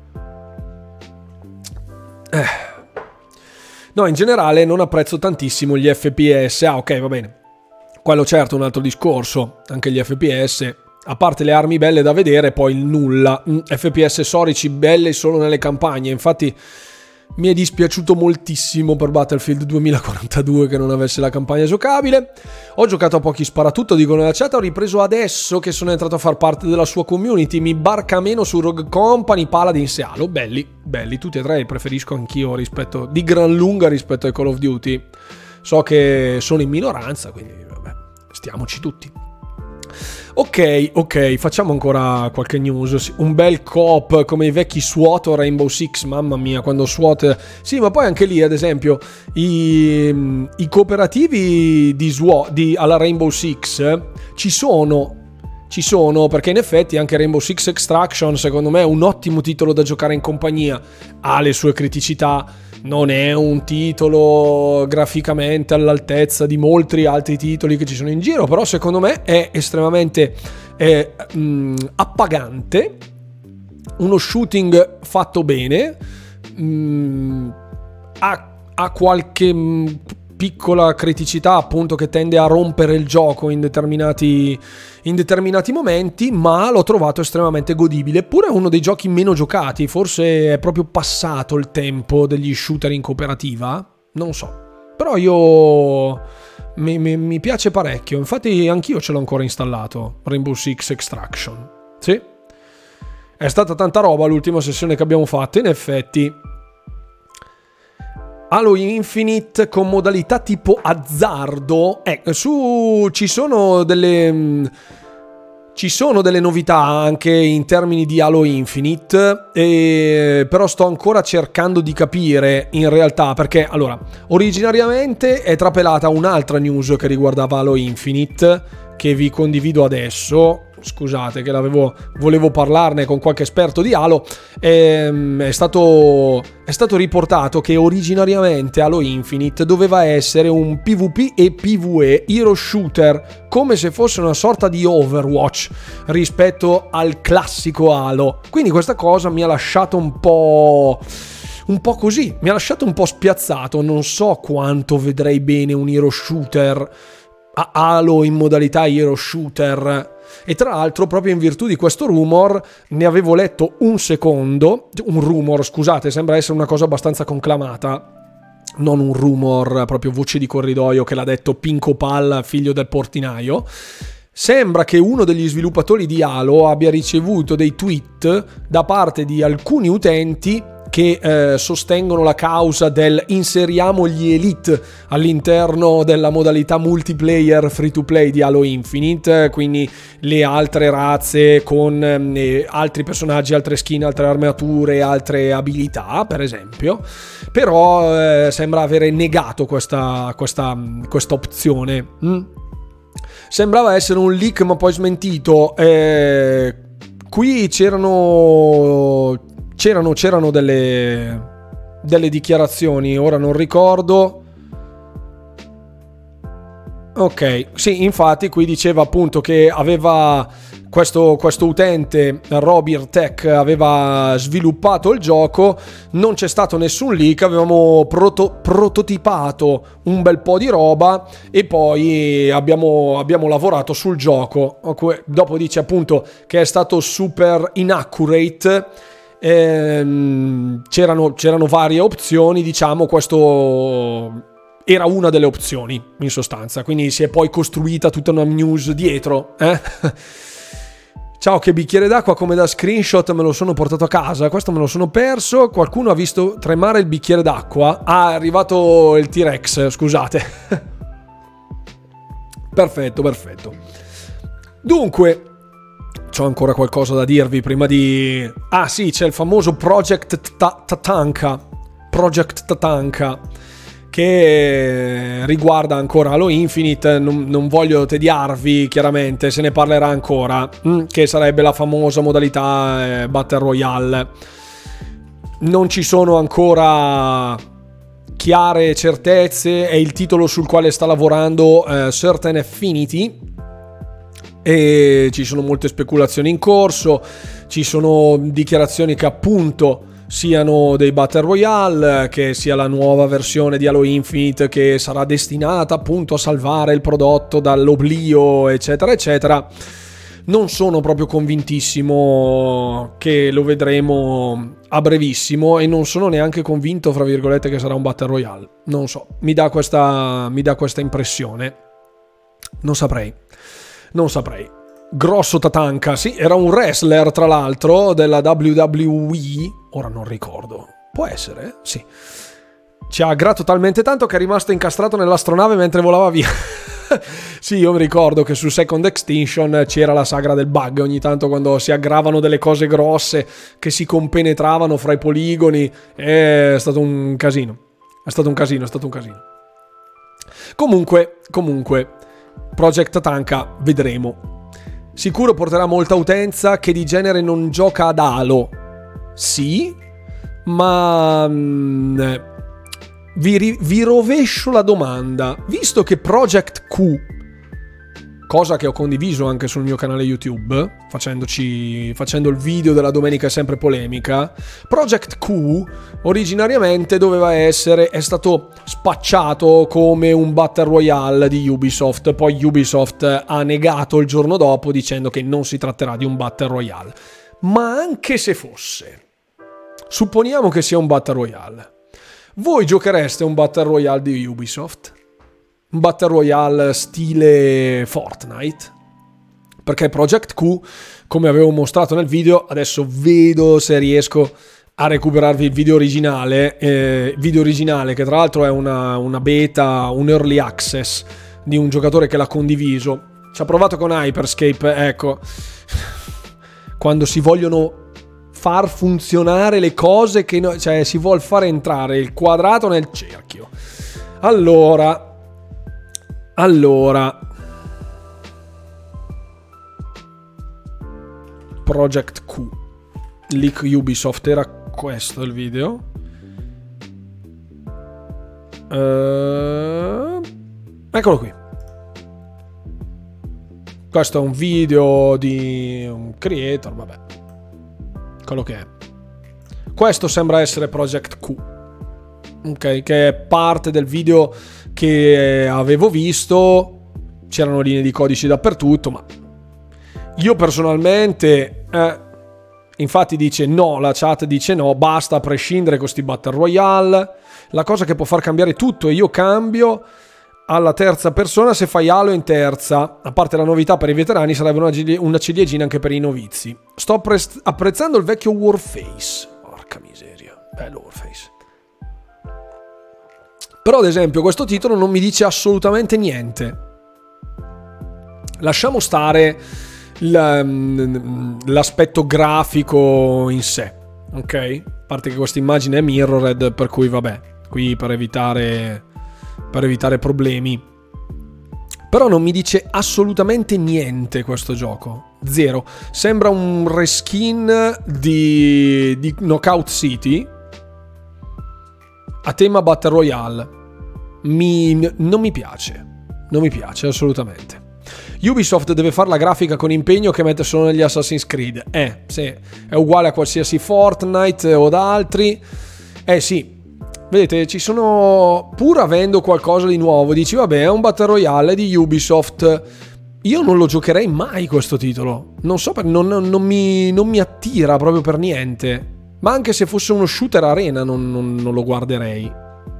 Eh. No, in generale non apprezzo tantissimo gli F P S. Ah, ok, va bene. Quello certo è un altro discorso. Anche gli F P S, a parte le armi belle da vedere, poi il nulla. Mm, F P S storici belli solo nelle campagne. Infatti mi è dispiaciuto moltissimo per Battlefield duemilaquarantadue che non avesse la campagna giocabile. Ho giocato a pochi sparatutto, dicono nella chat. Ho ripreso adesso che sono entrato a far parte della sua community. Mi barca meno su Rogue Company, Paladins e Halo. Belli, belli, tutti e tre li preferisco anch'io rispetto, di gran lunga rispetto ai Call of Duty. So che sono in minoranza, quindi vabbè, stiamoci tutti. Ok, ok, facciamo ancora qualche news. Un bel co-op come i vecchi SWAT o Rainbow Six, mamma mia, quando SWAT... Sì, ma poi anche lì, ad esempio, i, i cooperativi di SWAT, di, alla Rainbow Six, ci sono... Ci sono, perché in effetti anche Rainbow Six Extraction, secondo me, è un ottimo titolo da giocare in compagnia. Ha le sue criticità, non è un titolo graficamente all'altezza di molti altri titoli che ci sono in giro, però secondo me è estremamente eh, mh, appagante, uno shooting fatto bene, mh, ha, ha qualche mh, piccola criticità appunto che tende a rompere il gioco in determinati, in determinati momenti, ma l'ho trovato estremamente godibile. Eppure è uno dei giochi meno giocati, forse è proprio passato il tempo degli shooter in cooperativa, non so, però io mi, mi, mi piace parecchio. Infatti anch'io ce l'ho ancora installato, Rainbow Six Extraction. Sì, è stata tanta roba l'ultima sessione che abbiamo fatto, in effetti. Halo Infinite con modalità tipo azzardo. Eh, su ci sono delle ci sono delle novità anche in termini di Halo Infinite, e però sto ancora cercando di capire in realtà, perché allora originariamente è trapelata un'altra news che riguardava Halo Infinite che vi condivido adesso. Scusate che l'avevo, volevo parlarne con qualche esperto di Halo. Ehm, è stato è stato riportato che originariamente Halo Infinite doveva essere un PvP e PvE hero shooter, come se fosse una sorta di Overwatch rispetto al classico Halo. Quindi questa cosa mi ha lasciato un po' un po' così, mi ha lasciato un po' spiazzato. Non so quanto vedrei bene un hero shooter a Halo in modalità hero shooter. E tra l'altro, proprio in virtù di questo rumor, ne avevo letto un secondo, un rumor, scusate, sembra essere una cosa abbastanza conclamata, non un rumor, proprio voce di corridoio che l'ha detto Pinco Pal, figlio del portinaio. Sembra che uno degli sviluppatori di Halo abbia ricevuto dei tweet da parte di alcuni utenti che eh, sostengono la causa del inseriamo gli Elite all'interno della modalità multiplayer free to play di Halo Infinite, quindi le altre razze con eh, altri personaggi, altre skin, altre armature, altre abilità, per esempio. Però eh, sembra avere negato questa, questa, questa opzione. Mm? Sembrava essere un leak ma poi smentito. Eh, qui c'erano C'erano, c'erano delle, delle dichiarazioni, ora non ricordo. Ok, sì, infatti qui diceva appunto che aveva, questo, questo utente Robir Tech aveva sviluppato il gioco, non c'è stato nessun leak, avevamo proto- prototipato un bel po' di roba e poi abbiamo, abbiamo lavorato sul gioco. Dopo dice appunto che è stato super inaccurate. Ehm, c'erano, c'erano varie opzioni, diciamo, questo era una delle opzioni in sostanza, quindi si è poi costruita tutta una news dietro, eh? Ciao, che bicchiere d'acqua come da screenshot me lo sono portato a casa, questo me lo sono perso. Qualcuno ha visto tremare il bicchiere d'acqua? Ah, è arrivato il T-Rex, scusate. Perfetto, perfetto. Dunque, c'ho ancora qualcosa da dirvi prima di... Ah sì, c'è il famoso Project Tatanka. Project Tatanka, che riguarda ancora Halo Infinite. Non, non voglio tediarvi, chiaramente, se ne parlerà ancora, che sarebbe la famosa modalità eh, Battle Royale. Non ci sono ancora chiare certezze, è il titolo sul quale sta lavorando eh, Certain Affinity, e ci sono molte speculazioni in corso, ci sono dichiarazioni che appunto siano dei Battle Royale, che sia la nuova versione di Halo Infinite che sarà destinata appunto a salvare il prodotto dall'oblio, eccetera eccetera. Non sono proprio convintissimo che lo vedremo a brevissimo, e non sono neanche convinto, fra virgolette, che sarà un Battle Royale. Non so, mi dà questa, mi dà questa impressione. Non saprei, non saprei. Grosso Tatanka, sì, era un wrestler tra l'altro della W W E, ora non ricordo, può essere, sì. Ci ha aggrato talmente tanto che è rimasto incastrato nell'astronave mentre volava via. Sì, io mi ricordo che su Second Extinction c'era la sagra del bug, ogni tanto quando si aggravano delle cose grosse che si compenetravano fra i poligoni, è stato un casino, è stato un casino, è stato un casino. Comunque, comunque, Project Tatanka, vedremo. Sicuro porterà molta utenza che di genere non gioca ad Halo. Sì, ma mh, vi, ri- vi rovescio la domanda. Visto che Project Q, cosa che ho condiviso anche sul mio canale YouTube, facendoci, facendo il video della domenica sempre polemica, Project Q originariamente doveva essere, è stato spacciato come un Battle Royale di Ubisoft, poi Ubisoft ha negato il giorno dopo dicendo che non si tratterà di un Battle Royale. Ma anche se fosse, supponiamo che sia un Battle Royale, voi giochereste un Battle Royale di Ubisoft? Un Battle Royale stile Fortnite? Perché Project Q, come avevo mostrato nel video, adesso vedo se riesco a recuperarvi il video originale, eh, video originale che tra l'altro è una, una beta, un early access di un giocatore che l'ha condiviso. Ci ha provato con Hyperscape, ecco, quando si vogliono far funzionare le cose che no, cioè si vuol fare entrare il quadrato nel cerchio. Allora... Allora, Project Q, leak Ubisoft, era questo il video. Uh, eccolo qui. Questo è un video di un creator, vabbè, quello che è. Questo sembra essere Project Q, ok, che è parte del video che avevo visto. C'erano linee di codici dappertutto, ma io personalmente eh, infatti dice no, la chat dice no, basta a prescindere con sti Battle Royale. La cosa che può far cambiare tutto, e io cambio alla terza persona se fai Halo in terza. A parte la novità per i veterani, sarebbe una, una ciliegina anche per i novizi. Sto appre- apprezzando il vecchio Warface. Porca miseria, bello Warface. Però ad esempio questo titolo non mi dice assolutamente niente. Lasciamo stare l'aspetto grafico in sé, ok? A parte che questa immagine è mirrored, per cui vabbè, qui per evitare per evitare problemi. Però non mi dice assolutamente niente questo gioco, zero. Sembra un reskin di, di Knockout City a tema Battle Royale. Mi, non mi piace, non mi piace assolutamente. Ubisoft deve fare la grafica con impegno che mette solo negli Assassin's Creed. Eh, sì, è uguale a qualsiasi Fortnite o da altri. Eh sì, vedete, ci sono, pur avendo qualcosa di nuovo, dici vabbè, è un Battle Royale di Ubisoft. Io non lo giocherei mai questo titolo. Non so, perché non, non, mi, non mi attira proprio per niente. Ma anche se fosse uno shooter arena non, non, non lo guarderei.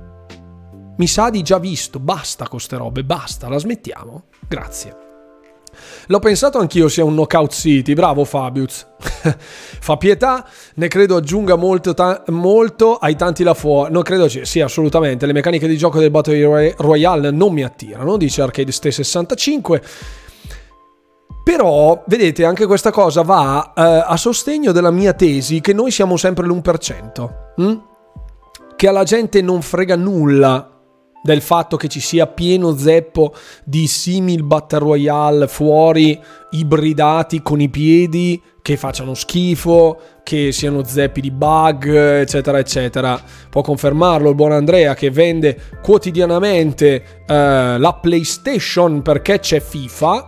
Mi sa di già visto. Basta con ste robe, basta, la smettiamo. Grazie. L'ho pensato anch'io sia un Knockout City. Bravo Fabius. Fa pietà. Ne credo aggiunga molto, ta- molto ai tanti là fuori. Non credo ci sì, assolutamente. Le meccaniche di gioco del Battle Royale non mi attirano, dice Arcade Stay sessantacinque. Però, vedete, anche questa cosa va eh, a sostegno della mia tesi che noi siamo sempre l'uno per cento. Hm? Che alla gente non frega nulla del fatto che ci sia pieno zeppo di simil Battle Royale fuori, ibridati con i piedi, che facciano schifo, che siano zeppi di bug, eccetera, eccetera. Può confermarlo il buon Andrea, che vende quotidianamente eh, la PlayStation perché c'è FIFA.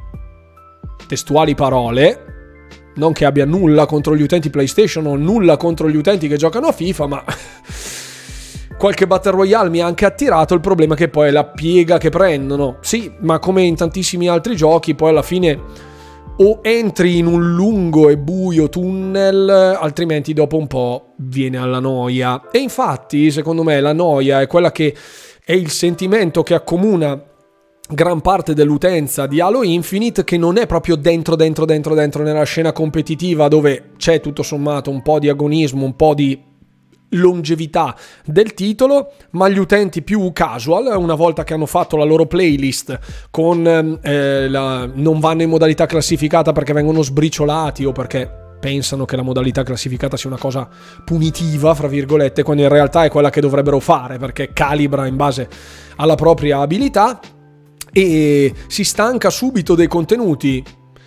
Testuali parole, non che abbia nulla contro gli utenti PlayStation o nulla contro gli utenti che giocano a FIFA, ma qualche Battle Royale mi ha anche attirato. Il problema è che poi è la piega che prendono. Sì, ma come in tantissimi altri giochi, poi alla fine o entri in un lungo e buio tunnel, altrimenti dopo un po' viene alla noia. E infatti, secondo me, la noia è quella che è il sentimento che accomuna gran parte dell'utenza di Halo Infinite, che non è proprio dentro dentro dentro dentro nella scena competitiva, dove c'è tutto sommato un po' di agonismo, un po' di longevità del titolo, ma gli utenti più casual, una volta che hanno fatto la loro playlist con eh, la, non vanno in modalità classificata perché vengono sbriciolati o perché pensano che la modalità classificata sia una cosa punitiva, fra virgolette, quando in realtà è quella che dovrebbero fare, perché calibra in base alla propria abilità. E si stanca subito dei contenuti,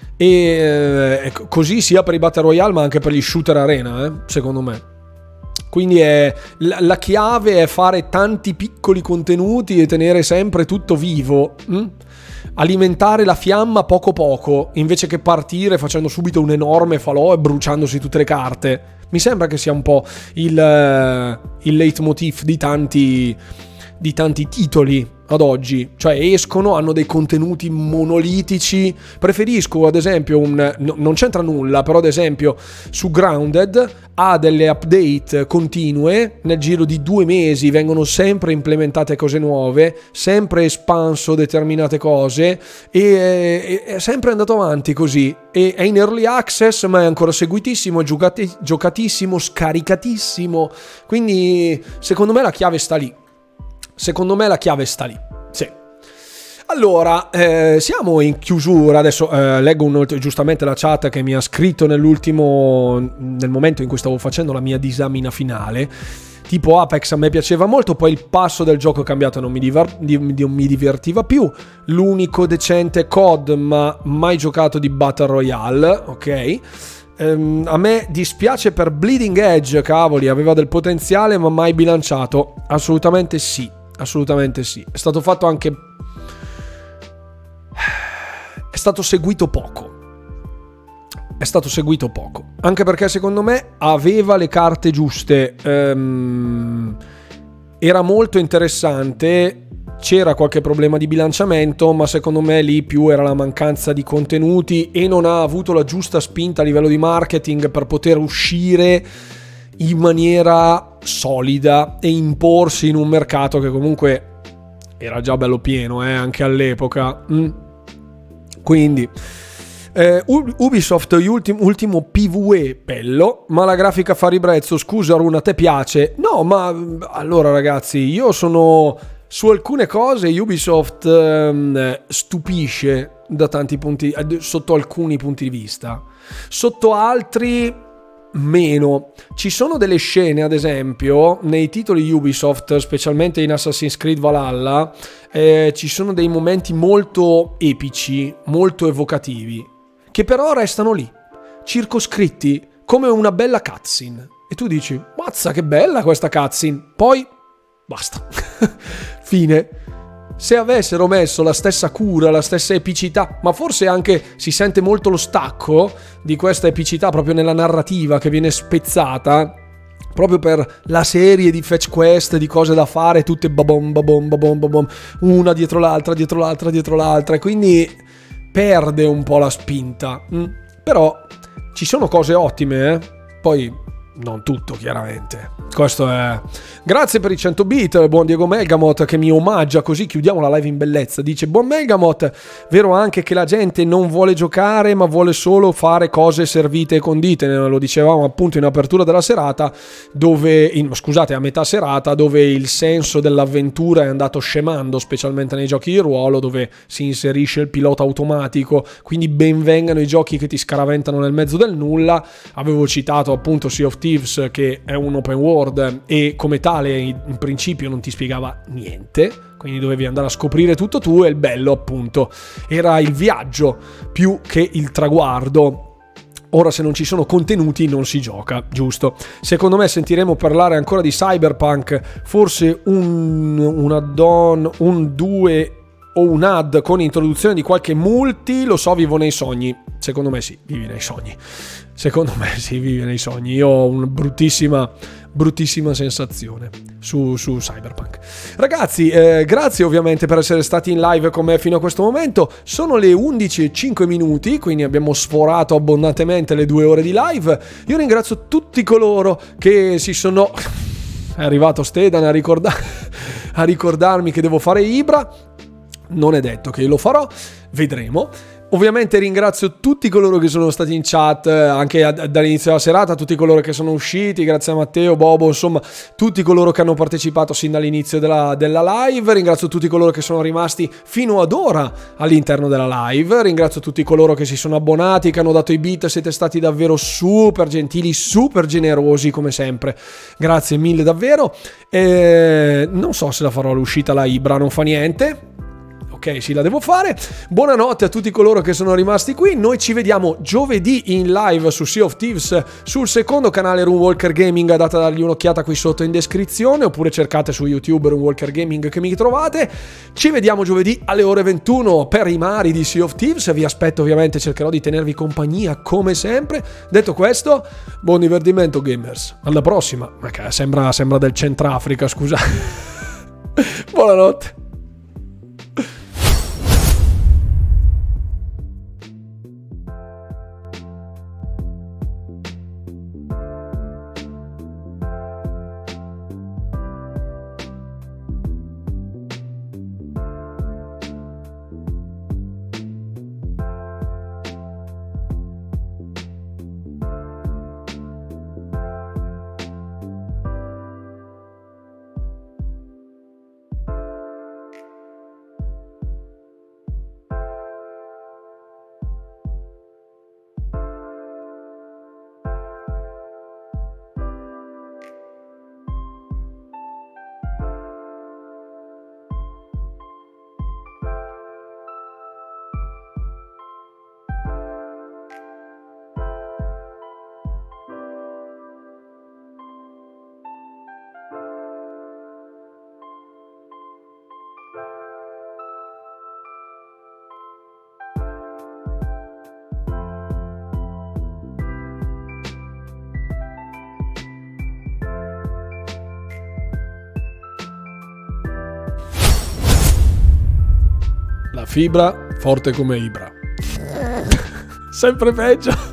e eh, così sia per i Battle Royale ma anche per gli shooter arena, eh, secondo me. Quindi è, la, la chiave è fare tanti piccoli contenuti e tenere sempre tutto vivo, hm? Alimentare la fiamma poco poco, invece che partire facendo subito un enorme falò e bruciandosi tutte le carte. Mi sembra che sia un po' il, il leitmotiv di tanti, di tanti titoli ad oggi, cioè escono, hanno dei contenuti monolitici. Preferisco ad esempio un, no, non c'entra nulla, però ad esempio su Grounded ha delle update continue, nel giro di due mesi vengono sempre implementate cose nuove, sempre espanso determinate cose, e è sempre andato avanti così, e è in early access ma è ancora seguitissimo, giocati, giocatissimo, scaricatissimo. Quindi secondo me la chiave sta lì. Secondo me la chiave sta lì. Sì. Allora, eh, siamo in chiusura. Adesso eh, leggo un, giustamente la chat che mi ha scritto nell'ultimo, nel momento in cui stavo facendo la mia disamina finale. Tipo Apex a me piaceva molto, poi il passo del gioco è cambiato, non mi, diver- non mi divertiva più. L'unico decente C O D, ma mai giocato di Battle Royale, ok? Um, a me dispiace per Bleeding Edge, cavoli, aveva del potenziale ma mai bilanciato. Assolutamente sì, assolutamente sì. È stato fatto anche, è stato seguito poco. È stato seguito poco, anche perché secondo me aveva le carte giuste. Um, era molto interessante. C'era qualche problema di bilanciamento, ma secondo me lì più era la mancanza di contenuti e non ha avuto la giusta spinta a livello di marketing per poter uscire in maniera solida e imporsi in un mercato che comunque era già bello pieno, eh, anche all'epoca. Mm. Quindi eh, Ubisoft ultimo, ultimo P V E bello, ma la grafica fa ribrezzo. Scusa Runa, te piace? No, ma allora ragazzi, io sono... Su alcune cose Ubisoft ehm, stupisce da tanti punti, sotto alcuni punti di vista, sotto altri meno. Ci sono delle scene, ad esempio, nei titoli Ubisoft, specialmente in Assassin's Creed Valhalla, eh, ci sono dei momenti molto epici, molto evocativi, che però restano lì, circoscritti, come una bella cutscene. E tu dici, mazza che bella questa cutscene, poi... basta. Fine. se avessero messo la stessa cura, la stessa epicità, ma forse anche si sente molto lo stacco di questa epicità proprio nella narrativa che viene spezzata proprio per la serie di fetch quest, di cose da fare, tutte babom babom babom babom, una dietro l'altra, dietro l'altra, dietro l'altra, e quindi perde un po' la spinta. Mm. Però ci sono cose ottime, eh? Poi non tutto, chiaramente. Questo è... Grazie per i cento bit, buon Diego Megamot, che mi omaggia, così chiudiamo la live in bellezza. Dice: buon Megamot, vero anche che la gente non vuole giocare ma vuole solo fare cose servite e condite. Lo dicevamo appunto in apertura della serata, dove in, scusate, a metà serata, dove il senso dell'avventura è andato scemando, specialmente nei giochi di ruolo, dove si inserisce il pilota automatico. Quindi ben vengano i giochi che ti scaraventano nel mezzo del nulla. Avevo citato appunto Sea of Thieves, che è un open world e come tale in principio non ti spiegava niente, quindi dovevi andare a scoprire tutto tu, e il bello appunto era il viaggio più che il traguardo. Ora, se non ci sono contenuti non si gioca, giusto? Secondo me sentiremo parlare ancora di Cyberpunk, forse un, un add-on, un due o un add con introduzione di qualche multi, lo so, vivo nei sogni. Secondo me sì, vivi nei sogni. Secondo me sì, vivi nei sogni. Io ho una bruttissima, bruttissima sensazione su, su Cyberpunk. Ragazzi, eh, grazie ovviamente per essere stati in live con me fino a questo momento. Sono le undici e cinque minuti, quindi abbiamo sforato abbondantemente le due ore di live. Io ringrazio tutti coloro che si sono... È arrivato Stedan a, ricorda... a ricordarmi che devo fare Ibra. Non è detto che lo farò, vedremo. Ovviamente ringrazio tutti coloro che sono stati in chat anche a, dall'inizio della serata, tutti coloro che sono usciti, grazie a Matteo, Bobo, insomma tutti coloro che hanno partecipato sin dall'inizio della, della live. Ringrazio tutti coloro che sono rimasti fino ad ora all'interno della live. Ringrazio tutti coloro che si sono abbonati, che hanno dato i bit. Siete stati davvero super gentili, super generosi come sempre. Grazie mille davvero. E non so se la farò all'uscita la Ibra, non fa niente. Ok, sì, la devo fare. Buonanotte a tutti coloro che sono rimasti qui. Noi ci vediamo giovedì in live su Sea of Thieves, sul secondo canale Runewalker Gaming. Date dargli un'occhiata qui sotto in descrizione, oppure cercate su YouTube Runewalker Gaming che mi trovate. Ci vediamo giovedì alle ore ventuno per i mari di Sea of Thieves. Vi aspetto, ovviamente cercherò di tenervi compagnia come sempre. Detto questo, buon divertimento gamers. Alla prossima. Ma che sembra, sembra del Centrafrica, scusa. Buonanotte. La fibra forte come Ibra. Sempre peggio.